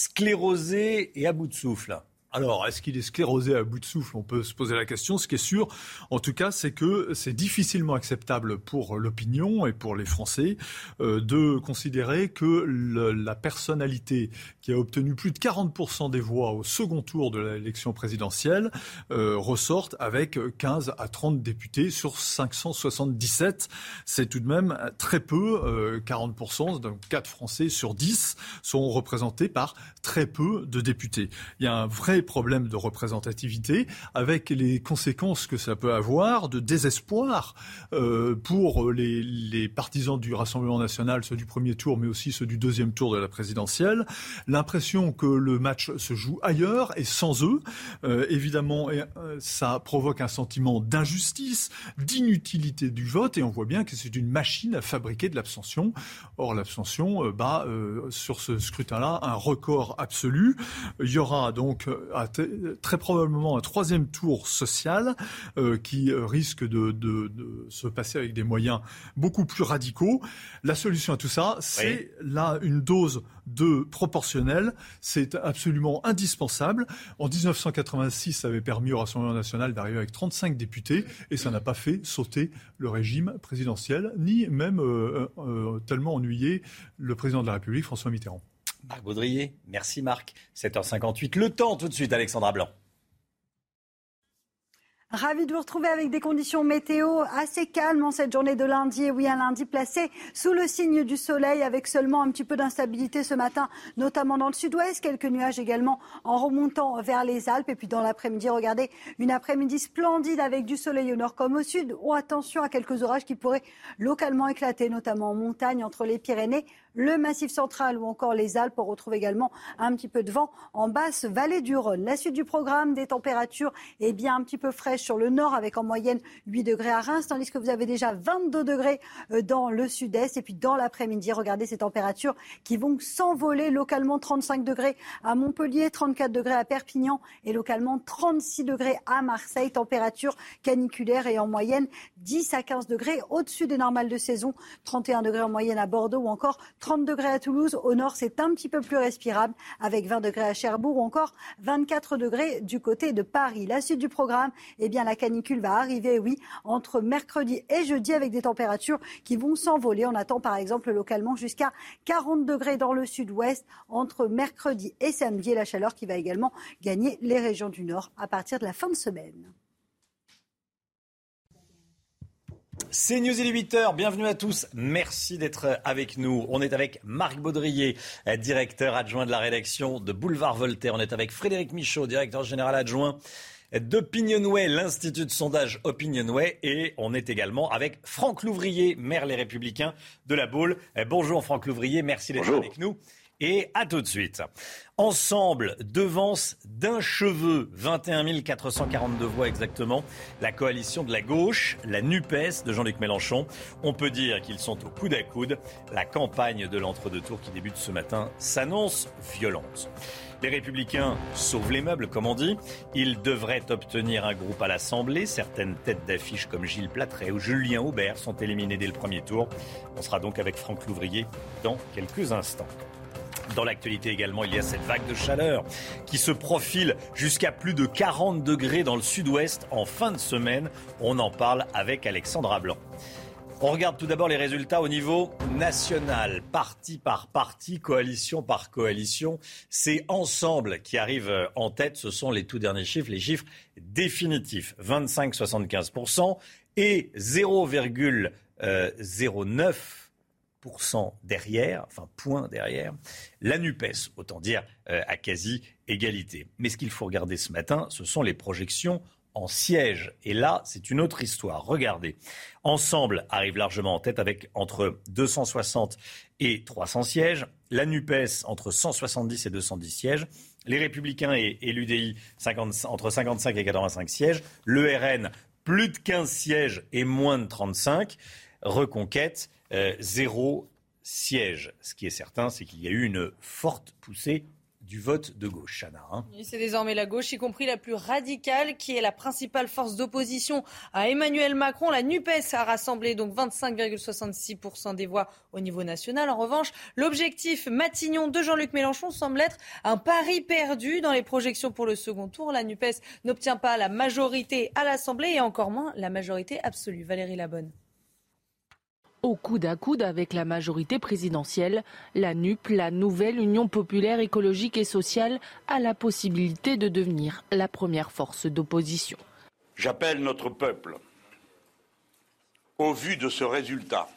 sclérosé et à bout de souffle. Alors, est-ce qu'il est sclérosé à bout de souffle ? On peut se poser la question. Ce qui est sûr, en tout cas, c'est que c'est difficilement acceptable pour l'opinion et pour les Français euh, de considérer que le, la personnalité qui a obtenu plus de quarante pour cent des voix au second tour de l'élection présidentielle euh, ressorte avec quinze à trente députés sur cinq cent soixante-dix-sept. C'est tout de même très peu, euh, quarante pour cent, donc quatre Français sur dix sont représentés par très peu de députés. Il y a un vrai problème de représentativité, avec les conséquences que ça peut avoir de désespoir euh, pour les, les partisans du Rassemblement national, ceux du premier tour, mais aussi ceux du deuxième tour de la présidentielle. L'impression que le match se joue ailleurs et sans eux. Euh, évidemment, et, euh, ça provoque un sentiment d'injustice, d'inutilité du vote, et on voit bien que c'est une machine à fabriquer de l'abstention. Or, l'abstention euh, bat euh, sur ce scrutin-là un record absolu. Il y aura donc à t- très probablement un troisième tour social euh, qui euh, risque de, de, de se passer avec des moyens beaucoup plus radicaux. La solution à tout ça, c'est oui. là une dose de proportionnelle. C'est absolument indispensable. En dix-neuf cent quatre-vingt-six, ça avait permis au Rassemblement national d'arriver avec trente-cinq députés et ça n'a pas fait sauter le régime présidentiel, ni même euh, euh, tellement ennuyé le président de la République, François Mitterrand. Marc Baudrier, merci Marc. sept heures cinquante-huit, le temps tout de suite, Alexandra Blanc. Ravi de vous retrouver avec des conditions météo assez calmes en cette journée de lundi. Et oui, un lundi placé sous le signe du soleil avec seulement un petit peu d'instabilité ce matin, notamment dans le sud-ouest. Quelques nuages également en remontant vers les Alpes. Et puis dans l'après-midi, regardez, une après-midi splendide avec du soleil au nord comme au sud. Ou attention à quelques orages qui pourraient localement éclater, notamment en montagne entre les Pyrénées, le Massif central ou encore les Alpes. On retrouve également un petit peu de vent en basse vallée du Rhône. La suite du programme, des températures eh bien, un petit peu fraîches sur le nord avec en moyenne huit degrés à Reims, tandis que vous avez déjà vingt-deux degrés dans le sud-est. Et puis dans l'après-midi, regardez ces températures qui vont s'envoler localement. trente-cinq degrés à Montpellier, trente-quatre degrés à Perpignan et localement trente-six degrés à Marseille. Température caniculaire et en moyenne dix à quinze degrés au-dessus des normales de saison. trente et un degrés en moyenne à Bordeaux ou encore trente degrés à Toulouse. Au nord, c'est un petit peu plus respirable avec vingt degrés à Cherbourg ou encore vingt-quatre degrés du côté de Paris. La suite du programme, eh bien, la canicule va arriver, oui, entre mercredi et jeudi avec des températures qui vont s'envoler. On attend par exemple localement jusqu'à quarante degrés dans le sud-ouest entre mercredi et samedi. Et la chaleur qui va également gagner les régions du nord à partir de la fin de semaine. C'est News, il est huit heures, bienvenue à tous, merci d'être avec nous. On est avec Marc Baudrier, directeur adjoint de la rédaction de Boulevard Voltaire. On est avec Frédéric Michaud, directeur général adjoint d'Opinionway, l'institut de sondage Opinionway. Et on est également avec Franck Louvrier, maire Les Républicains de la Baule. Bonjour Franck Louvrier, merci d'être Bonjour. avec nous. Et à tout de suite. Ensemble, devance d'un cheveu, vingt et un mille quatre cent quarante-deux voix exactement, la coalition de la gauche, la NUPES de Jean-Luc Mélenchon. On peut dire qu'ils sont au coude à coude. La campagne de l'entre-deux tours qui débute ce matin s'annonce violente. Les Républicains sauvent les meubles, comme on dit. Ils devraient obtenir un groupe à l'Assemblée. Certaines têtes d'affiche comme Gilles Plattret ou Julien Aubert sont éliminées dès le premier tour. On sera donc avec Franck Louvrier dans quelques instants. Dans l'actualité également, il y a cette vague de chaleur qui se profile jusqu'à plus de quarante degrés dans le sud-ouest en fin de semaine. On en parle avec Alexandra Blanc. On regarde tout d'abord les résultats au niveau national, parti par parti, coalition par coalition. C'est Ensemble qui arrive en tête. Ce sont les tout derniers chiffres, les chiffres définitifs. vingt-cinq virgule soixante-quinze pour cent et zéro virgule zéro neuf pour cent derrière, enfin point derrière, la NUPES, autant dire euh, à quasi-égalité. Mais ce qu'il faut regarder ce matin, ce sont les projections en sièges. Et là, c'est une autre histoire. Regardez, Ensemble arrive largement en tête avec entre deux cent soixante et trois cents sièges. La NUPES entre cent soixante-dix et deux cent dix sièges. Les Républicains et, et l'U D I cinquante, entre cinquante-cinq et quatre-vingt-cinq sièges. Le R N, plus de quinze sièges et moins de trente-cinq. Reconquête, euh, zéro siège. Ce qui est certain, c'est qu'il y a eu une forte poussée du vote de gauche, Chana. Hein. C'est désormais la gauche, y compris la plus radicale, qui est la principale force d'opposition à Emmanuel Macron. La NUPES a rassemblé donc vingt-cinq virgule soixante-six pour cent des voix au niveau national. En revanche, l'objectif Matignon de Jean-Luc Mélenchon semble être un pari perdu dans les projections pour le second tour. La NUPES n'obtient pas la majorité à l'Assemblée et encore moins la majorité absolue. Valérie Labonne. Au coude à coude avec la majorité présidentielle, la N U P, la nouvelle Union populaire écologique et sociale, a la possibilité de devenir la première force d'opposition. J'appelle notre peuple, au vu de ce résultat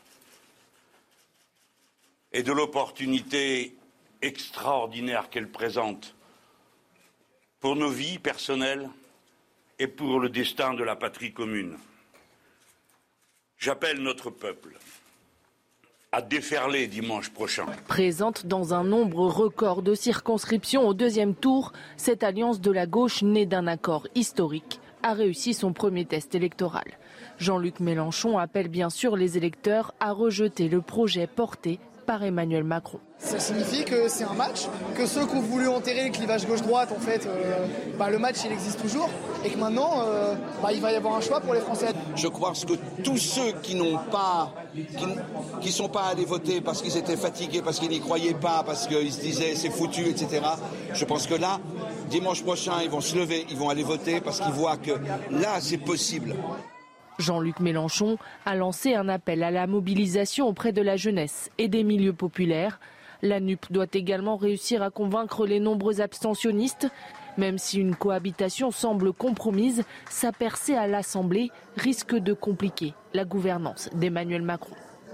et de l'opportunité extraordinaire qu'elle présente pour nos vies personnelles et pour le destin de la patrie commune. J'appelle notre peuple à déferler dimanche prochain. Présente dans un nombre record de circonscriptions au deuxième tour, cette alliance de la gauche née d'un accord historique a réussi son premier test électoral. Jean-Luc Mélenchon appelle bien sûr les électeurs à rejeter le projet porté par Emmanuel Macron. Ça signifie que c'est un match, que ceux qui ont voulu enterrer le clivage gauche-droite, en fait, euh, bah, le match il existe toujours, et que maintenant euh, bah, il va y avoir un choix pour les Français. Je crois que tous ceux qui n'ont pas, qui, qui sont pas allés voter parce qu'ils étaient fatigués, parce qu'ils n'y croyaient pas, parce qu'ils se disaient c'est foutu, et cetera. Je pense que là, dimanche prochain, ils vont se lever, ils vont aller voter parce qu'ils voient que là, c'est possible. Jean-Luc Mélenchon a lancé un appel à la mobilisation auprès de la jeunesse et des milieux populaires. La N U P doit également réussir à convaincre les nombreux abstentionnistes. Même si une cohabitation semble compromise, sa percée à l'Assemblée risque de compliquer la gouvernance d'Emmanuel Macron.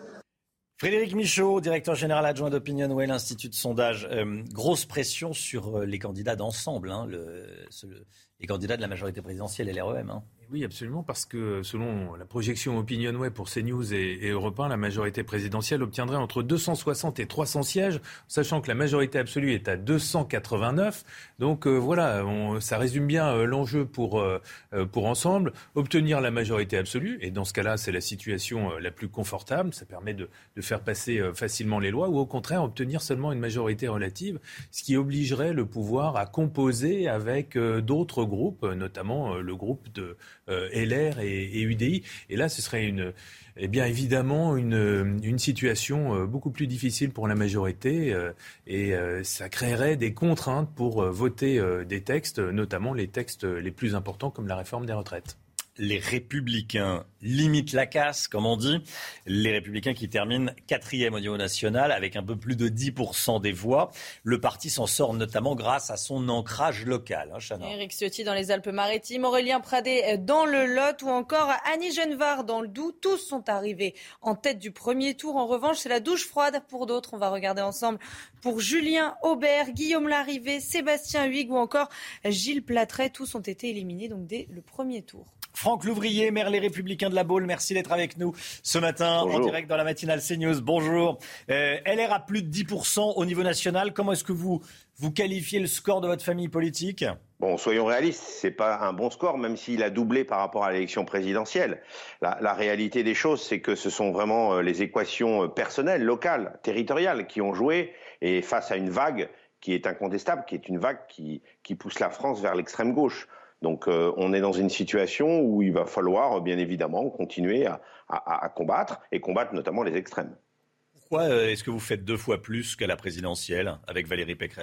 Frédéric Michaud, directeur général adjoint d'Opinionway, l'Institut de sondage. Euh, grosse pression sur les candidats d'ensemble, hein, le, ce, le, les candidats de la majorité présidentielle et l'R E M. Hein. Oui, absolument, parce que selon la projection Opinionway pour CNews et, et Europe un, la majorité présidentielle obtiendrait entre deux cent soixante et trois cents sièges, sachant que la majorité absolue est à deux cent quatre-vingt-neuf. Donc euh, voilà, on, ça résume bien euh, l'enjeu pour, euh, pour Ensemble. Obtenir la majorité absolue, et dans ce cas-là, c'est la situation euh, la plus confortable, ça permet de, de faire passer euh, facilement les lois, ou au contraire, obtenir seulement une majorité relative, ce qui obligerait le pouvoir à composer avec euh, d'autres groupes, notamment euh, le groupe de Euh, L R et, et U D I. Et là, ce serait une, eh bien évidemment une, une situation euh, beaucoup plus difficile pour la majorité euh, et euh, ça créerait des contraintes pour euh, voter euh, des textes, notamment les textes les plus importants comme la réforme des retraites. Les Républicains limitent la casse, comme on dit. Les Républicains qui terminent quatrième au niveau national avec un peu plus de dix pour cent des voix. Le parti s'en sort notamment grâce à son ancrage local. Hein, Chana. Éric Ciotti dans les Alpes-Maritimes, Aurélien Pradé dans le Lot ou encore Annie Genevard dans le Doubs. Tous sont arrivés en tête du premier tour. En revanche, c'est la douche froide pour d'autres. On va regarder ensemble pour Julien Aubert, Guillaume Larrivé, Sébastien Huyghe ou encore Gilles Platret. Tous ont été éliminés donc dès le premier tour. Franck Louvrier, maire Les Républicains de la Baule, merci d'être avec nous ce matin. Bonjour. En direct dans la matinale CNews. Bonjour. Euh, L R a plus de dix pour cent au niveau national. Comment est-ce que vous, vous qualifiez le score de votre famille politique ? Bon, soyons réalistes, c'est pas un bon score, même s'il a doublé par rapport à l'élection présidentielle. La, la réalité des choses, c'est que ce sont vraiment les équations personnelles, locales, territoriales qui ont joué, et face à une vague qui est incontestable, qui est une vague qui, qui pousse la France vers l'extrême gauche. Donc euh, on est dans une situation où il va falloir bien évidemment continuer à, à, à combattre, et combattre notamment les extrêmes. Pourquoi euh, est-ce que vous faites deux fois plus qu'à la présidentielle avec Valérie Pécresse ?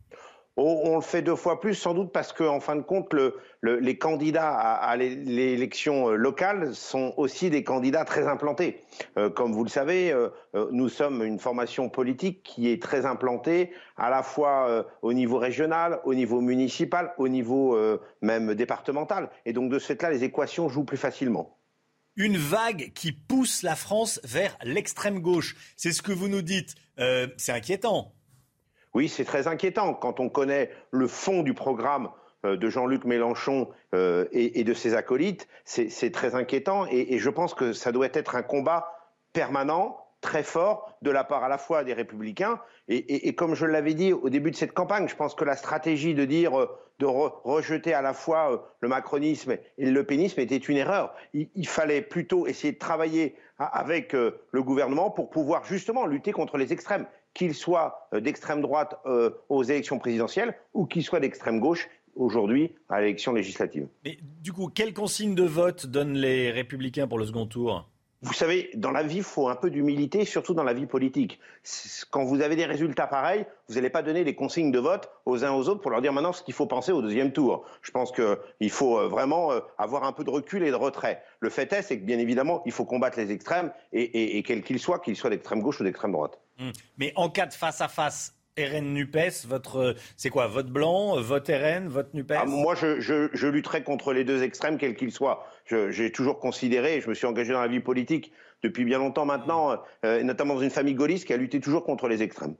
Oh, on le fait deux fois plus, sans doute parce que, en fin de compte, le, le, les candidats à, à l'élection locale sont aussi des candidats très implantés. Euh, comme vous le savez, euh, nous sommes une formation politique qui est très implantée, à la fois euh, au niveau régional, au niveau municipal, au niveau euh, même départemental. Et donc, de ce fait-là, les équations jouent plus facilement. Une vague qui pousse la France vers l'extrême gauche. C'est ce que vous nous dites. Euh, c'est inquiétant. Oui, c'est très inquiétant quand on connaît le fond du programme de Jean-Luc Mélenchon euh, et, et de ses acolytes. C'est, c'est très inquiétant et, et je pense que ça doit être un combat permanent, très fort, de la part à la fois des Républicains et, et, et comme je l'avais dit au début de cette campagne, je pense que la stratégie de dire, de re, rejeter à la fois le macronisme et le lepénisme était une erreur. Il, il fallait plutôt essayer de travailler avec le gouvernement pour pouvoir justement lutter contre les extrêmes, qu'ils soient d'extrême droite euh, aux élections présidentielles ou qu'ils soient d'extrême gauche aujourd'hui à l'élection législative. Mais du coup, quelle consigne de vote donnent les Républicains pour le second tour ? Vous savez, dans la vie, il faut un peu d'humilité, surtout dans la vie politique. Quand vous avez des résultats pareils, vous n'allez pas donner des consignes de vote aux uns aux autres pour leur dire maintenant ce qu'il faut penser au deuxième tour. Je pense qu'il faut vraiment avoir un peu de recul et de retrait. Le fait est, c'est que bien évidemment, il faut combattre les extrêmes, et, et, et quels qu'ils soient, qu'ils soient d'extrême gauche ou d'extrême droite. Mmh. Mais en cas de face-à-face, R N NUPES, votre, c'est quoi, vote blanc, vote R N, vote NUPES ? Ah, moi, je, je, je lutterai contre les deux extrêmes, quels qu'ils soient. Je, j'ai toujours considéré, et je me suis engagé dans la vie politique depuis bien longtemps maintenant, euh, notamment dans une famille gaulliste qui a lutté toujours contre les extrêmes.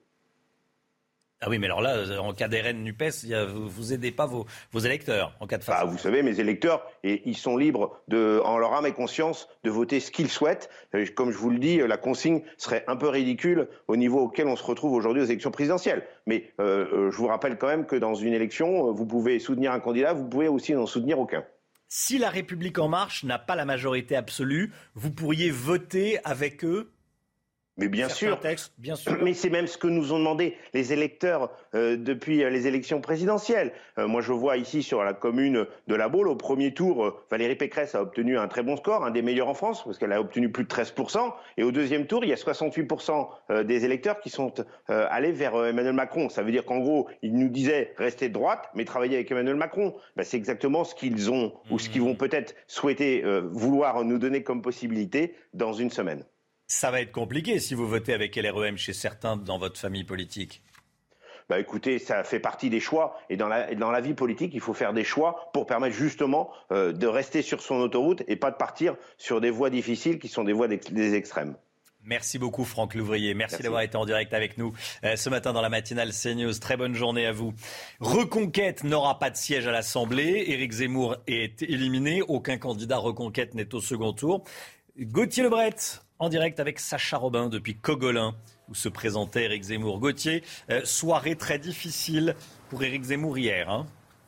Ah oui, mais alors là, en cas d'R N NUPES, vous n'aidez pas vos, vos électeurs en cas de face. Ah, vous savez, mes électeurs, et ils sont libres, de, en leur âme et conscience, de voter ce qu'ils souhaitent. Comme je vous le dis, la consigne serait un peu ridicule au niveau auquel on se retrouve aujourd'hui aux élections présidentielles. Mais euh, je vous rappelle quand même que dans une élection, vous pouvez soutenir un candidat, vous pouvez aussi n'en soutenir aucun. Si La République En Marche n'a pas la majorité absolue, vous pourriez voter avec eux ? Mais bien sûr. Textes, bien sûr. Mais c'est même ce que nous ont demandé les électeurs euh, depuis euh, les élections présidentielles. Euh, moi, je vois ici sur la commune de La Baule, au premier tour, euh, Valérie Pécresse a obtenu un très bon score, un des meilleurs en France, parce qu'elle a obtenu plus de treize pour cent. Et au deuxième tour, il y a soixante-huit pour cent des électeurs qui sont euh, allés vers euh, Emmanuel Macron. Ça veut dire qu'en gros, ils nous disaient rester de droite, mais travailler avec Emmanuel Macron. Ben, c'est exactement ce qu'ils ont, mmh. ou ce qu'ils vont peut-être souhaiter euh, vouloir nous donner comme possibilité dans une semaine. Ça va être compliqué si vous votez avec L R E M chez certains dans votre famille politique. Bah écoutez, ça fait partie des choix. Et dans la, dans la vie politique, il faut faire des choix pour permettre justement euh, de rester sur son autoroute et pas de partir sur des voies difficiles qui sont des voies des extrêmes. Merci beaucoup Franck Louvrier. Merci, Merci d'avoir été en direct avec nous euh, ce matin dans la matinale CNews. Très bonne journée à vous. Reconquête n'aura pas de siège à l'Assemblée. Éric Zemmour est éliminé. Aucun candidat Reconquête n'est au second tour. Gauthier Lebret en direct avec Sacha Robin depuis Cogolin où se présentait Éric Zemmour. Gauthier, euh, soirée très difficile pour Éric Zemmour hier. Hein.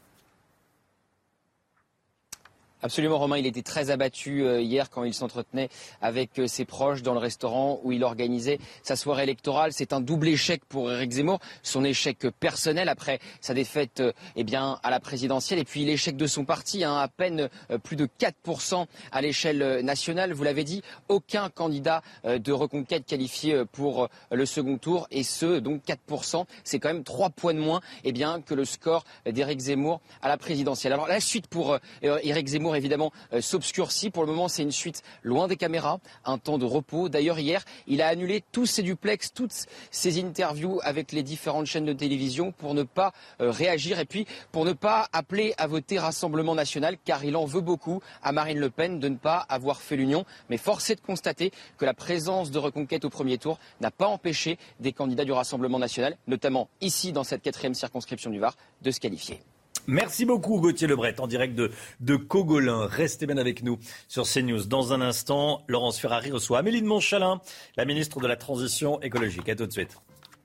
Absolument, Romain, il était très abattu euh, hier quand il s'entretenait avec euh, ses proches dans le restaurant où il organisait sa soirée électorale. C'est un double échec pour Éric Zemmour, son échec personnel après sa défaite euh, eh bien, à la présidentielle et puis l'échec de son parti, hein, à peine euh, plus de quatre pour cent à l'échelle nationale. Vous l'avez dit, aucun candidat euh, de Reconquête qualifié pour euh, le second tour et ce, donc quatre pour cent. C'est quand même trois points de moins eh bien, que le score d'Éric Zemmour à la présidentielle. Alors la suite pour euh, Éric Zemmour, évidemment, euh, s'obscurcit. Pour le moment, c'est une suite loin des caméras, un temps de repos. D'ailleurs, hier, il a annulé tous ses duplex, toutes ses interviews avec les différentes chaînes de télévision pour ne pas euh, réagir et puis pour ne pas appeler à voter Rassemblement National, car il en veut beaucoup à Marine Le Pen de ne pas avoir fait l'union. Mais force est de constater que la présence de Reconquête au premier tour n'a pas empêché des candidats du Rassemblement National, notamment ici dans cette quatrième circonscription du Var, de se qualifier. Merci beaucoup Gauthier Lebret en direct de, de Cogolin. Restez bien avec nous sur CNews. Dans un instant, Laurence Ferrari reçoit Amélie de Montchalin, la ministre de la Transition écologique. À tout de suite.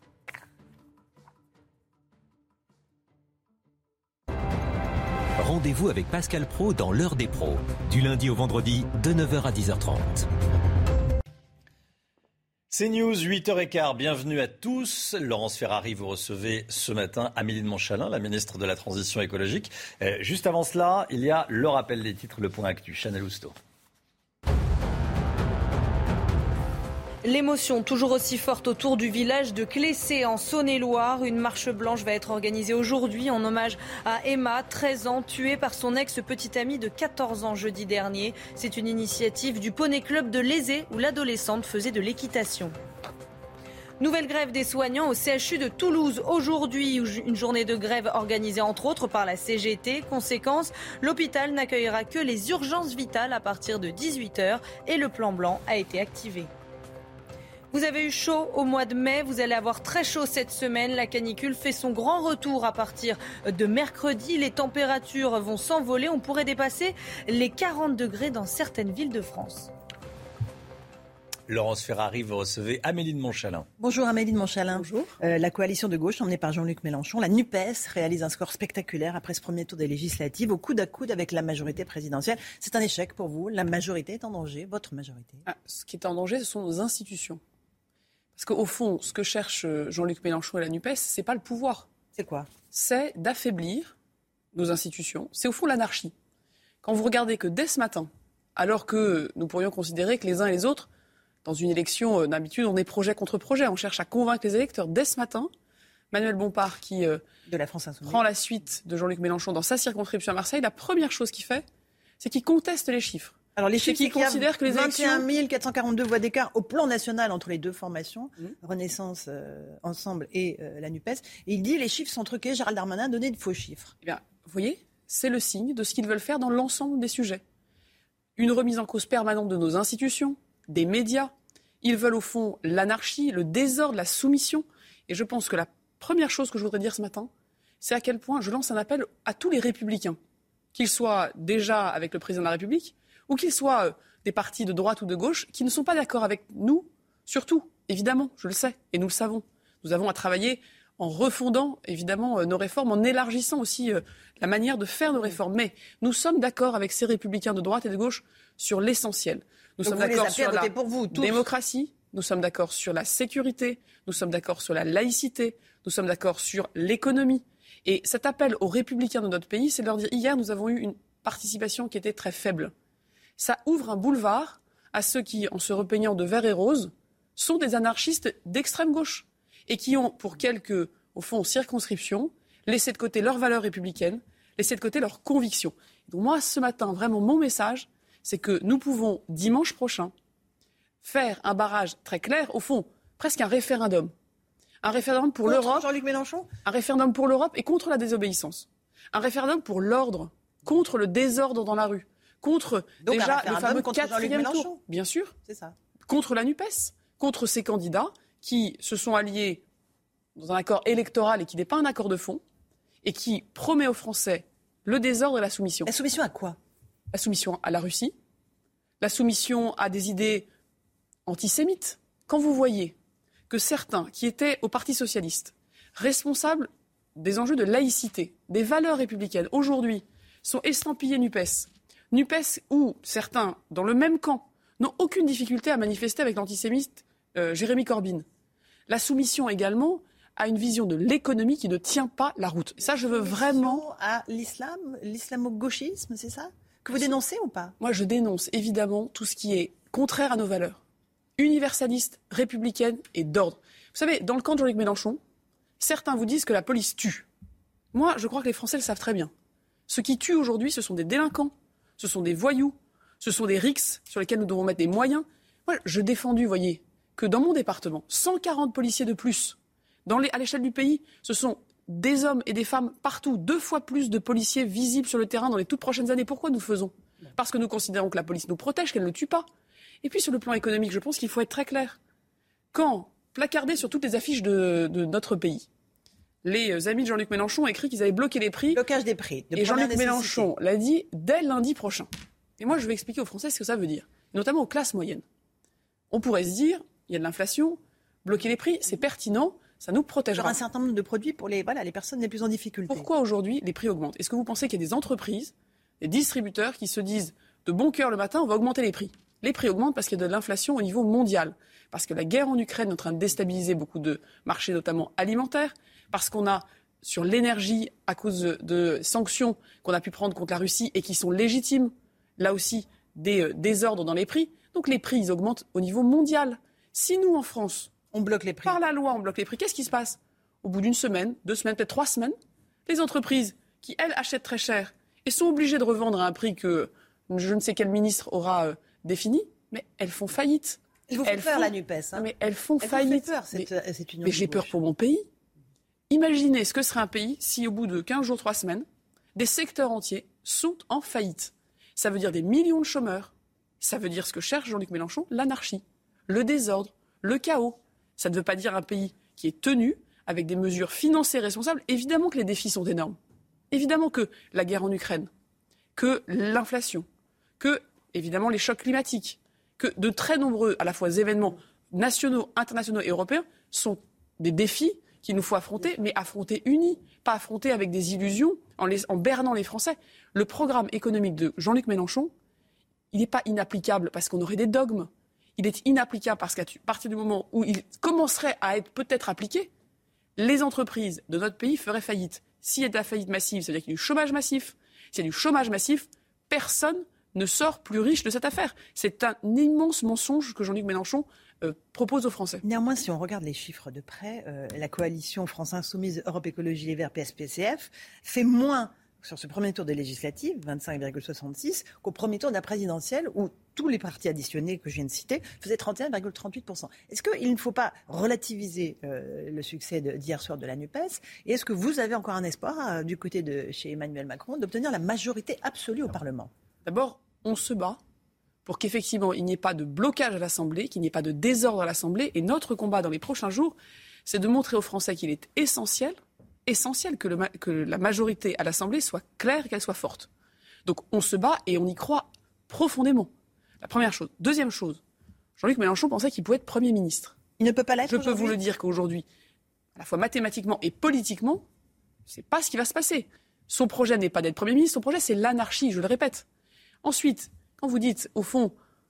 Rendez-vous avec Pascal Praud dans l'heure des pros, du lundi au vendredi de neuf heures à dix heures trente. CNews, huit heures quinze, bienvenue à tous. Laurence Ferrari, vous recevez ce matin Amélie de Montchalin, la ministre de la Transition écologique. Euh, juste avant cela, il y a le rappel des titres, le point actu. Chanel Housteau. L'émotion toujours aussi forte autour du village de Clessé en Saône-et-Loire. Une marche blanche va être organisée aujourd'hui en hommage à Emma, treize ans, tuée par son ex-petite amie de quatorze ans jeudi dernier. C'est une initiative du Poney Club de Lézé où l'adolescente faisait de l'équitation. Nouvelle grève des soignants au C H U de Toulouse. Aujourd'hui, une journée de grève organisée entre autres par la C G T. Conséquence, l'hôpital n'accueillera que les urgences vitales à partir de dix-huit heures et le plan blanc a été activé. Vous avez eu chaud au mois de mai, vous allez avoir très chaud cette semaine. La canicule fait son grand retour à partir de mercredi. Les températures vont s'envoler, on pourrait dépasser les quarante degrés dans certaines villes de France. Laurence Ferrari, vous recevez Amélie de Montchalin. Bonjour Amélie de Montchalin. Bonjour. Euh, la coalition de gauche emmenée par Jean-Luc Mélenchon, la NUPES, réalise un score spectaculaire après ce premier tour des législatives, au coude à coude avec la majorité présidentielle. C'est un échec pour vous. La majorité est en danger, votre majorité. Ah, ce qui est en danger, ce sont nos institutions. Parce qu'au fond, ce que cherche Jean-Luc Mélenchon et la NUPES, c'est pas le pouvoir. C'est quoi ? C'est d'affaiblir nos institutions. C'est au fond l'anarchie. Quand vous regardez que dès ce matin, alors que nous pourrions considérer que les uns et les autres, dans une élection, d'habitude, on est projet contre projet, on cherche à convaincre les électeurs. Dès ce matin, Manuel Bompard, qui euh, de la France Insoumise, prend la suite de Jean-Luc Mélenchon dans sa circonscription à Marseille, la première chose qu'il fait, c'est qu'il conteste les chiffres. Alors les chiffres, qui considèrent que les vingt et un élections... mille quatre cent quarante-deux voix d'écart au plan national entre les deux formations, mmh. Renaissance euh, Ensemble et euh, la NUPES. Et il dit les chiffres sont truqués, Gérald Darmanin a donné de faux chiffres. Eh bien, vous voyez, c'est le signe de ce qu'ils veulent faire dans l'ensemble des sujets. Une remise en cause permanente de nos institutions, des médias. Ils veulent au fond l'anarchie, le désordre, la soumission. Et je pense que la première chose que je voudrais dire ce matin, c'est à quel point je lance un appel à tous les républicains, qu'ils soient déjà avec le président de la République, ou qu'ils soient euh, des partis de droite ou de gauche, qui ne sont pas d'accord avec nous, surtout, évidemment, je le sais, et nous le savons. Nous avons à travailler en refondant, évidemment, euh, nos réformes, en élargissant aussi euh, la manière de faire nos réformes. Mais nous sommes d'accord avec ces républicains de droite et de gauche sur l'essentiel. Nous Donc sommes vous d'accord les sur la pour vous, tous. démocratie, nous sommes d'accord sur la sécurité, nous sommes d'accord sur la laïcité, nous sommes d'accord sur l'économie. Et cet appel aux républicains de notre pays, c'est de leur dire, hier, nous avons eu une participation qui était très faible. Ça ouvre un boulevard à ceux qui, en se repeignant de vert et rose, sont des anarchistes d'extrême gauche et qui ont, pour quelques, au fond, circonscriptions, laissé de côté leurs valeurs républicaines, laissé de côté leurs convictions. Donc moi, ce matin, vraiment, mon message, c'est que nous pouvons, dimanche prochain, faire un barrage très clair, au fond, presque un référendum. Un référendum pour contre l'Europe. Jean-Luc Mélenchon ? Un référendum pour l'Europe et contre la désobéissance. Un référendum pour l'ordre, contre le désordre dans la rue, contre Donc déjà le fameux contre quatrième tour. Bien sûr. C'est ça. Contre la NUPES, contre ces candidats qui se sont alliés dans un accord électoral et qui n'est pas un accord de fond, et qui promet aux Français le désordre et la soumission. La soumission à quoi ? La soumission à la Russie, la soumission à des idées antisémites. Quand vous voyez que certains qui étaient au Parti socialiste, responsables des enjeux de laïcité, des valeurs républicaines, aujourd'hui sont estampillés NUPES, NUPES où certains, dans le même camp, n'ont aucune difficulté à manifester avec l'antisémite euh, Jérémy Corbyn. La soumission également à une vision de l'économie qui ne tient pas la route. Et ça, je veux vraiment... À l'islam, l'islamo-gauchisme, c'est ça ? Que vous dénoncez ou pas ? Moi, je dénonce évidemment tout ce qui est contraire à nos valeurs, universalistes, républicaines et d'ordre. Vous savez, dans le camp de Jean-Luc Mélenchon, certains vous disent que la police tue. Moi, je crois que les Français le savent très bien. Ceux qui tuent aujourd'hui, ce sont des délinquants, ce sont des voyous, ce sont des rixes sur lesquels nous devons mettre des moyens. Moi, je défendu, vous voyez, que dans mon département, cent quarante policiers de plus, dans les, à l'échelle du pays, ce sont des hommes et des femmes partout, deux fois plus de policiers visibles sur le terrain dans les toutes prochaines années. Pourquoi nous le faisons ? Parce que nous considérons que la police nous protège, qu'elle ne tue pas. Et puis sur le plan économique, je pense qu'il faut être très clair. Quand, placardé sur toutes les affiches de, de notre pays, les amis de Jean-Luc Mélenchon ont écrit qu'ils avaient bloqué les prix. Blocage des prix. De et Jean-Luc Mélenchon l'a dit dès lundi prochain. Et moi, je vais expliquer aux Français ce que ça veut dire, notamment aux classes moyennes. On pourrait se dire, il y a de l'inflation, bloquer les prix, c'est pertinent, ça nous protégera. Sur un certain nombre de produits pour les, voilà, les personnes les plus en difficulté. Pourquoi aujourd'hui les prix augmentent ? Est-ce que vous pensez qu'il y a des entreprises, des distributeurs qui se disent de bon cœur le matin, on va augmenter les prix ? Les prix augmentent parce qu'il y a de l'inflation au niveau mondial, parce que la guerre en Ukraine est en train de déstabiliser beaucoup de marchés, notamment alimentaires, parce qu'on a sur l'énergie, à cause de, de sanctions qu'on a pu prendre contre la Russie et qui sont légitimes, là aussi, des euh, désordres dans les prix. Donc les prix, ils augmentent au niveau mondial. Si nous, en France, on bloque les prix. Par la loi, on bloque les prix, qu'est-ce qui se passe ? Au bout d'une semaine, deux semaines, peut-être trois semaines, les entreprises qui, elles, achètent très cher et sont obligées de revendre à un prix que je ne sais quel ministre aura euh, défini, mais elles font faillite. Ils vous font elles peur, font... la NUPES. Hein. Mais elles font elles faillite. Vous fait peur, cette, mais cette union mais j'ai peur pour mon pays. Imaginez ce que serait un pays si, au bout de quinze jours, trois semaines, des secteurs entiers sont en faillite. Ça veut dire des millions de chômeurs. Ça veut dire ce que cherche Jean-Luc Mélenchon, l'anarchie, le désordre, le chaos. Ça ne veut pas dire un pays qui est tenu avec des mesures financées responsables. Évidemment que les défis sont énormes. Évidemment que la guerre en Ukraine, que l'inflation, que, évidemment, les chocs climatiques, que de très nombreux, à la fois, événements nationaux, internationaux et européens sont des défis qu'il nous faut affronter, mais affronter unis, pas affronter avec des illusions, en, les, en bernant les Français. Le programme économique de Jean-Luc Mélenchon, il n'est pas inapplicable parce qu'on aurait des dogmes. Il est inapplicable parce qu'à partir du moment où il commencerait à être peut-être appliqué, les entreprises de notre pays feraient faillite. S'il y a de la faillite massive, ça veut dire qu'il y a du chômage massif. S'il y a du chômage massif, personne ne sort plus riche de cette affaire. C'est un immense mensonge que Jean-Luc Mélenchon euh, propose aux Français. Néanmoins, si on regarde les chiffres de près, euh, la coalition France Insoumise, Europe Écologie Les Verts, P S P C F, fait moins sur ce premier tour des législatives, vingt-cinq virgule soixante-six, qu'au premier tour de la présidentielle, où tous les partis additionnés que je viens de citer faisaient trente et un virgule trente-huit pour cent. Est-ce qu'il ne faut pas relativiser euh, le succès de, d'hier soir de la NUPES ? Et est-ce que vous avez encore un espoir, euh, du côté de chez Emmanuel Macron, d'obtenir la majorité absolue au Parlement ? D'abord, on se bat pour qu'effectivement il n'y ait pas de blocage à l'Assemblée, qu'il n'y ait pas de désordre à l'Assemblée. Et notre combat dans les prochains jours, c'est de montrer aux Français qu'il est essentiel, essentiel que, le, que la majorité à l'Assemblée soit claire et qu'elle soit forte. Donc on se bat et on y croit profondément. La première chose. Deuxième chose, Jean-Luc Mélenchon pensait qu'il pouvait être Premier ministre. Il ne peut pas l'être Je aujourd'hui. peux vous le dire qu'aujourd'hui, à la fois mathématiquement et politiquement, c'est pas ce qui va se passer. Son projet n'est pas d'être Premier ministre, son projet c'est l'anarchie, je le répète. Ensuite, quand vous dites, au fond,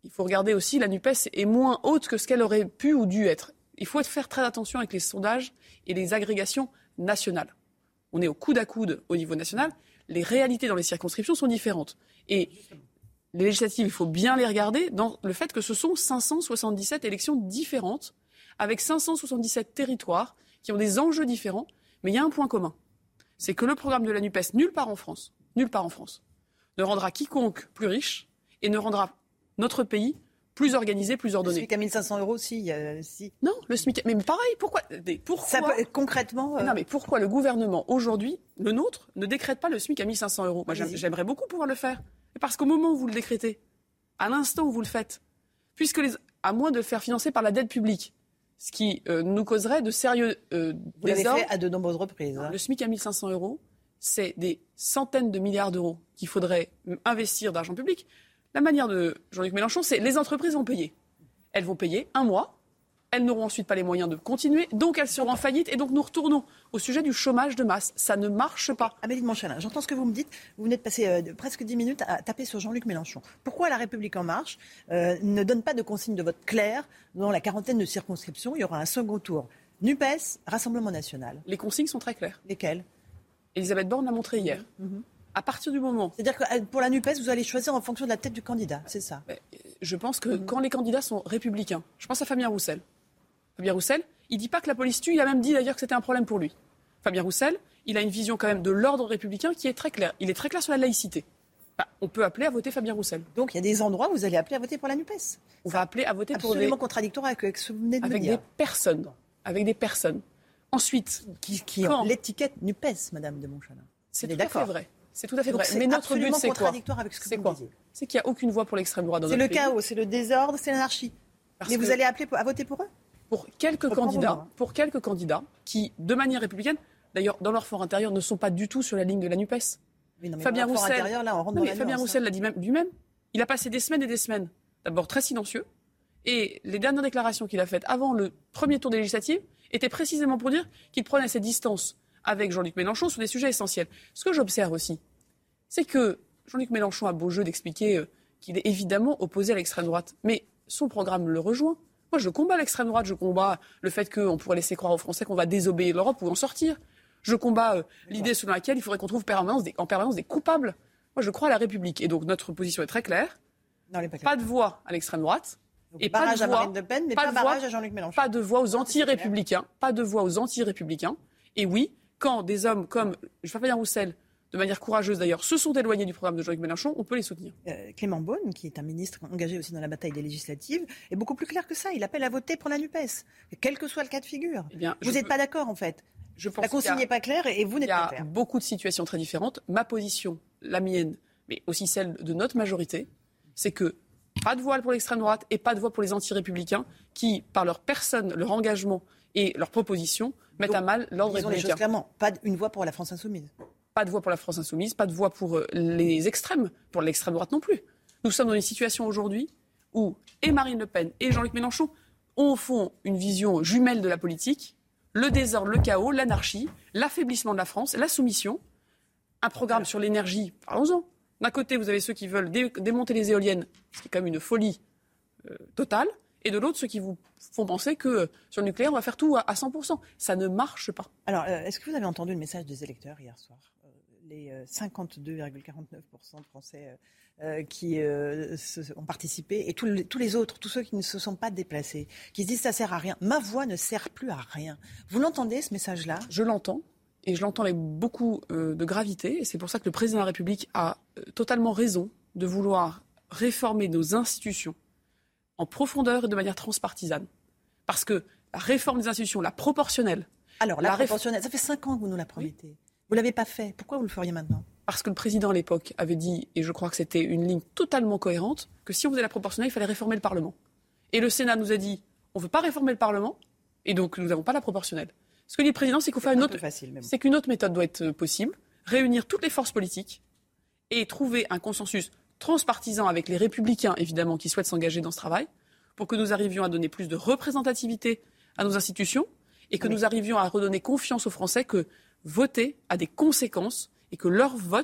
il faut regarder aussi, la NUPES est moins haute que ce qu'elle aurait pu ou dû être. Il faut faire très attention avec les sondages et les agrégations nationales. On est au coude à coude au niveau national. Les réalités dans les circonscriptions sont différentes. Et les législatives, il faut bien les regarder dans le fait que ce sont cinq cent soixante-dix-sept élections différentes, avec cinq cent soixante-dix-sept territoires qui ont des enjeux différents. Mais il y a un point commun. C'est que le programme de la NUPES, nulle part en France, nulle part en France, ne rendra quiconque plus riche et ne rendra notre pays plus organisé, plus ordonné. Le SMIC à mille cinq cents euros, si, euh, si. Non, le SMIC. Mais pareil, pourquoi, pourquoi Ça peut, concrètement. Euh... Non, mais pourquoi le gouvernement aujourd'hui, le nôtre, ne décrète pas le SMIC à mille cinq cents euros ? Moi, j'aimerais beaucoup pouvoir le faire. Parce qu'au moment où vous le décrétez, à l'instant où vous le faites, puisque les, à moins de le faire financer par la dette publique, ce qui euh, nous causerait de sérieux euh, vous l'avez fait à de nombreuses reprises. Hein. Le SMIC à mille cinq cents euros, c'est des centaines de milliards d'euros qu'il faudrait investir d'argent public. La manière de Jean-Luc Mélenchon, c'est les entreprises vont payer. Elles vont payer un mois, elles n'auront ensuite pas les moyens de continuer, donc elles seront en faillite. Et donc nous retournons au sujet du chômage de masse. Ça ne marche pas. Amélie de Montchalin, j'entends ce que vous me dites. Vous venez de passer euh, presque dix minutes à taper sur Jean-Luc Mélenchon. Pourquoi La République En Marche euh, ne donne pas de consigne de vote claire dans la quarantaine de circonscriptions ? Il y aura un second tour. NUPES, Rassemblement National. Les consignes sont très claires. Lesquelles ? Elisabeth Borne l'a montré hier. Mm-hmm. À partir du moment... C'est-à-dire que pour la NUPES, vous allez choisir en fonction de la tête du candidat, c'est ça ? Je pense que mmh. quand les candidats sont républicains, je pense à Fabien Roussel. Fabien Roussel, il ne dit pas que la police tue, il a même dit d'ailleurs que c'était un problème pour lui. Fabien Roussel, il a une vision quand même de l'ordre républicain qui est très claire. Il est très clair sur la laïcité. Enfin, on peut appeler à voter Fabien Roussel. Donc il y a des endroits où vous allez appeler à voter pour la NUPES ? On va appeler à voter pour des... Absolument contradictoire avec ce que vous venez de avec me dire. Avec des personnes. Avec des personnes. Ensuite... Qui, qui quand... ont l'étiquette NUPES, Madame de Montchalin. C'est tout à fait vrai. C'est tout à fait vrai. Mais notre but, c'est quoi ? C'est quoi ? C'est qu'il n'y a aucune voix pour l'extrême droite dans notre pays. C'est le chaos, c'est le désordre, c'est l'anarchie. Parce Mais vous allez appeler à voter pour eux ? Pour quelques candidats, pour quelques candidats qui, de manière républicaine, d'ailleurs, dans leur fort intérieur, ne sont pas du tout sur la ligne de la NUPES. Oui, non, mais Fabien Roussel, intérieur, là, on rentre non, dans la Fabien nuance, Roussel hein. l'a dit même, lui-même. Il a passé des semaines et des semaines, d'abord très silencieux, et les dernières déclarations qu'il a faites avant le premier tour des législatives étaient précisément pour dire qu'il prenait ses distances avec Jean-Luc Mélenchon sur des sujets essentiels. Ce que j'observe aussi, c'est que Jean-Luc Mélenchon a beau jeu d'expliquer euh, qu'il est évidemment opposé à l'extrême droite, mais son programme le rejoint. Moi, je combats l'extrême droite, je combats le fait qu'on pourrait laisser croire aux Français qu'on va désobéir l'Europe ou en sortir. Je combats euh, l'idée selon laquelle il faudrait qu'on trouve permanence des, en permanence des coupables. Moi, je crois à la République. Et donc, notre position est très claire. Non, pas, pas de voix à l'extrême droite. Donc, et pas de voix à Marine Le Pen, mais pas, pas de barrage voix, à Jean-Luc Mélenchon. Pas de voix aux anti-républicains. Pas de voix aux anti-républicains. Et oui, quand des hommes comme Fabien Roussel, de manière courageuse d'ailleurs, se sont éloignés du programme de Jean-Luc Mélenchon, on peut les soutenir. Euh, Clément Beaune, qui est un ministre engagé aussi dans la bataille des législatives, est beaucoup plus clair que ça. Il appelle à voter pour la NUPES, quel que soit le cas de figure. Eh bien, vous n'êtes peux... pas d'accord en fait. Je pense la consigne n'est pas claire et vous n'êtes pas clair. Il y a beaucoup de situations très différentes. Ma position, la mienne, mais aussi celle de notre majorité, c'est que pas de voix pour l'extrême droite et pas de voix pour les anti-républicains qui, par leur personne, leur engagement et leurs propositions, mettent Donc, à mal l'ordre républicain. Les choses clairement, pas une voix pour la France insoumise. Pas de voix pour la France insoumise, pas de voix pour les extrêmes, pour l'extrême droite non plus. Nous sommes dans une situation aujourd'hui où et Marine Le Pen et Jean-Luc Mélenchon ont au fond une vision jumelle de la politique, le désordre, le chaos, l'anarchie, l'affaiblissement de la France, la soumission, un programme sur l'énergie, parlons-en. D'un côté, vous avez ceux qui veulent dé- démonter les éoliennes, ce qui est quand même une folie euh, totale, et de l'autre, ceux qui vous font penser que euh, sur le nucléaire, on va faire tout à, à cent pour cent. Ça ne marche pas. Alors, euh, est-ce que vous avez entendu le message des électeurs hier soir ? euh, Les euh, cinquante-deux virgule quarante-neuf pour cent de Français euh, euh, qui euh, se, ont participé, et tous les, tous les autres, tous ceux qui ne se sont pas déplacés, qui se disent ça sert à rien. Ma voix ne sert plus à rien. Vous l'entendez, ce message-là ? Je l'entends. Et je l'entends avec beaucoup euh, de gravité. Et c'est pour ça que le président de la République a euh, totalement raison de vouloir réformer nos institutions en profondeur et de manière transpartisane. Parce que la réforme des institutions, la proportionnelle... Alors, la, la proportionnelle, réf... ça fait cinq ans que vous nous la promettez. Oui. Vous ne l'avez pas fait. Pourquoi vous le feriez maintenant ? Parce que le président, à l'époque, avait dit, et je crois que c'était une ligne totalement cohérente, que si on faisait la proportionnelle, il fallait réformer le Parlement. Et le Sénat nous a dit, on ne veut pas réformer le Parlement, et donc nous n'avons pas la proportionnelle. Ce que dit le président, c'est, qu'il faut faire une autre... facile, c'est qu'une autre méthode doit être possible, réunir toutes les forces politiques et trouver un consensus transpartisan avec les républicains, évidemment, qui souhaitent s'engager dans ce travail, pour que nous arrivions à donner plus de représentativité à nos institutions et que oui. nous arrivions à redonner confiance aux Français que voter a des conséquences et que leur vote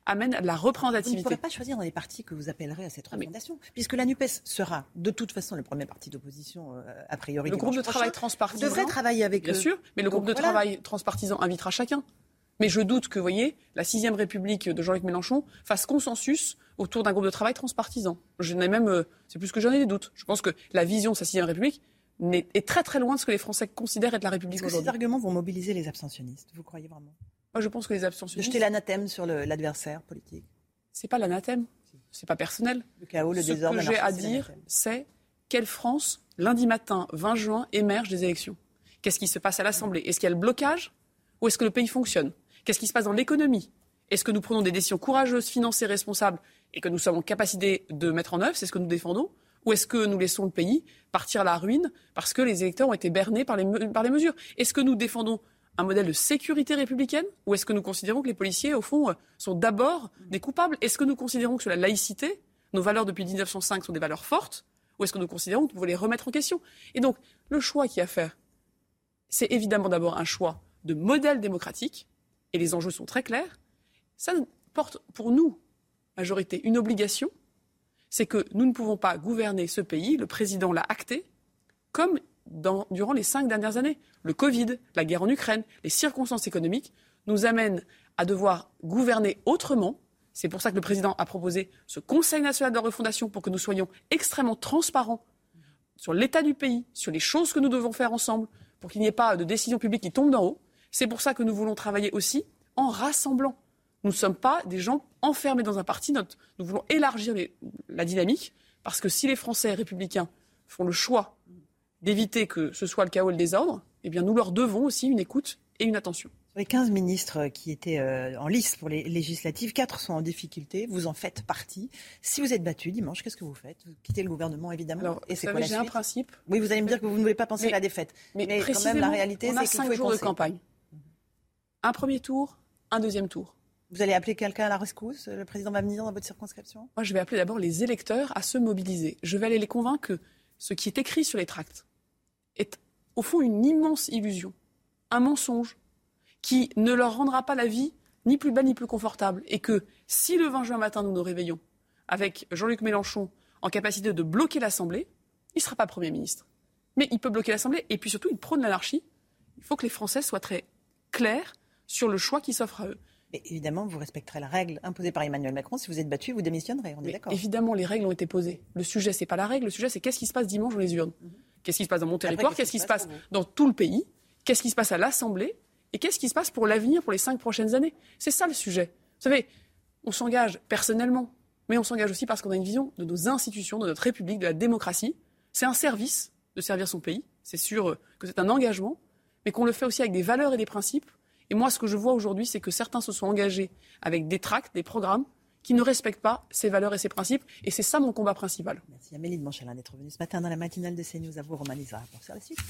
amène à de la représentativité. Vous ne pourrez pas choisir dans les partis que vous appellerez à cette refondation, ah, mais... puisque la NUPES sera de toute façon le premier parti d'opposition, euh, a priori. Le groupe de travail transpartisan devrait travailler avec bien eux. sûr, mais le Donc, groupe de voilà. travail transpartisan invitera chacun. Mais je doute que, vous voyez, la sixième République de Jean-Luc Mélenchon fasse consensus autour d'un groupe de travail transpartisan. Je n'ai même, euh, c'est plus que j'en ai des doutes. Je pense que la vision de sa sixième République n'est, est très très loin de ce que les Français considèrent être la République Est-ce que aujourd'hui. ces arguments vont mobiliser les abstentionnistes, vous croyez vraiment? Moi, je pense que les abstentionnistes... De jeter l'anathème sur le, l'adversaire politique. C'est pas l'anathème, c'est pas personnel. Le chaos, le ce désordre, que j'ai à dire, c'est quelle France, lundi matin, vingt juin, émerge des élections. Qu'est-ce qui se passe à l'Assemblée? Est-ce qu'il y a le blocage ou est-ce que le pays fonctionne? Qu'est-ce qui se passe dans l'économie? Est-ce que nous prenons des décisions courageuses, financées, responsables et que nous sommes en capacité de mettre en œuvre? C'est ce que nous défendons. Ou est-ce que nous laissons le pays partir à la ruine parce que les électeurs ont été bernés par les, me- par les mesures? Est-ce que nous défendons un modèle de sécurité républicaine ou est-ce que nous considérons que les policiers, au fond, sont d'abord des coupables? Est-ce que nous considérons que sur la laïcité, nos valeurs depuis dix-neuf cent cinq sont des valeurs fortes ou est-ce que nous considérons qu'on veut les remettre en question? Et donc, le choix qu'il y a à faire, c'est évidemment d'abord un choix de modèle démocratique et les enjeux sont très clairs. Ça porte pour nous, majorité, une obligation, c'est que nous ne pouvons pas gouverner ce pays, le président l'a acté, comme dans, durant les cinq dernières années. Le Covid, la guerre en Ukraine, les circonstances économiques nous amènent à devoir gouverner autrement. C'est pour ça que le président a proposé ce Conseil national de la refondation pour que nous soyons extrêmement transparents sur l'état du pays, sur les choses que nous devons faire ensemble, pour qu'il n'y ait pas de décisions publiques qui tombent d'en haut. C'est pour ça que nous voulons travailler aussi en rassemblant. Nous ne sommes pas des gens enfermés dans un parti. Notre, nous voulons élargir les, la dynamique, parce que si les Français républicains font le choix d'éviter que ce soit le chaos et le désordre, eh bien nous leur devons aussi une écoute et une attention. Sur les quinze ministres qui étaient euh, en lice pour les législatives, quatre sont en difficulté. Vous en faites partie. Si vous êtes battu dimanche, qu'est-ce que vous faites? Vous quittez le gouvernement, évidemment. Alors, et c'est vous quoi savez, la j'ai suite? un principe. Oui, vous allez me dire que vous ne voulez pas penser mais, à la défaite. Mais, mais quand même, la réalité, on c'est a qu'il cinq faut y jours de penser. campagne. Un premier tour, un deuxième tour. Vous allez appeler quelqu'un à la rescousse? Le président va venir dans votre circonscription? Moi, je vais appeler d'abord les électeurs à se mobiliser. Je vais aller les convaincre que ce qui est écrit sur les tracts est au fond une immense illusion, un mensonge qui ne leur rendra pas la vie ni plus belle ni plus confortable. Et que si le vingt juin matin nous nous réveillons avec Jean-Luc Mélenchon en capacité de bloquer l'Assemblée, il ne sera pas Premier ministre. Mais il peut bloquer l'Assemblée et puis surtout il prône l'anarchie. Il faut que les Français soient très clairs sur le choix qui s'offre à eux. Mais évidemment, vous respecterez la règle imposée par Emmanuel Macron. Si vous êtes battu, vous démissionnerez. On est Mais d'accord. évidemment, les règles ont été posées. Le sujet, c'est pas la règle. Le sujet, c'est qu'est-ce qui se passe dimanche dans les urnes. Mm-hmm. Qu'est-ce qui se passe dans mon territoire? Après, Qu'est-ce qui se passe dans tout le pays? Qu'est-ce qui se passe à l'Assemblée? Et qu'est-ce qui se passe pour l'avenir, pour les cinq prochaines années? C'est ça le sujet. Vous savez, on s'engage personnellement, mais on s'engage aussi parce qu'on a une vision de nos institutions, de notre République, de la démocratie. C'est un service de servir son pays. C'est sûr que c'est un engagement, mais qu'on le fait aussi avec des valeurs et des principes. Et moi, ce que je vois aujourd'hui, c'est que certains se sont engagés avec des tracts, des programmes qui ne respectent pas ces valeurs et ces principes. Et c'est ça mon combat principal. Merci Amélie de Montchalin d'être venue ce matin dans la matinale de CNews. À vous, Romain Lisra, pour faire la suite.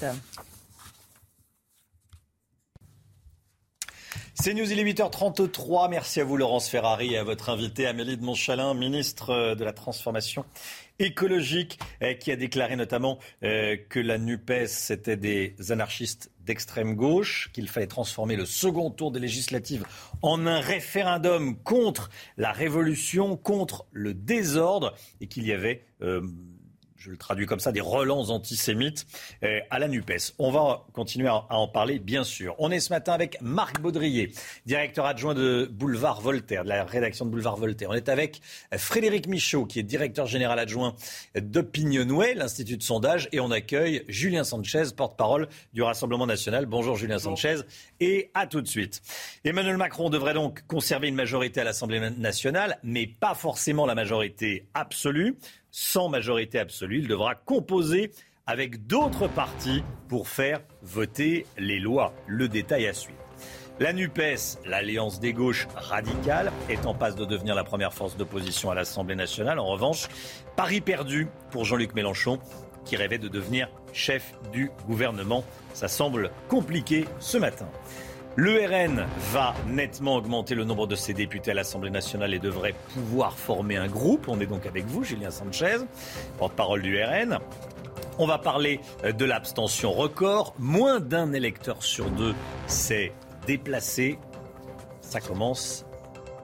CNews, il est huit heures trente-trois. Merci à vous, Laurence Ferrari, et à votre invitée, Amélie de Montchalin, ministre de la Transformation écologique, qui a déclaré notamment que la NUPES, c'était des anarchistes d'extrême gauche, qu'il fallait transformer le second tour des législatives en un référendum contre la révolution, contre le désordre, et qu'il y avait... Euh, je le traduis comme ça, des relents antisémites euh, à la NUPES. On va continuer à, à en parler, bien sûr. On est ce matin avec Marc Baudrier, directeur adjoint de Boulevard Voltaire, de la rédaction de Boulevard Voltaire. On est avec Frédéric Michaud, qui est directeur général adjoint d'Opinionway, l'Institut de sondage. Et on accueille Julien Sanchez, porte-parole du Rassemblement national. Bonjour Julien Bonjour. Sanchez. Et à tout de suite. Emmanuel Macron devrait donc conserver une majorité à l'Assemblée nationale, mais pas forcément la majorité absolue. Sans majorité absolue, il devra composer avec d'autres partis pour faire voter les lois. Le détail à suivre. La NUPES, l'alliance des gauches radicales, est en passe de devenir la première force d'opposition à l'Assemblée nationale. En revanche, pari perdu pour Jean-Luc Mélenchon, qui rêvait de devenir chef du gouvernement. Ça semble compliqué ce matin. Le R N va nettement augmenter le nombre de ses députés à l'Assemblée nationale et devrait pouvoir former un groupe. On est donc avec vous, Julien Sanchez, porte-parole du R N. On va parler de l'abstention record. Moins d'un électeur sur deux s'est déplacé. Ça commence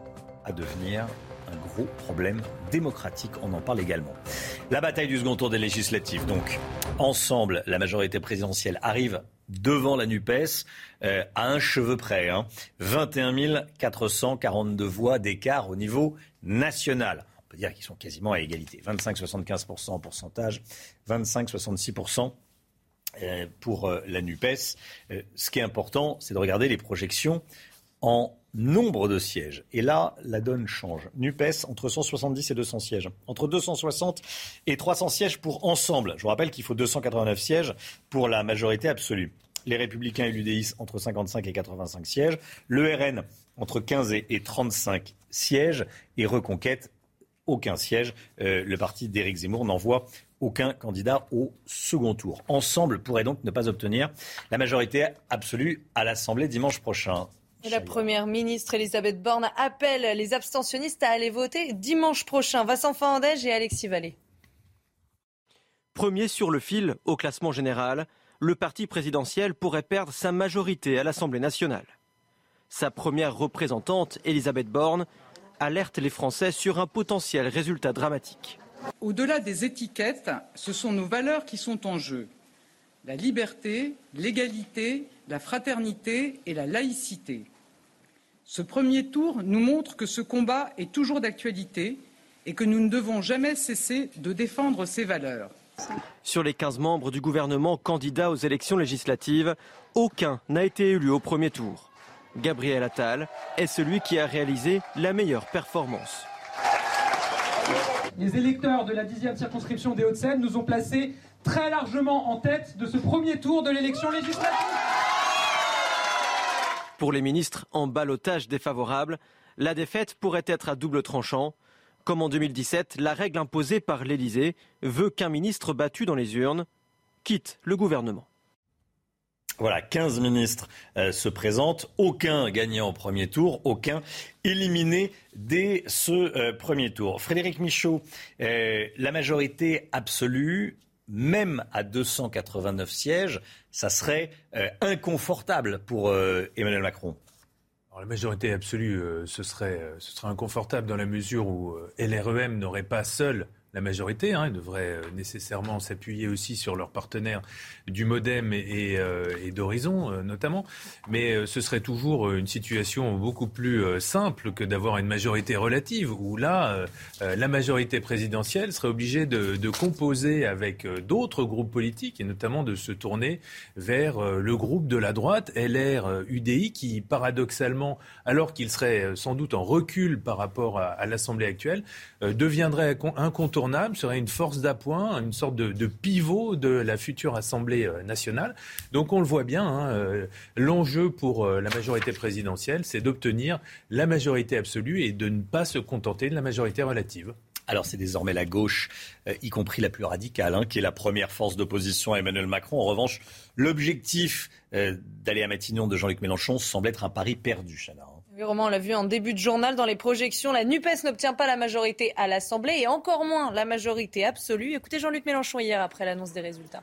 à devenir un gros problème démocratique. On en parle également. La bataille du second tour des législatives. Donc, ensemble, la majorité présidentielle arrive devant la NUPES euh, à un cheveu près. Hein. vingt et un mille quatre cent quarante-deux voix d'écart au niveau national. On peut dire qu'ils sont quasiment à égalité. vingt-cinq virgule soixante-quinze pour cent en pourcentage, vingt-cinq virgule soixante-six pour cent pour la NUPES. Euh, ce qui est important, c'est de regarder les projections en nombre de sièges. Et là, la donne change. NUPES, entre cent soixante-dix et deux cents sièges. Entre deux cent soixante et trois cents sièges pour ensemble. Je vous rappelle qu'il faut deux cent quatre-vingt-neuf sièges pour la majorité absolue. Les Républicains et l'U D I entre cinquante-cinq et quatre-vingt-cinq sièges. Le R N entre quinze et trente-cinq sièges. Et Reconquête, aucun siège. Euh, le parti d'Éric Zemmour n'envoie aucun candidat au second tour. Ensemble pourrait donc ne pas obtenir la majorité absolue à l'Assemblée dimanche prochain. Et la Première ministre Elisabeth Borne appelle les abstentionnistes à aller voter dimanche prochain. Vincent Fandège et Alexis Vallée. Premier sur le fil au classement général, le parti présidentiel pourrait perdre sa majorité à l'Assemblée nationale. Sa première représentante, Elisabeth Borne, alerte les Français sur un potentiel résultat dramatique. Au-delà des étiquettes, ce sont nos valeurs qui sont en jeu. La liberté, l'égalité, la fraternité et la laïcité. Ce premier tour nous montre que ce combat est toujours d'actualité et que nous ne devons jamais cesser de défendre ces valeurs. Sur les quinze membres du gouvernement candidats aux élections législatives, aucun n'a été élu au premier tour. Gabriel Attal est celui qui a réalisé la meilleure performance. Les électeurs de la dixième circonscription des Hauts-de-Seine nous ont placés très largement en tête de ce premier tour de l'élection législative. Pour les ministres en ballottage défavorable, la défaite pourrait être à double tranchant. Comme en deux mille dix-sept, la règle imposée par l'Élysée veut qu'un ministre battu dans les urnes quitte le gouvernement. Voilà, quinze ministres euh, se présentent, aucun gagnant au premier tour, aucun éliminé dès ce euh, premier tour. Frédéric Michaud, euh, la majorité absolue, même à deux cent quatre-vingt-neuf sièges, ça serait euh, inconfortable pour euh, Emmanuel Macron. Alors, la majorité absolue, euh, ce, serait, euh, ce serait inconfortable dans la mesure où euh, L R E M n'aurait pas seul la majorité, hein, ils devraient euh, nécessairement s'appuyer aussi sur leurs partenaires du Modem et, et, euh, et d'Horizon euh, notamment, mais euh, ce serait toujours une situation beaucoup plus euh, simple que d'avoir une majorité relative, où là, euh, euh, la majorité présidentielle serait obligée de, de composer avec euh, d'autres groupes politiques, et notamment de se tourner vers euh, le groupe de la droite, L R euh, U D I, qui paradoxalement, alors qu'il serait euh, sans doute en recul par rapport à, à l'Assemblée actuelle, euh, deviendrait incontournable, serait une force d'appoint, une sorte de, de pivot de la future Assemblée nationale. Donc on le voit bien, hein, euh, l'enjeu pour euh, la majorité présidentielle, c'est d'obtenir la majorité absolue et de ne pas se contenter de la majorité relative. Alors c'est désormais la gauche, euh, y compris la plus radicale, hein, qui est la première force d'opposition à Emmanuel Macron. En revanche, l'objectif euh, d'aller à Matignon de Jean-Luc Mélenchon semble être un pari perdu, Chana. Oui, Romain, on l'a vu en début de journal dans les projections. La NUPES n'obtient pas la majorité à l'Assemblée et encore moins la majorité absolue. Écoutez Jean-Luc Mélenchon hier après l'annonce des résultats.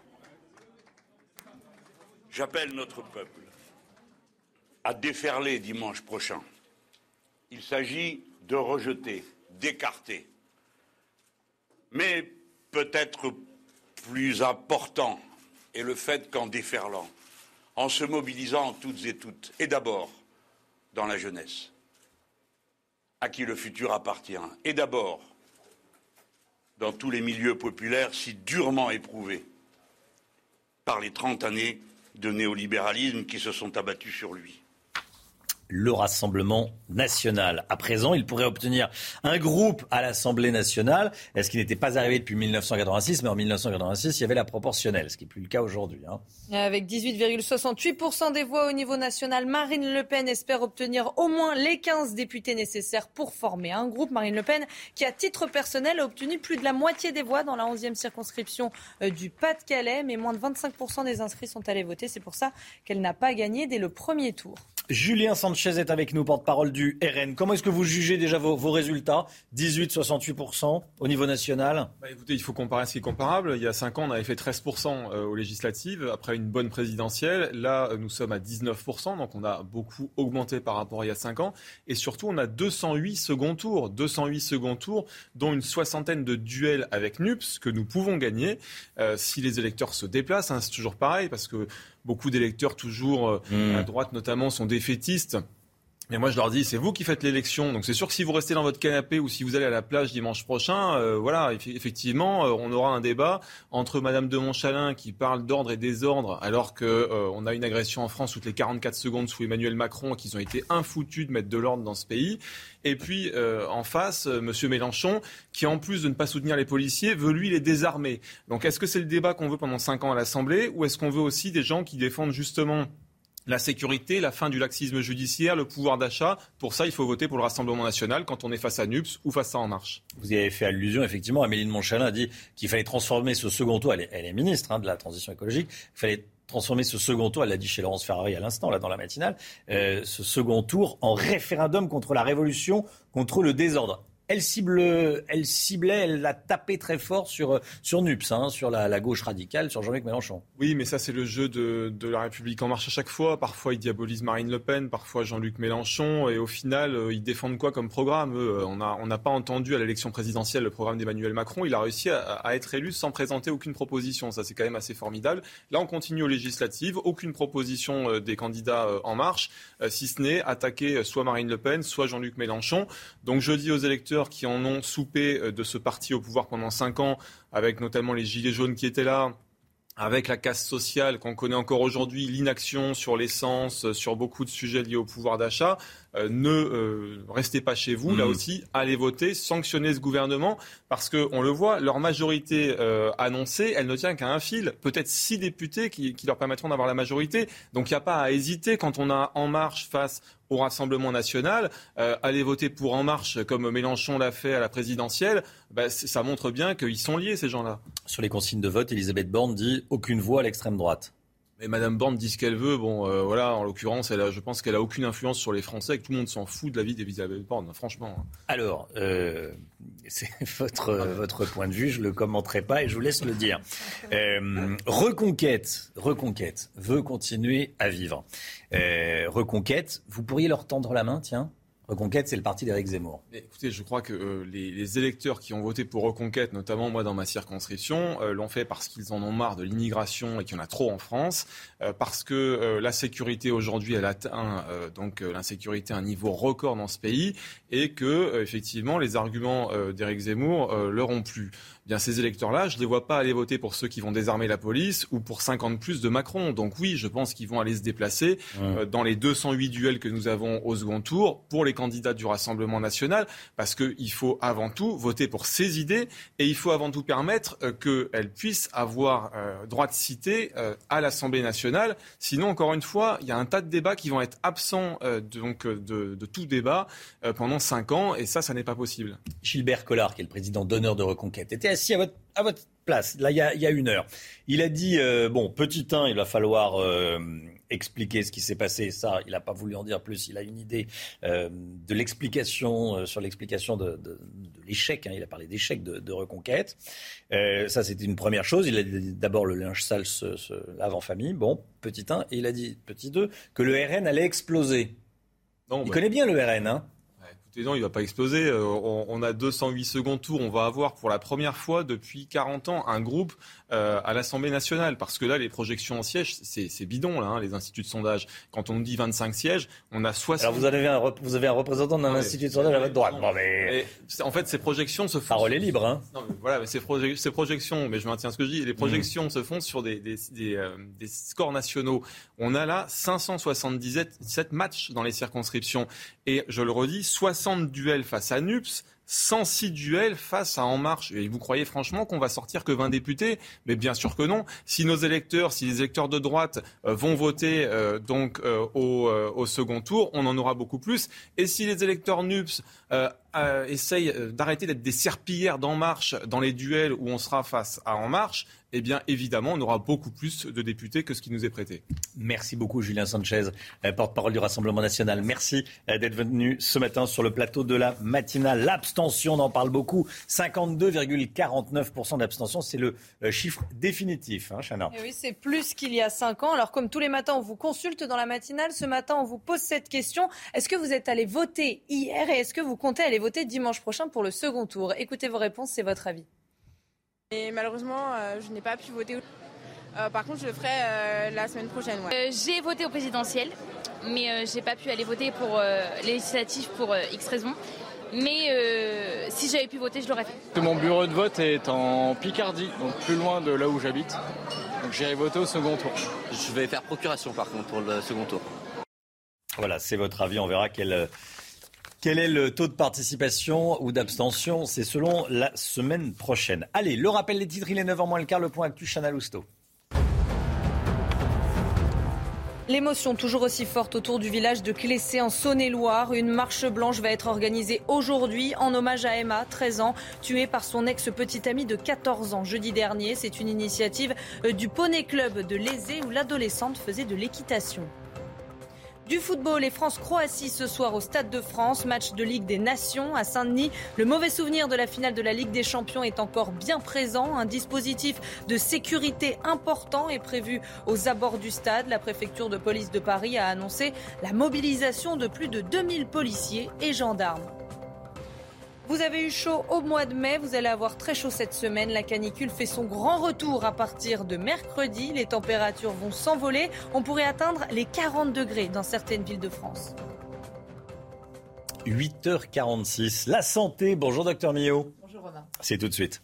J'appelle notre peuple à déferler dimanche prochain. Il s'agit de rejeter, d'écarter. Mais peut-être plus important est le fait qu'en déferlant, en se mobilisant toutes et toutes, et d'abord dans la jeunesse, à qui le futur appartient, et d'abord dans tous les milieux populaires si durement éprouvés par les trente années de néolibéralisme qui se sont abattus sur lui. Le Rassemblement national. À présent, il pourrait obtenir un groupe à l'Assemblée nationale, ce qui n'était pas arrivé depuis mille neuf cent quatre-vingt-six, mais en mille neuf cent quatre-vingt-six, il y avait la proportionnelle, ce qui n'est plus le cas aujourd'hui. Hein. Avec dix-huit virgule soixante-huit pour cent des voix au niveau national, Marine Le Pen espère obtenir au moins les quinze députés nécessaires pour former un groupe. Marine Le Pen, qui à titre personnel a obtenu plus de la moitié des voix dans la onzième circonscription du Pas-de-Calais, mais moins de vingt-cinq pour cent des inscrits sont allés voter. C'est pour ça qu'elle n'a pas gagné dès le premier tour. Julien Sanchez est avec nous, porte-parole du R N. Comment est-ce que vous jugez déjà vos, vos résultats ? dix-huit virgule soixante-huit pour cent au niveau national. Bah écoutez, il faut comparer ce qui est comparable. Il y a cinq ans, on avait fait treize pour cent aux législatives, après une bonne présidentielle. Là, nous sommes à dix-neuf pour cent, donc on a beaucoup augmenté par rapport à il y a cinq ans. Et surtout, on a deux cent huit second tours, deux cent huit second tours, dont une soixantaine de duels avec N U P S que nous pouvons gagner euh, si les électeurs se déplacent. Hein, c'est toujours pareil, parce que beaucoup d'électeurs, toujours euh, mmh. à droite notamment, sont défaitistes. Mais moi, je leur dis, c'est vous qui faites l'élection. Donc, c'est sûr que si vous restez dans votre canapé ou si vous allez à la plage dimanche prochain, euh, voilà, effectivement, euh, on aura un débat entre Madame de Montchalin qui parle d'ordre et désordre, alors que euh, on a une agression en France toutes les quarante-quatre secondes sous Emmanuel Macron, qu'ils ont été infoutus de mettre de l'ordre dans ce pays. Et puis, euh, en face, euh, Monsieur Mélenchon, qui en plus de ne pas soutenir les policiers, veut lui les désarmer. Donc, est-ce que c'est le débat qu'on veut pendant cinq ans à l'Assemblée, ou est-ce qu'on veut aussi des gens qui défendent justement la sécurité, la fin du laxisme judiciaire, le pouvoir d'achat? Pour ça, il faut voter pour le Rassemblement national quand on est face à N U P S ou face à En Marche. Vous y avez fait allusion, effectivement. Amélie de Montchalin a dit qu'il fallait transformer ce second tour. Elle est, elle est ministre hein, de la transition écologique. Il fallait transformer ce second tour, elle l'a dit chez Laurence Ferrari à l'instant, là dans la matinale, euh, ce second tour en référendum contre la révolution, contre le désordre. Elle cible, elle ciblait, elle l'a tapé très fort sur, sur N U P S, hein, sur la, la gauche radicale, sur Jean-Luc Mélenchon. Oui, mais ça c'est le jeu de, de La République En Marche à chaque fois. Parfois ils diabolisent Marine Le Pen, parfois Jean-Luc Mélenchon, et au final ils défendent quoi comme programme? Eux, on n'a on n'a pas entendu à l'élection présidentielle le programme d'Emmanuel Macron. Il a réussi à, à être élu sans présenter aucune proposition. Ça c'est quand même assez formidable. Là on continue aux législatives, aucune proposition des candidats En Marche, si ce n'est attaquer soit Marine Le Pen, soit Jean-Luc Mélenchon. Donc je dis aux électeurs qui en ont soupé de ce parti au pouvoir pendant cinq ans, avec notamment les gilets jaunes qui étaient là, avec la casse sociale qu'on connaît encore aujourd'hui, l'inaction sur l'essence, sur beaucoup de sujets liés au pouvoir d'achat, euh, ne euh, restez pas chez vous, mmh. là aussi, allez voter, sanctionnez ce gouvernement, parce qu'on le voit, leur majorité euh, annoncée, elle ne tient qu'à un fil, peut-être six députés qui, qui leur permettront d'avoir la majorité, donc il n'y a pas à hésiter quand on a En Marche face au Rassemblement national, euh, aller voter pour En Marche comme Mélenchon l'a fait à la présidentielle, bah, ça montre bien qu'ils sont liés ces gens-là. Sur les consignes de vote, Elisabeth Borne dit aucune voix à l'extrême droite. Mais Madame Borne dit ce qu'elle veut. Bon, euh, voilà, en l'occurrence, elle a, je pense qu'elle a aucune influence sur les Français, que tout le monde s'en fout de la vie d'Elisabeth Borne, franchement. Alors, euh, c'est votre, votre point de vue, je ne le commenterai pas et je vous laisse le dire. Euh, Reconquête, Reconquête veut continuer à vivre. Euh, Reconquête, vous pourriez leur tendre la main, tiens. Reconquête, c'est le parti d'Éric Zemmour. Mais écoutez, je crois que euh, les, les électeurs qui ont voté pour Reconquête, notamment moi dans ma circonscription, euh, l'ont fait parce qu'ils en ont marre de l'immigration et qu'il y en a trop en France, euh, parce que euh, la sécurité aujourd'hui, elle atteint euh, donc euh, l'insécurité à un niveau record dans ce pays, et que euh, effectivement les arguments euh, d'Éric Zemmour euh, leur ont plu. Bien, ces électeurs-là, je ne les vois pas aller voter pour ceux qui vont désarmer la police ou pour cinquante plus de Macron. Donc oui, je pense qu'ils vont aller se déplacer mmh. euh, dans les deux cent huit duels que nous avons au second tour pour les candidats du Rassemblement national, parce qu'il faut avant tout voter pour ces idées et il faut avant tout permettre euh, qu'elles puissent avoir euh, droit de cité euh, à l'Assemblée nationale. Sinon, encore une fois, il y a un tas de débats qui vont être absents euh, donc, de, de tout débat euh, pendant cinq ans et ça, ça n'est pas possible. Gilbert Collard, qui est le président d'honneur de Reconquête, était assis à votre, à votre place, là, il y a, il y a une heure. Il a dit, euh, bon, petit un, il va falloir euh, expliquer ce qui s'est passé. Ça, il n'a pas voulu en dire plus. Il a une idée euh, de l'explication, euh, sur l'explication de, de, de l'échec. Hein. Il a parlé d'échec de, de Reconquête. Euh, ça, c'était une première chose. Il a dit d'abord le linge sale se, se lave en famille. Bon, petit un. Et il a dit, petit deux, que le R N allait exploser. Non, il bah... connaît bien le R N, hein. Non, il ne va pas exploser. Euh, on, on a deux cent huit secondes tours. On va avoir pour la première fois depuis quarante ans un groupe euh, à l'Assemblée nationale. Parce que là, les projections en sièges, c'est, c'est bidon, là, hein, les instituts de sondage. Quand on dit vingt-cinq sièges, on a soixante... Alors vous avez un, rep- vous avez un représentant d'un ah, institut de sondage à votre droite. Non, mais... mais en fait, ces projections se font... Parole est libre. Hein. Non, mais voilà, mais ces, proje- ces projections, mais je maintiens ce que je dis, les projections mmh. se font sur des, des, des, euh, des scores nationaux. On a là cinq cent soixante-dix-sept matchs dans les circonscriptions. Et je le redis, soixante duels face à N U P S, cent six duels face à En Marche. Et vous croyez franchement qu'on va sortir que vingt députés ? Mais bien sûr que non. Si nos électeurs, si les électeurs de droite euh, vont voter euh, donc euh, au, euh, au second tour, on en aura beaucoup plus. Et si les électeurs N U P S euh, euh, essayent d'arrêter d'être des serpillères d'En Marche dans les duels où on sera face à En Marche, eh bien, évidemment, on aura beaucoup plus de députés que ce qui nous est prêté. Merci beaucoup, Julien Sanchez, porte-parole du Rassemblement national. Merci d'être venu ce matin sur le plateau de la matinale. L'abstention, on en parle beaucoup. cinquante-deux virgule quarante-neuf pour cent d'abstention, c'est le chiffre définitif, hein, Chana. Et oui, c'est plus qu'il y a cinq ans. Alors, comme tous les matins, on vous consulte dans la matinale. Ce matin, on vous pose cette question. Est-ce que vous êtes allé voter hier et est-ce que vous comptez aller voter dimanche prochain pour le second tour ? Écoutez vos réponses, c'est votre avis. Et malheureusement, euh, je n'ai pas pu voter. Euh, par contre, je le ferai euh, la semaine prochaine. Ouais. Euh, j'ai voté au présidentiel, mais euh, j'ai pas pu aller voter pour euh, les législatives pour euh, X raisons. Mais euh, si j'avais pu voter, je l'aurais fait. Mon bureau de vote est en Picardie, donc plus loin de là où j'habite. Donc j'irai voter au second tour. Je vais faire procuration par contre pour le second tour. Voilà, c'est votre avis. On verra quel... Quel est le taux de participation ou d'abstention ? C'est selon la semaine prochaine. Allez, le rappel des titres, il est neuf heures moins le quart, le point actu, Chana Lousteau. L'émotion toujours aussi forte autour du village de Clessé en Saône-et-Loire. Une marche blanche va être organisée aujourd'hui en hommage à Emma, treize ans, tuée par son ex-petit ami de quatorze ans jeudi dernier. C'est une initiative du Poney Club de Lézé où l'adolescente faisait de l'équitation. Du football et France-Croatie ce soir au Stade de France, match de Ligue des Nations à Saint-Denis. Le mauvais souvenir de la finale de la Ligue des Champions est encore bien présent. Un dispositif de sécurité important est prévu aux abords du stade. La préfecture de police de Paris a annoncé la mobilisation de plus de deux mille policiers et gendarmes. Vous avez eu chaud au mois de mai, vous allez avoir très chaud cette semaine. La canicule fait son grand retour à partir de mercredi. Les températures vont s'envoler. On pourrait atteindre les quarante degrés dans certaines villes de France. huit heures quarante-six. La santé. Bonjour, docteur Millot. Bonjour, Romain. C'est tout de suite.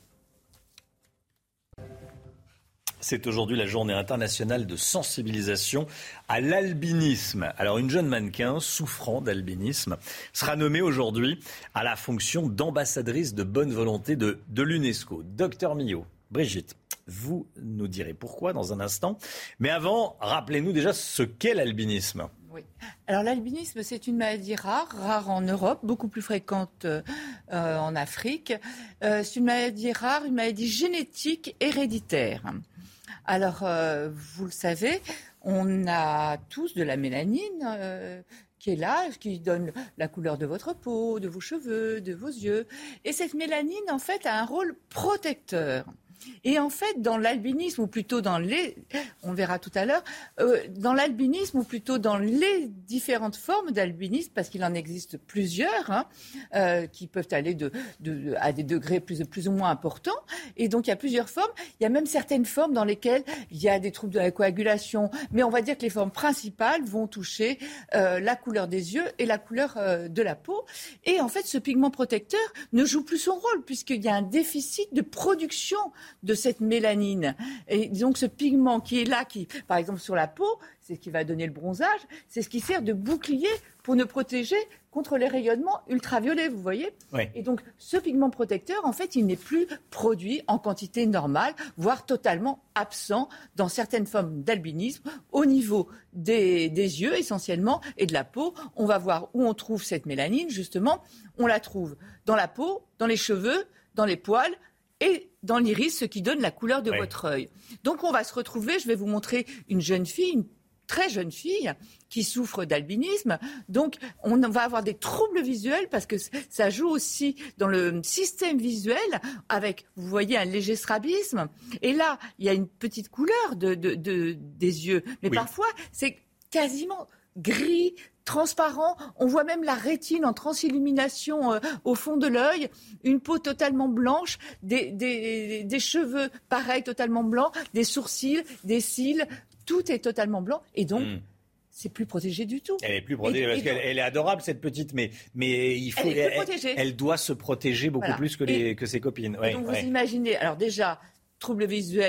C'est aujourd'hui la journée internationale de sensibilisation à l'albinisme. Alors, une jeune mannequin souffrant d'albinisme sera nommée aujourd'hui à la fonction d'ambassadrice de bonne volonté de, de l'UNESCO. Docteur Millot, Brigitte, vous nous direz pourquoi dans un instant. Mais avant, rappelez-nous déjà ce qu'est l'albinisme. Oui. Alors l'albinisme, c'est une maladie rare, rare en Europe, beaucoup plus fréquente euh, en Afrique. Euh, c'est une maladie rare, une maladie génétique héréditaire. Alors, euh, vous le savez, on a tous de la mélanine euh, qui est là, qui donne la couleur de votre peau, de vos cheveux, de vos yeux. Et cette mélanine, en fait, a un rôle protecteur. Et en fait, dans l'albinisme, ou plutôt dans les... On verra tout à l'heure. Euh, dans l'albinisme, ou plutôt dans les différentes formes d'albinisme, parce qu'il en existe plusieurs, hein, euh, qui peuvent aller de, de, à des degrés plus, plus ou moins importants. Et donc, il y a plusieurs formes. Il y a même certaines formes dans lesquelles il y a des troubles de la coagulation. Mais on va dire que les formes principales vont toucher euh, la couleur des yeux et la couleur euh, de la peau. Et en fait, ce pigment protecteur ne joue plus son rôle, puisqu'il y a un déficit de production de cette mélanine. Et donc ce pigment qui est là, qui, par exemple sur la peau, c'est ce qui va donner le bronzage, c'est ce qui sert de bouclier pour nous protéger contre les rayonnements ultraviolets, vous voyez ? Oui. Et donc ce pigment protecteur, en fait, il n'est plus produit en quantité normale, voire totalement absent dans certaines formes d'albinisme, au niveau des, des yeux essentiellement et de la peau. On va voir où on trouve cette mélanine, justement. On la trouve dans la peau, dans les cheveux, dans les poils, et dans l'iris, ce qui donne la couleur de oui. votre œil. Donc on va se retrouver, je vais vous montrer une jeune fille, une très jeune fille qui souffre d'albinisme. Donc on va avoir des troubles visuels parce que ça joue aussi dans le système visuel avec, vous voyez, un léger strabisme. Et là, il y a une petite couleur de, de, de, des yeux. Mais oui. parfois, c'est quasiment gris, transparent, on voit même la rétine en transillumination euh, au fond de l'œil, une peau totalement blanche, des, des, des cheveux pareils totalement blancs, des sourcils, des cils, tout est totalement blanc et donc mmh. c'est plus protégé du tout. Elle est plus protégée et, parce et qu'elle donc, elle est adorable cette petite, mais, mais il faut, elle, est plus elle, elle doit se protéger beaucoup voilà. plus que, les, que ses copines. Ouais, donc ouais. vous imaginez, alors déjà, troubles visuels,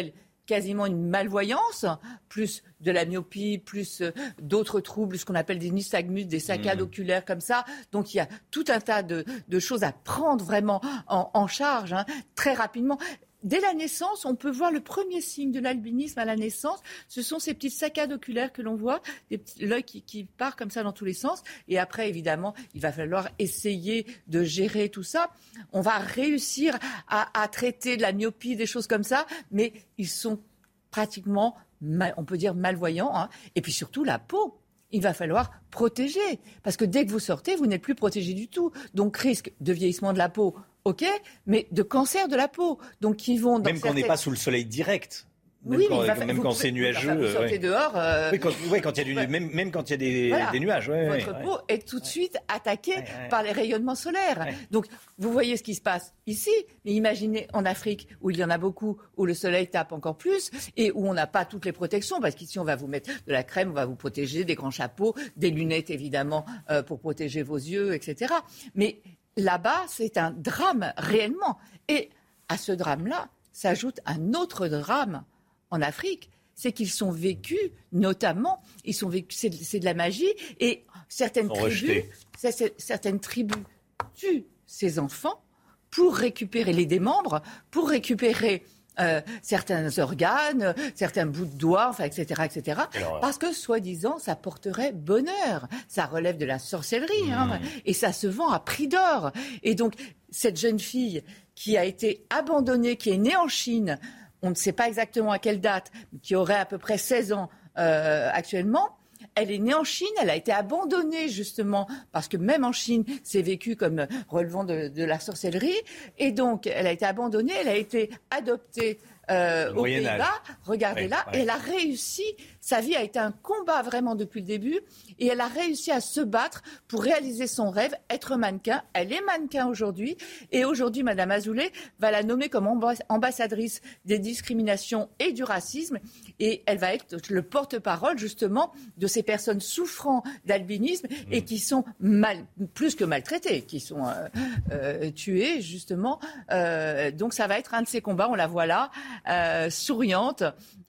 quasiment une malvoyance, plus de la myopie, plus d'autres troubles, ce qu'on appelle des nystagmus, des saccades mmh. oculaires comme ça. Donc il y a tout un tas de, de choses à prendre vraiment en, en charge hein, très rapidement. Dès la naissance, on peut voir le premier signe de l'albinisme à la naissance. Ce sont ces petites saccades oculaires que l'on voit, des petits, l'œil qui, qui part comme ça dans tous les sens. Et après, évidemment, il va falloir essayer de gérer tout ça. On va réussir à, à traiter de la myopie, des choses comme ça, mais ils sont pratiquement, mal, on peut dire, malvoyants. Hein. Et puis surtout, la peau. Il va falloir protéger. Parce que dès que vous sortez, vous n'êtes plus protégé du tout. Donc, risque de vieillissement de la peau, OK, mais de cancer de la peau. Donc, ils vont dans Même certaines... quand on n'est pas sous le soleil direct. Même oui, quand, mais va, même vous quand pouvez, c'est nuageux. Vous sortez ouais. dehors. Euh... Oui, quand, ouais, quand il y a du, ouais. même, même quand il y a des, voilà. des nuages. Ouais, Votre ouais, peau ouais. est tout de suite attaquée ouais, ouais. par les rayonnements solaires. Ouais. Donc, vous voyez ce qui se passe ici, mais imaginez en Afrique, où il y en a beaucoup, où le soleil tape encore plus, et où on n'a pas toutes les protections, parce qu'ici, on va vous mettre de la crème, on va vous protéger, des grands chapeaux, des lunettes, évidemment, euh, pour protéger vos yeux, et cetera. Mais là-bas, c'est un drame, réellement. Et à ce drame-là, s'ajoute un autre drame en Afrique, c'est qu'ils sont vécus, notamment, ils sont vécus, c'est, c'est de la magie, et certaines tribus, c'est, c'est, certaines tribus tuent ces enfants pour récupérer les démembres, pour récupérer euh, certains organes, certains bouts de doigts, enfin, et cetera, et cetera, parce que, soi-disant, ça porterait bonheur. Ça relève de la sorcellerie, mmh. hein, et ça se vend à prix d'or. Et donc, cette jeune fille qui a été abandonnée, qui est née en Chine, on ne sait pas exactement à quelle date, qui aurait à peu près seize ans euh, actuellement. Elle est née en Chine, elle a été abandonnée justement parce que même en Chine, c'est vécu comme relevant de, de la sorcellerie. Et donc, elle a été abandonnée, elle a été adoptée euh, aux Pays-Bas. Regardez ouais, là, ouais. Et elle a réussi. Sa vie a été un combat vraiment depuis le début. Et elle a réussi à se battre pour réaliser son rêve, être mannequin. Elle est mannequin aujourd'hui. Et aujourd'hui, Madame Azoulay va la nommer comme ambassadrice des discriminations et du racisme. Et elle va être le porte-parole, justement, de ces personnes souffrant d'albinisme mmh. et qui sont mal, plus que maltraitées, qui sont euh, euh, tuées, justement. Euh, donc, ça va être un de ces combats. On la voit là, euh, souriante.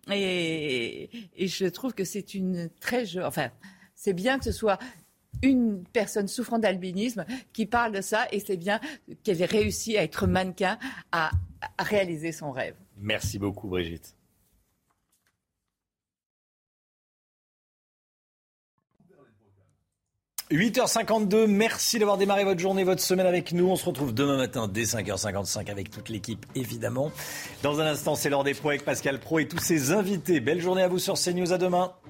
Et, et je trouve que c'est une très... Enfin... C'est bien que ce soit une personne souffrant d'albinisme qui parle de ça et c'est bien qu'elle ait réussi à être mannequin, à, à réaliser son rêve. Merci beaucoup Brigitte. huit heures cinquante-deux, merci d'avoir démarré votre journée, votre semaine avec nous. On se retrouve demain matin dès cinq heures cinquante-cinq avec toute l'équipe, évidemment. Dans un instant, c'est l'heure des pros avec Pascal Praud et tous ses invités. Belle journée à vous sur CNews, à demain.